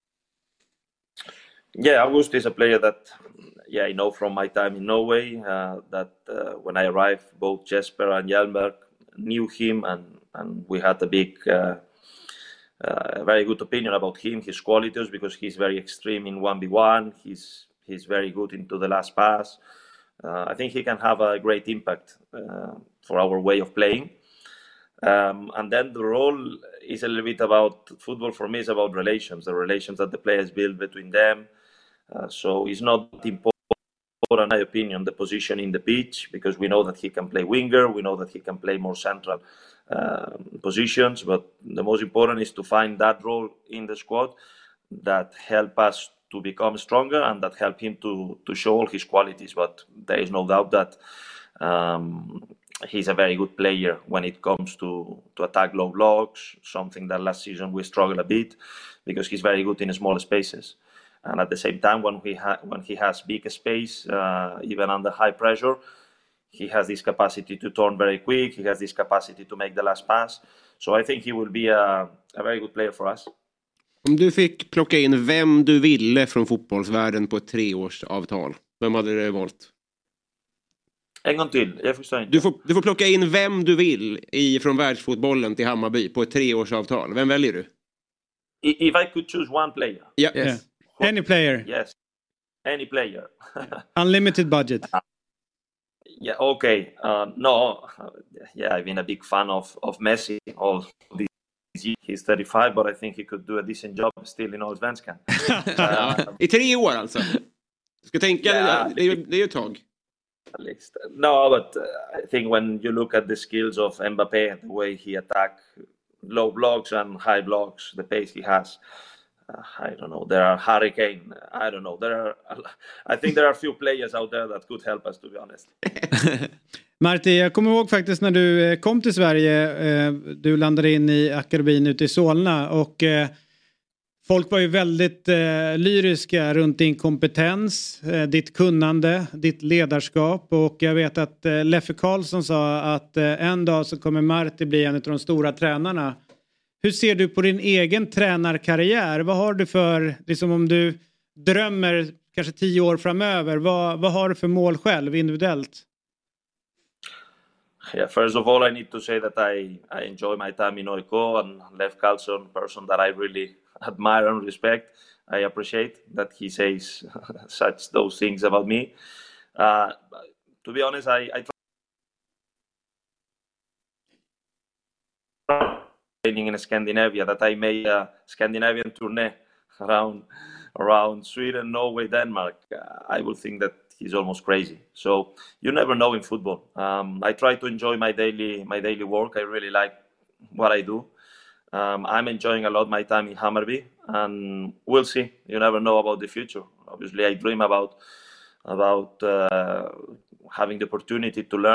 Yeah, August is a player that I know from my time in Norway. When I arrived, both Jesper and Hjelmberg knew him, and we had a big, very good opinion about him, his qualities, because he's very extreme in 1v1. He's very good into the last pass. I think he can have a great impact for our way of playing. And then the role is a little bit about football. For me, is about relations, the relations that the players build between them. So it's not important, in my opinion, the position in the pitch, because we know that he can play winger, we know that he can play more central positions, but the most important is to find that role in the squad that help us to become stronger and that help him to show all his qualities. But there is no doubt that he's a very good player when it comes to attack low blocks, something that last season we struggled a bit, because he's very good in small spaces. And at the same time, when he has big space, even under high pressure, he has this capacity to turn very quick. He has this capacity to make the last pass. So I think he will be a very good player for us. Om du fick plocka in vem du ville från fotbollsvärlden på ett 3-årsavtal, vem hade du valt? En gång till, jag förstår inte. Du får plocka in vem du vill från världsfotbollen till Hammarby på ett 3-årsavtal. Vem väljer du? If I could choose one player. Yes. Any player. Yes. Any player. Unlimited budget. Yeah, okay. I've been a big fan of Messi all these years. He's 35, but I think he could do a decent job still in Allsvenskan. I 3 år alltså? Du ska tänka, det är ju ett tag. No, but I think when you look at the skills of Mbappé, the way he attacks low blocks and high blocks, the pace he has, I don't know. There are Hurricane. I don't know. I think there are a few players out there that could help us, to be honest. Marti, jag kommer ihåg faktiskt när du kom till Sverige. Du landade in i akademin ute i Solna och folk var ju väldigt lyriska runt din kompetens, ditt kunnande, ditt ledarskap. Och jag vet att Leffe Karlsson sa att en dag så kommer Marti bli en av de stora tränarna. Hur ser du på din egen tränarkarriär? Vad har du för, liksom om du drömmer kanske 10 år framöver, vad har du för mål själv individuellt? Yeah, first of all, I need to say that I enjoy my time in OIK, and Lev Karlsson, person that I really admire and respect. I appreciate that he says those things about me. To be honest, I training in Scandinavia, that I made a Scandinavian tourney around Sweden, Norway, Denmark. I would think that he's almost crazy. So you never know in football. I try to enjoy my daily work. I really like what I do. I'm enjoying a lot my time in Hammarby, and we'll see. You never know about the future. Obviously, I dream about having the opportunity to learn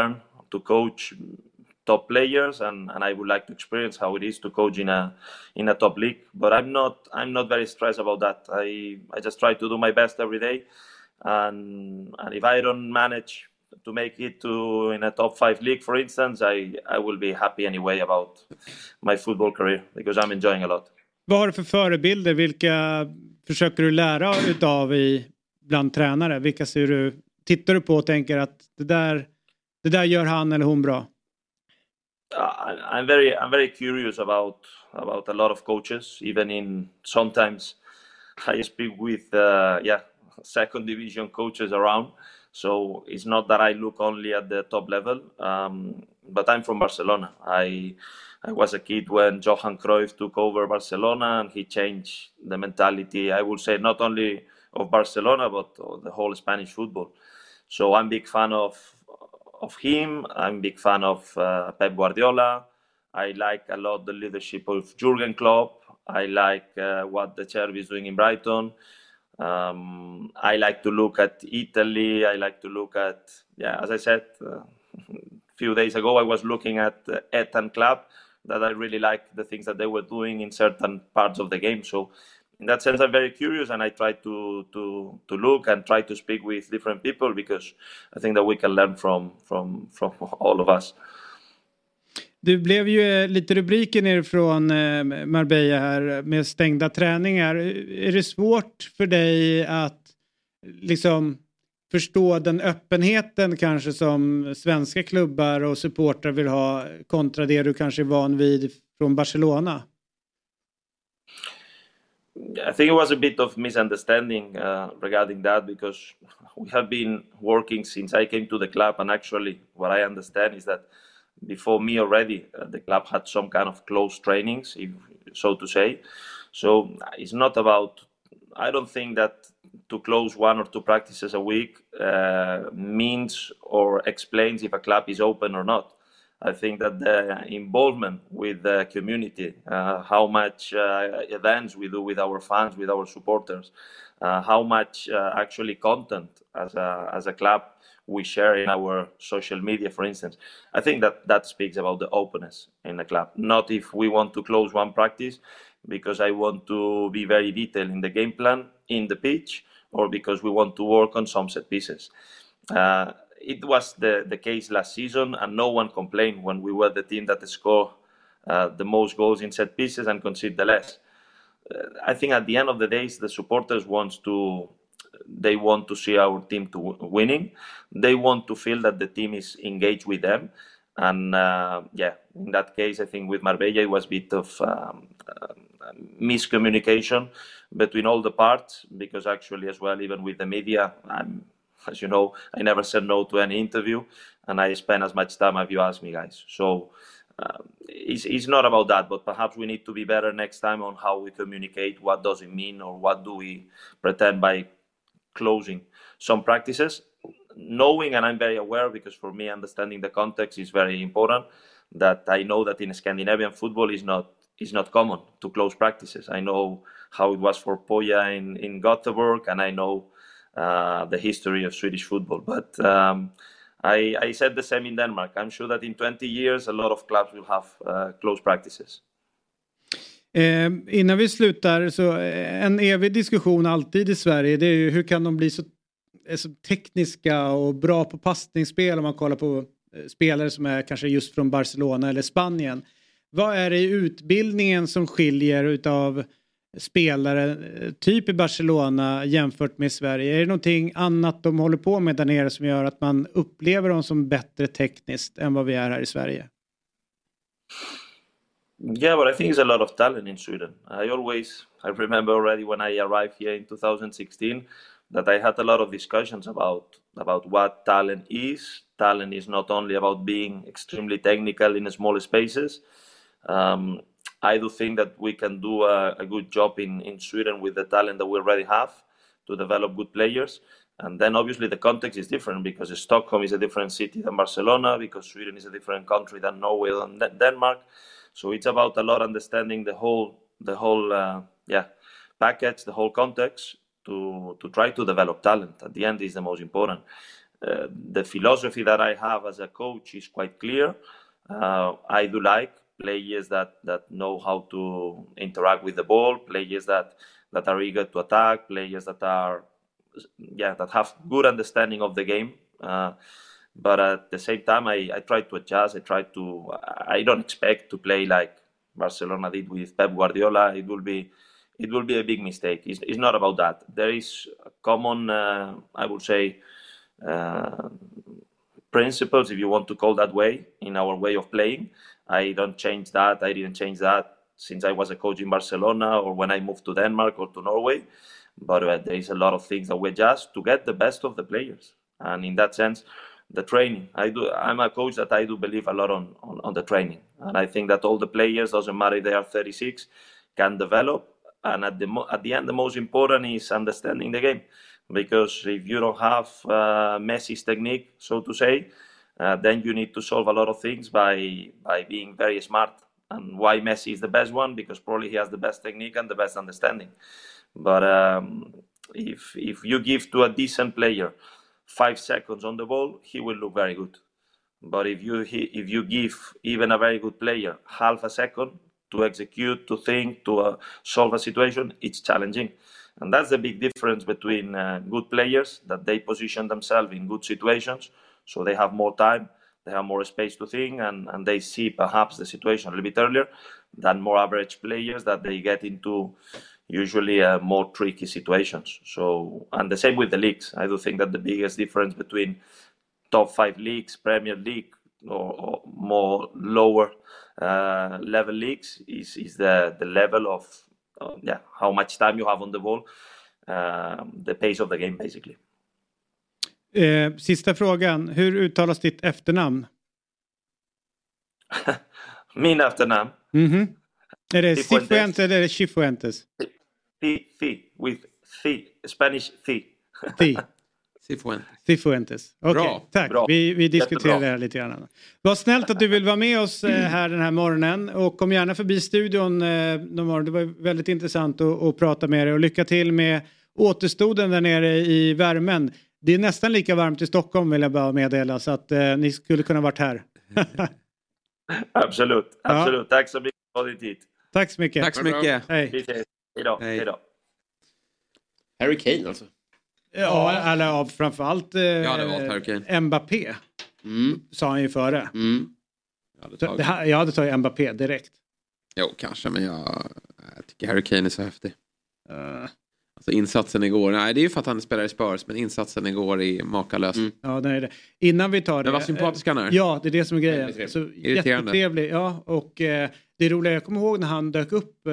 coach top players, and I would like to experience how it is to coach in a top league. But I'm not very stressed about that. I just try to do my best every day, and if I don't manage to make it to in a top 5 league, for instance, I will be happy anyway about my football career because I'm enjoying a lot. Vad har du för förebilder? Vilka försöker du lära utav bland tränare? Vilka tittar du på och tänker att det där gör han eller hon bra? I'm very curious about a lot of coaches. Even in sometimes I speak with second division coaches around. So it's not that I look only at the top level, but I'm from Barcelona. I was a kid when Johan Cruyff took over Barcelona, and he changed the mentality, I would say, not only of Barcelona, but the whole Spanish football. So I'm a big fan of him. I'm a big fan of Pep Guardiola. I like a lot the leadership of Jurgen Klopp. I like what the Chervi is doing in Brighton. I like to look at Italy. I like to look at, as I said, a few days ago, I was looking at Eton Club, that I really like the things that they were doing in certain parts of the game. So in that sense, I'm very curious, and I try to look and try to speak with different people because I think that we can learn from all of us. Du blev ju lite rubriker ner från Marbella här med stängda träningar. Är det svårt för dig att liksom förstå den öppenheten kanske som svenska klubbar och supportrar vill ha kontra det du kanske är van vid från Barcelona? I think it was a bit of misunderstanding regarding that because we have been working since I came to the club, and actually what I understand is that before me already, the club had some kind of close trainings, so to say. So it's not about, I don't think that to close 1 or 2 practices a week means or explains if a club is open or not. I think that the involvement with the community, how much events we do with our fans, with our supporters, how much actually content as a club we share in our social media, for instance. I think that speaks about the openness in the club. Not if we want to close 1 practice because I want to be very detailed in the game plan, in the pitch, or because we want to work on some set pieces. It was the case last season, and no one complained when we were the team that scored the most goals in set pieces and conceded the less. I think at the end of the day, the supporters want to see our team to winning. They want to feel that the team is engaged with them. And in that case, I think with Marbella, it was a bit of miscommunication between all the parts, because actually as well, even with the media, as you know, I never said no to any interview, and I spend as much time as you ask me, guys. So it's not about that, but perhaps we need to be better next time on how we communicate. What does it mean, or what do we pretend by closing some practices? Knowing, and I'm very aware, because for me understanding the context is very important, that I know that in Scandinavian football is not common to close practices. I know how it was for Poja in Gothenburg, and I know the history of Swedish football. But I said the same in Denmark. I'm sure that in 20 years a lot of clubs will have closed practices. Innan vi slutar, så en evig diskussion alltid i Sverige, det är ju hur kan de bli så tekniska och bra på passningsspel om man kollar på spelare som är kanske just från Barcelona eller Spanien. Vad är det i utbildningen som skiljer utav spelare typ i Barcelona jämfört med Sverige? Är det någonting annat de håller på med där nere som gör att man upplever dem som bättre tekniskt än vad vi är här i Sverige? Yeah, but I think there's a lot of talent in Sweden. I remember already when I arrived here in 2016 that I had a lot of discussions about what talent is. Talent is not only about being extremely technical in small spaces. I do think that we can do a good job in Sweden with the talent that we already have to develop good players. And then obviously the context is different because Stockholm is a different city than Barcelona, because Sweden is a different country than Norway and Denmark. So it's about a lot understanding the whole package, the whole context to try to develop talent. At the end is the most important. the philosophy that I have as a coach is quite clear. I do like players that know how to interact with the ball, players that are eager to attack, players that have good understanding of the game. But at the same time, I try to adjust. I don't expect to play like Barcelona did with Pep Guardiola. It will be a big mistake. It's not about that. There is a common, I would say, principles, if you want to call that way, in our way of playing. I don't change that. I didn't change that since I was a coach in Barcelona or when I moved to Denmark or to Norway. But there is a lot of things that we adjust to get the best of the players. And in that sense, the training. I'm a coach that I do believe a lot on the training. And I think that all the players, doesn't matter if they are 36, can develop. And at the end, the most important is understanding the game. Because if you don't have Messi's technique, so to say, then you need to solve a lot of things by being very smart. And why Messi is the best one? Because probably he has the best technique and the best understanding. But if you give to a decent player 5 seconds on the ball, he will look very good. But if you give even a very good player half a second to execute, to think, to solve a situation, it's challenging. And that's the big difference between good players, that they position themselves in good situations, so they have more time, they have more space to think, and they see perhaps the situation a little bit earlier than more average players that they get into usually more tricky situations. So, and the same with the leagues. I do think that the biggest difference between top 5 leagues, Premier League, or more lower level leagues is the level of how much time you have on the ball, the pace of the game basically. Sista frågan, hur uttalas ditt efternamn? Min efternamn? Är det Cifuentes eller är det Cifuentes? With Spanish Thi. Cifuentes. Okej, tack. Bra. Vi diskuterar det här lite grann. Vad snällt att du vill vara med oss här den här morgonen. Och kom gärna förbi studion någon morgon. Det var väldigt intressant att prata med dig. Och lycka till med återstoden där nere i värmen. Det är nästan lika varmt i Stockholm, vill jag bara meddela. Så att ni skulle kunna varit här. Absolut. Ja. Tack så mycket för din tid. Tack så mycket. Tack så mycket. Hej. Hej då. Harry Kane alltså. Ja, eller framförallt det var Harry Kane. Mbappé. Sa han ju före. Jag hade tagit Mbappé direkt. Jo, kanske, men jag tycker Harry Kane är så häftig. Alltså insatsen igår, nej det är ju för att han spelar i Spurs, men insatsen igår är makalös. Ja, det är det. Innan vi tar det. Men vad sympatisk han är. Ja, det är det som är grejen. Så jättetrevlig. Ja, och det är roligt. Jag kommer ihåg när han dök upp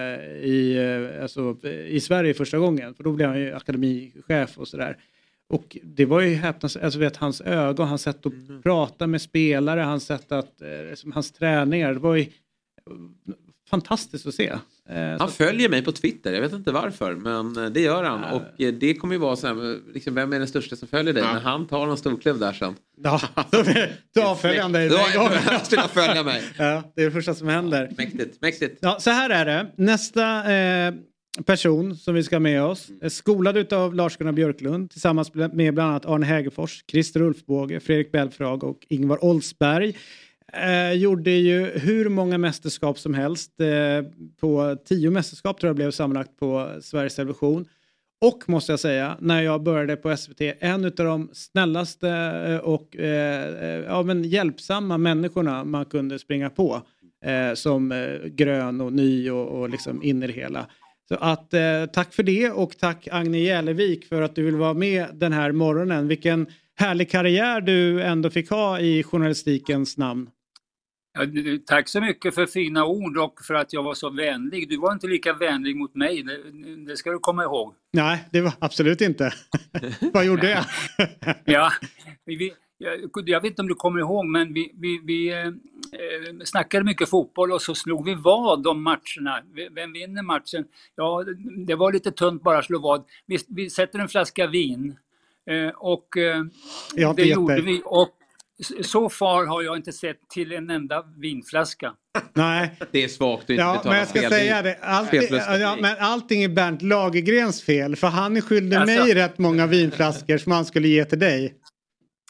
i Sverige första gången. För då blev han ju akademichef och sådär. Och det var ju häpnadsväckande, hans ögon, hans sätt att prata med spelare, hans sätt att, hans träningar, det var ju fantastiskt att se. Han följer mig på Twitter, jag vet inte varför, men det gör han. Och det kommer ju vara så här, liksom, vem är den största som följer dig? När han tar någon storklubb där sen. Ja, då följer han dig. Då skulle han följa mig. Ja, det är det första som händer. Mäktigt. Ja, så här är det. Nästa person som vi ska ha med oss är skolad utav Lars-Gunnar Björklund tillsammans med bland annat Arne Hägerfors, Christer Ulfbåge, Fredrik Belfrage och Ingvar Oldsberg. Gjorde ju hur många mästerskap som helst. På 10 mästerskap tror jag blev sammanlagt på Sveriges Television. Och måste jag säga, när jag började på SVT, en av de snällaste och hjälpsamma människorna man kunde springa på. Som grön och ny och liksom in i det hela. Så att tack för det, och tack Agne Jälevik för att du vill vara med den här morgonen. Vilken härlig karriär du ändå fick ha i journalistikens namn. Ja, tack så mycket för fina ord och för att jag var så vänlig. Du var inte lika vänlig mot mig, det ska du komma ihåg. Nej, det var absolut inte. Vad gjorde jag? Ja, jag vet inte om du kommer ihåg, men vi snackade mycket fotboll och så slog vi vad om matcherna. Vem vinner matchen? Ja, det var lite tunt bara att slå vad. Vi sätter en flaska vin och det gjorde vi. Och så far har jag inte sett till en enda vinflaska. Nej. Det är svagt att inte betala. Men jag ska säga det. Men allting är Bernt Lagergrens fel. För han skyllde mig rätt många vinflaskor som han skulle ge till dig.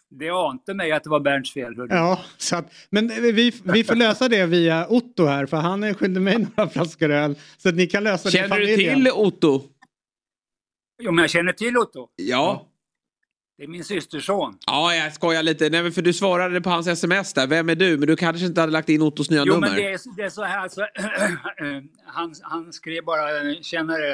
Det ante mig att det var Bernts fel. Ja, så att, men vi får lösa det via Otto här, för han är skyldig mig några flaskor öl. Så att ni kan lösa det i familjen. Känner du till Otto? Jo, men jag känner till Otto. Ja. Det är min systerson. Ja, jag skojar lite. Nej, men för du svarade på hans sms där. Vem är du? Men du kanske inte hade lagt in Ottos nya nummer. Jo, men det är så här. Alltså, han skrev bara kännare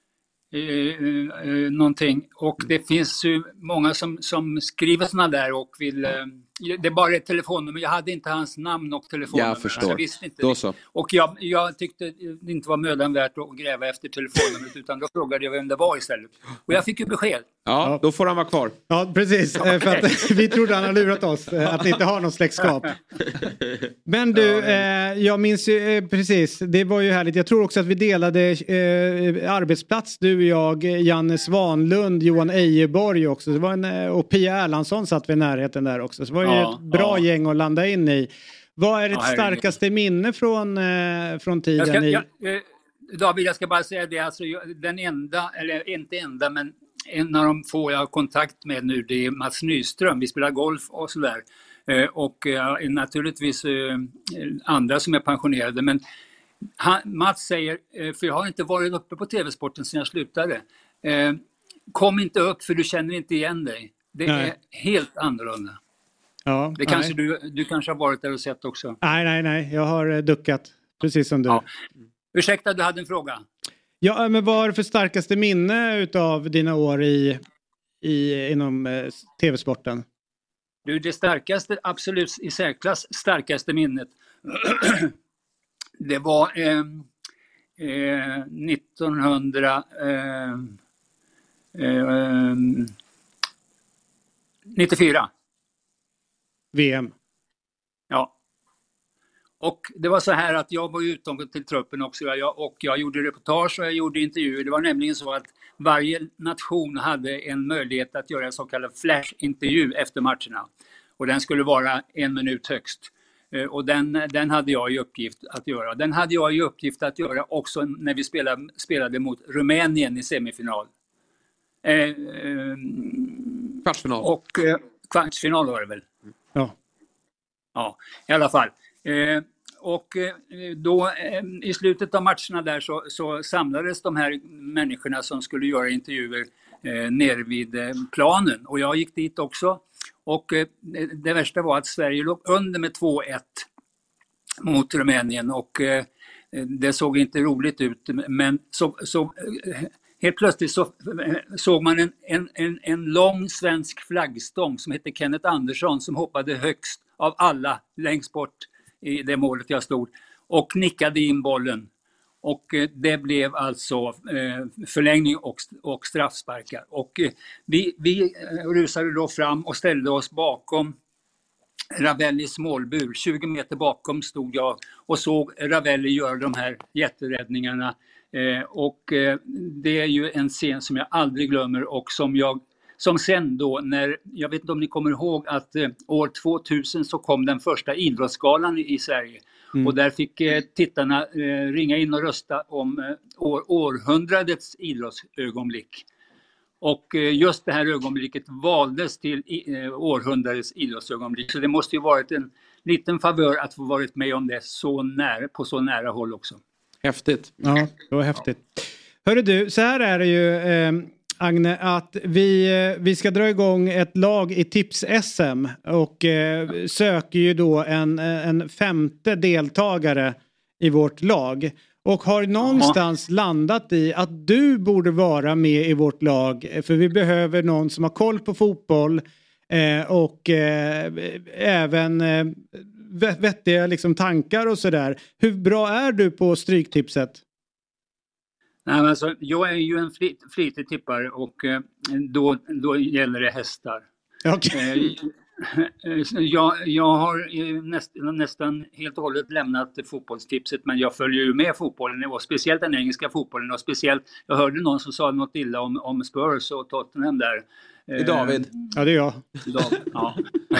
någonting. Och det finns ju många som skriver såna där och vill... det är bara ett telefonnummer. Jag hade inte hans namn och telefonnummer. Jag förstår. Jag visste inte då det. Så. Och jag tyckte det inte var mödan värt att gräva efter telefonnumret, utan då frågade jag vem det var istället. Och jag fick ju besked. Ja, då får han vara kvar. Ja, precis. För att vi trodde han hade lurat oss. Att ni inte har någon släktskap. Men du, jag minns ju precis. Det var ju härligt. Jag tror också att vi delade arbetsplats. Du och jag, Janne Svanlund, Johan Ejeborg också. Det var och Pia Erlandsson satt vid närheten där också. Så det var ju ett bra gäng att landa in i. Vad är ditt starkaste minne från tiden? David, jag ska bara säga det. Alltså, den enda, eller inte enda, men en av de få jag har kontakt med nu, det är Mats Nyström. Vi spelar golf och sådär. Och naturligtvis andra som är pensionerade. Men Mats säger, för jag har inte varit uppe på TV-sporten sedan jag slutade. Kom inte upp, för du känner inte igen dig. Det är helt annorlunda. Ja, det kanske du kanske har varit där och sett också. Nej. Jag har duckat, precis som du. Ja. Ursäkta, du hade en fråga. Ja, men vad är det för starkaste minne utav dina år inom tv-sporten? Du, det starkaste, absolut i särklass starkaste minnet, det var 1994. VM. Ja. Och det var så här att jag var utom till truppen också. Jag gjorde reportage och jag gjorde intervjuer. Det var nämligen så att varje nation hade en möjlighet att göra en så kallad flash-intervju efter matcherna. Och den skulle vara 1 minut högst. Och den hade jag i uppgift att göra. Den hade jag i uppgift att göra också när vi spelade mot Rumänien i semifinal. Kvartsfinal. Och kvartsfinal var det väl. Ja, i alla fall. Och då i slutet av matcherna där så samlades de här människorna som skulle göra intervjuer nere vid planen. Och jag gick dit också. Och det värsta var att Sverige låg under med 2-1 mot Rumänien. Och det såg inte roligt ut. Men så helt plötsligt så såg man en lång svensk flaggstång som hette Kenneth Andersson, som hoppade högst av alla längst bort i det målet jag stod och nickade in bollen. Och det blev alltså förlängning och straffsparkar. Och vi rusade då fram och ställde oss bakom Ravellis målbur. 20 meter bakom stod jag och såg Ravelli göra de här jätteräddningarna. Och det är ju en scen som jag aldrig glömmer och som sen då, jag vet inte om ni kommer ihåg att år 2000 så kom den första idrottsgalan i Sverige. Och där fick tittarna ringa in och rösta om århundradets idrottsögonblick. Och just det här ögonblicket valdes till århundradets idrottsögonblick. Så det måste ju varit en liten favör att få varit med om det på så nära håll också. Häftigt. Ja, det var häftigt. Hörru du, så här är det ju... Agne, att vi ska dra igång ett lag i tips-SM och söker ju då en femte deltagare i vårt lag. Och har någonstans landat i att du borde vara med i vårt lag. För vi behöver någon som har koll på fotboll och även vettiga liksom, tankar och sådär. Hur bra är du på stryktipset? Nej, men alltså, jag är ju en flitig tippare och då gäller det hästar. Okay. Jag har nästan helt och hållet lämnat fotbollstipset, men jag följer ju med fotbollen och speciellt den engelska fotbollen och speciellt, jag hörde någon som sa något illa om Spurs och Tottenham där. Det är David. Ja, det är jag. David, ja.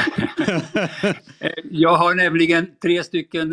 Jag har nämligen 3 stycken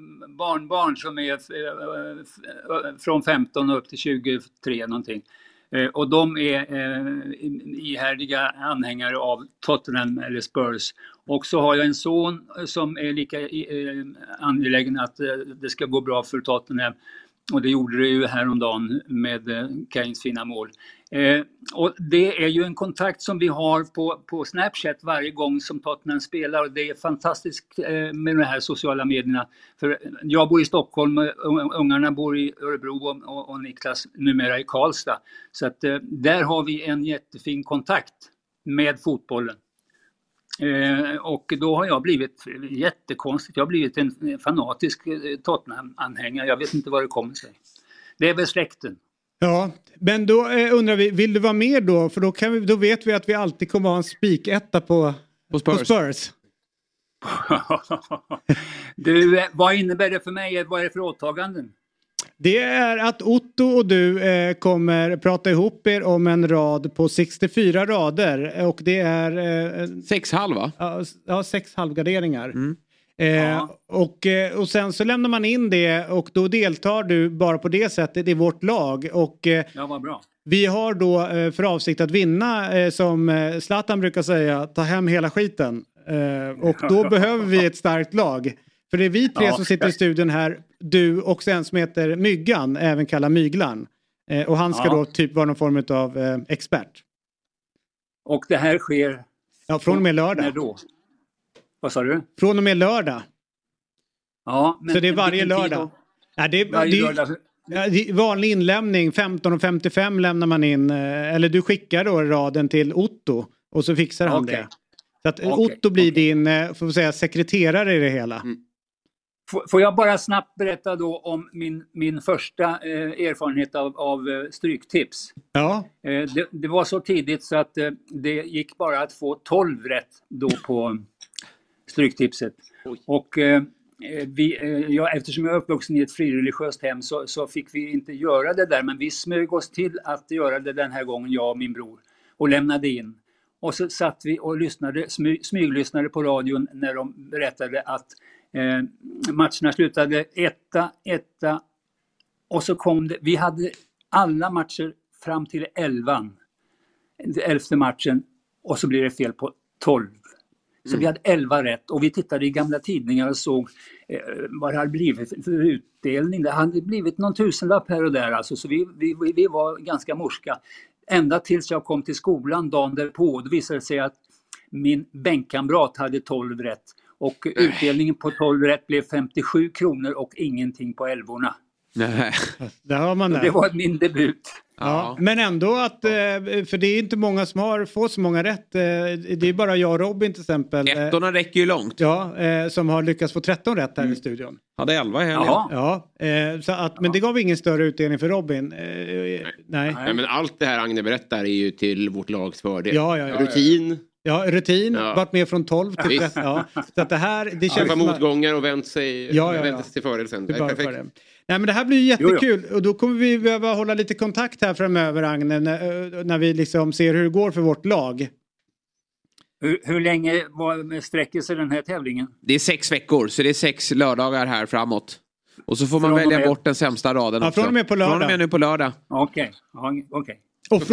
barnbarn som är från 15 upp till 23 någonting. Och de är ihärdiga anhängare av Tottenham eller Spurs. Och så har jag en son som är lika angelägen att det ska gå bra för Tottenham. Och det gjorde det ju häromdagen med Kanes fina mål. Och det är ju en kontakt som vi har på Snapchat varje gång som Tottenham spelar. Och det är fantastiskt med de här sociala medierna. För jag bor i Stockholm, ungarna bor i Örebro och Niklas numera i Karlstad. Så att där har vi en jättefin kontakt med fotbollen. Och då har jag blivit jättekonstigt. Jag har blivit en fanatisk Tottenham-anhängare. Jag vet inte vad det kommer sig. Det är väl släkten. Ja, men då undrar vi, vill du vara med då? För då vet vi att vi alltid kommer ha en spiketta på Spurs. Du, vad innebär det för mig? Vad är det för åtaganden? Det är att Otto och du kommer prata ihop er om en rad på 64 rader. Och det är... 6,5 va? Ja, 6 halvgarderingar. Och sen så lämnar man in det och då deltar du bara på det sättet i vårt lag. Och ja, vad bra. Vi har då för avsikt att vinna, som Zlatan brukar säga, ta hem hela skiten. Och då behöver vi ett starkt lag. För det är vi tre som sitter i studion här, du och sen som heter Myggan, även kallad Myglan. Och han ska då typ vara någon form av expert. Och det här sker... Ja, från och med lördag. När då? Vad sa du? Från och med lördag. Ja, men så det är varje lördag. Ja, det är vanlig inlämning. 15:55 lämnar man in. Eller du skickar då raden till Otto. Och så fixar han det. Så att Otto blir din, får vi säga, sekreterare i det hela. Får jag bara snabbt berätta då om min första erfarenhet av stryktips. Ja. Det var så tidigt så att det gick bara att få 12 rätt då på stryktipset. Och eftersom jag är uppvuxen i ett frireligiöst hem så fick vi inte göra det där. Men vi smög oss till att göra det den här gången, jag och min bror. Och lämnade in. Och så satt vi och smyglyssnade på radion när de berättade att matcherna slutade 1-1. Och så kom det, vi hade alla matcher fram till 11:e matchen. Och så blir det fel på 12. Så vi hade 11 rätt och vi tittade i gamla tidningar och såg vad det hade blivit för utdelning. Det hade blivit någon tusenlapp här och där. Alltså, så vi var ganska morska. Ända tills jag kom till skolan dagen därpå. Då visade det sig att min bänkkamrat hade 12 rätt. Och utdelningen på 12 rätt blev 57 kronor och ingenting på 11:orna. Nej. Där har man det. Det var min debut. Ja. Men ändå att, för det är inte många som får så många rätt. Det är bara jag och Robin till exempel. 13 räcker ju långt. Ja, som har lyckats få 13 rätt här i studion. Hade 11 här. Ja, så att, men det gav ingen större utdelning för Robin. Nej, men allt det här Agne berättar är ju till vårt lags fördel. Ja. Rutin. Ja, rutin. Varit med från 12 till 13. Ja. Så att det här, det känns som motgångar och vänt sig till fördel sen. Det är perfekt. Nej, men det här blir ju jättekul. Och då kommer vi behöva hålla lite kontakt här framöver, Agne, när vi liksom ser hur det går för vårt lag. Hur länge sträcker sig den här tävlingen? Det är 6 veckor, så det är 6 lördagar här framåt. Och så får man välja bort den sämsta raden också. Från och med på lördag. Från och med nu på lördag. Okej. Och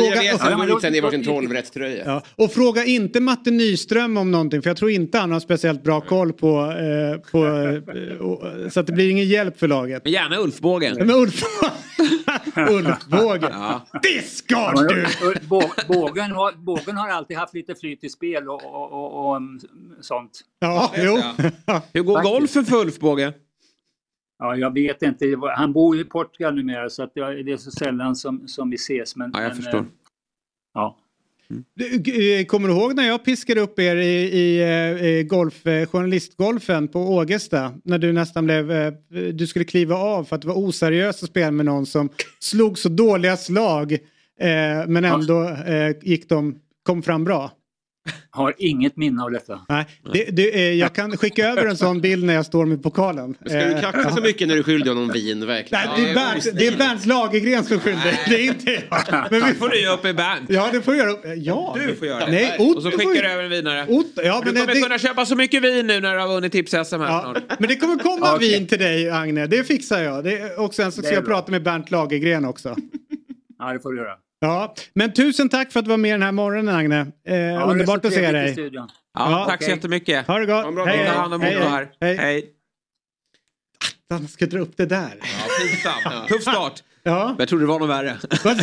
fråga inte Matte Nyström om någonting, för jag tror inte han har speciellt bra koll på så att det blir ingen hjälp för laget. Men gärna Ulfbågen. Men Ulfbågen. Ja. Det ska du! Bågen har alltid haft lite flyt i spel och sånt. Ja, jo. Hur går golfen för Ulfbågen? Ja, jag vet inte. Han bor i Portugal numera, så att det är så sällan som vi ses. Men, jag förstår. Ja. Kommer du ihåg när jag piskade upp er i journalistgolfen på Ågesta? När du nästan du skulle kliva av för att det var oseriöst att spela med någon som slog så dåliga slag. Men ändå kom fram bra. Har inget minne av detta. Nej, jag kan skicka över en sån bild när jag står med pokalen. Ska du kacka så mycket när du skyllde honom vin, verkligen? Nej, det är Bernt Lagergren som skyllde. Det är inte jag. Men vi får du göra upp med Bernt. Ja, det får jag göra upp. Ja. Du får göra det. Nej, och så skickar du över en vinare. Du kommer kunna köpa så mycket vin nu när du har vunnit tips-SM här snart. Men det kommer komma vin till dig, Agne. Det fixar jag. Och sen så ska jag prata med Bernt Lagergren också. Ja, det får du göra. Ja, men tusen tack för att du var med den här morgonen, Agne. Underbart att se dig. Ja, tack så jättemycket. Ha det gott. Hej. Ta hand om Mondo här. Hej. Han ska dra upp det där. Ja, pinsamt. Tuff start. Ja. Men jag trodde det var något värre.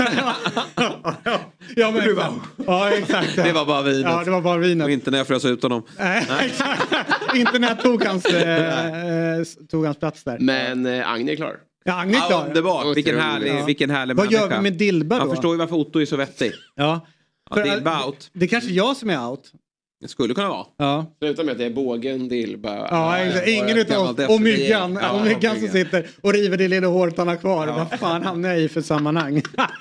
Ja, exakt. Det var bara vinet. Ja, det var bara vinet. Och inte när jag frös ut honom. Nej. Inte när jag tog hans plats där. Men Agne är klar. Ja, Agne är klar. Underbart. Vilken härlig Vad gör vi med Dilba då? Man förstår ju varför Otto är så vettig. Ja. Dilba out. Det är kanske jag som är out. Det skulle kunna vara. Ja. Sluta med att det är bågen, Dilba. Ja, ingen utav oss. Och Myggan. Och Myggan som sitter och river det lilla håret han har kvar. Vad fan hamnar jag i för sammanhang?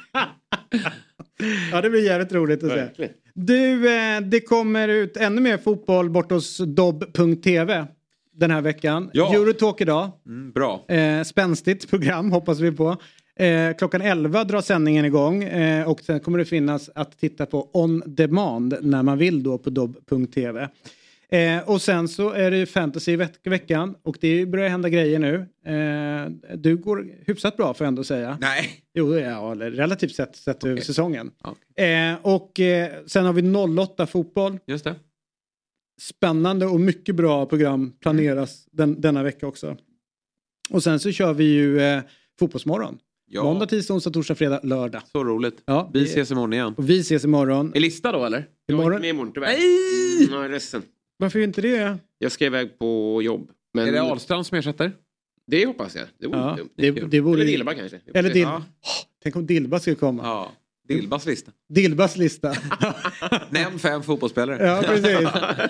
Ja, det blir jävligt roligt att se. Du, det kommer ut ännu mer fotboll bort hos dobb.tv den här veckan. Ja. Eurotalk idag. Bra. Spänstigt program hoppas vi på. Klockan 11 drar sändningen igång och sen kommer det finnas att titta på on demand när man vill då på dobb.tv. Och sen så är det fantasy i veckan och det börjar hända grejer nu. Du går hyfsat bra får jag ändå säga. Nej. Jo, ja, relativt sett över säsongen. Okay. Och sen har vi 08 fotboll. Just det. Spännande och mycket bra program planeras denna vecka också. Och sen så kör vi ju fotbollsmorgon. Ja. Måndag, tisdag, onsdag, torsdag, fredag, lördag. Så roligt. Ja, vi ses imorgon igen. Och vi ses imorgon. Är lista då eller? Imorgon? Jag är med imorgon tyvärr. Nej! Jag är ledsen. Varför inte det? Jag ska iväg på jobb. Men... Är det Ahlstrand som ersätter? Det hoppas jag. Det vore dumt. Det vore... Eller Dilba kanske. Eller Dilba. Tänk om Dilba skulle komma. Ja. Dilbas lista. Dilbas lista. Nämn 5 fotbollsspelare. Ja, precis.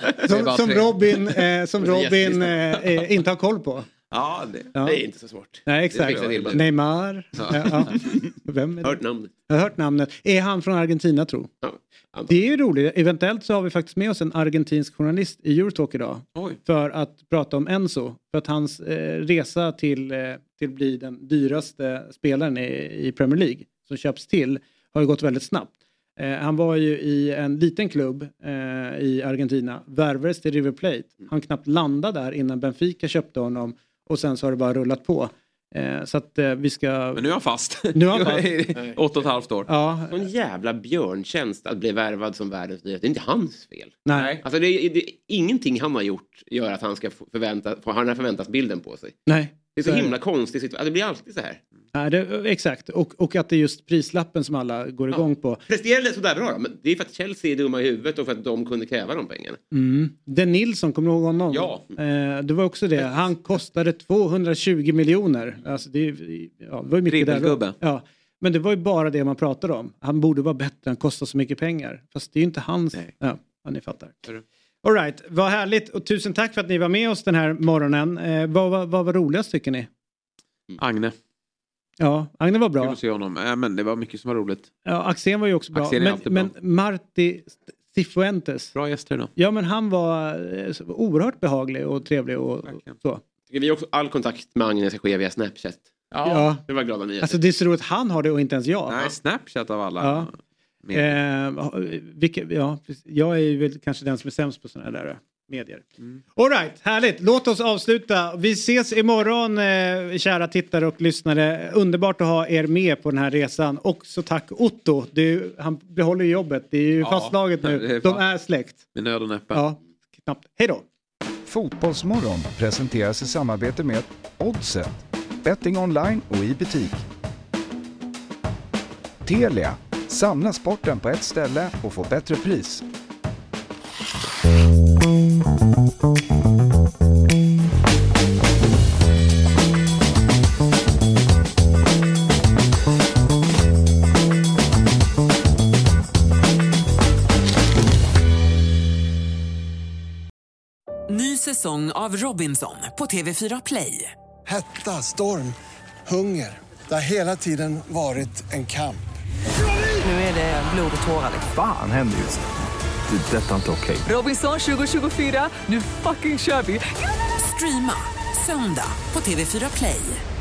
som Robin inte har koll på. Ja, det är inte så svårt. Nej, exakt. Neymar. Ja. Vem är det? Jag har hört namnet. Är han från Argentina, tror jag? Ja. Det är ju roligt. Eventuellt så har vi faktiskt med oss en argentinsk journalist i Eurotalk idag. Oj. För att prata om Enzo. För att hans resa till bli den dyraste spelaren i Premier League som köps till har ju gått väldigt snabbt. Han var ju i en liten klubb i Argentina. Värvades till River Plate. Han knappt landade där innan Benfica köpte honom. Och sen så har det bara rullat på. Så att vi ska... Men nu är han fast. Nu är han fast. 8,5 år. Ja. En jävla björntjänst att bli värvad som världens dyraste. Det är inte hans fel. Nej. Alltså ingenting han har gjort gör att han ska få den här förväntansbilden på sig. Nej. Det är så himla konstigt. Det blir alltid så här. Ja, exakt. Och att det är just prislappen som alla går igång på. Presterar det sådär bra då? Men det är för att Chelsea är dumma i huvudet och för att de kunde kräva de pengarna. Den Nilsson, kommer du ihåg honom? Ja. Det var också det. Han kostade 220 miljoner. Alltså det var ju mycket där. Ja. Men det var ju bara det man pratade om. Han borde vara bättre, han kostar så mycket pengar. Fast det är ju inte hans... Nej. Ja, ni fattar. All right, vad härligt. Och tusen tack för att ni var med oss den här morgonen. Vad var roligast tycker ni? Agne. Ja, Agne var bra. Kul att se honom. Men det var mycket som var roligt. Ja, Axén var ju också bra. Men Marti Cifuentes. Bra gäster då. Ja, men han var oerhört behaglig och trevlig och så. Vi har också all kontakt med Agne ska ske via Snapchat. Ja. Det var glada nyheter. Alltså det är så roligt att han har det och inte ens jag. Nej, Snapchat av alla. Ja. Jag är ju väl kanske den som är sämst på sådana där medier. All right, härligt. Låt oss avsluta. Vi ses imorgon, kära tittare och lyssnare. Underbart att ha er med på den här resan. Och så tack Otto. Han behåller jobbet. Det är ju fastslaget nu. De är släkt. Med nöd och näppe. Ja, knappt. Hej då. Fotbollsmorgon presenteras i samarbete med Oddset. Betting online och i butik. Telia. Samla sporten på ett ställe och få bättre pris. Ny säsong av Robinson på TV4 Play. Hetta, storm, hunger. Det har hela tiden varit en kamp. Nu är det blod och tårar. Fan händer just det. Det är detta inte okej. Robinson 2024, nu fucking kör vi. Streama söndag på TV4 Play.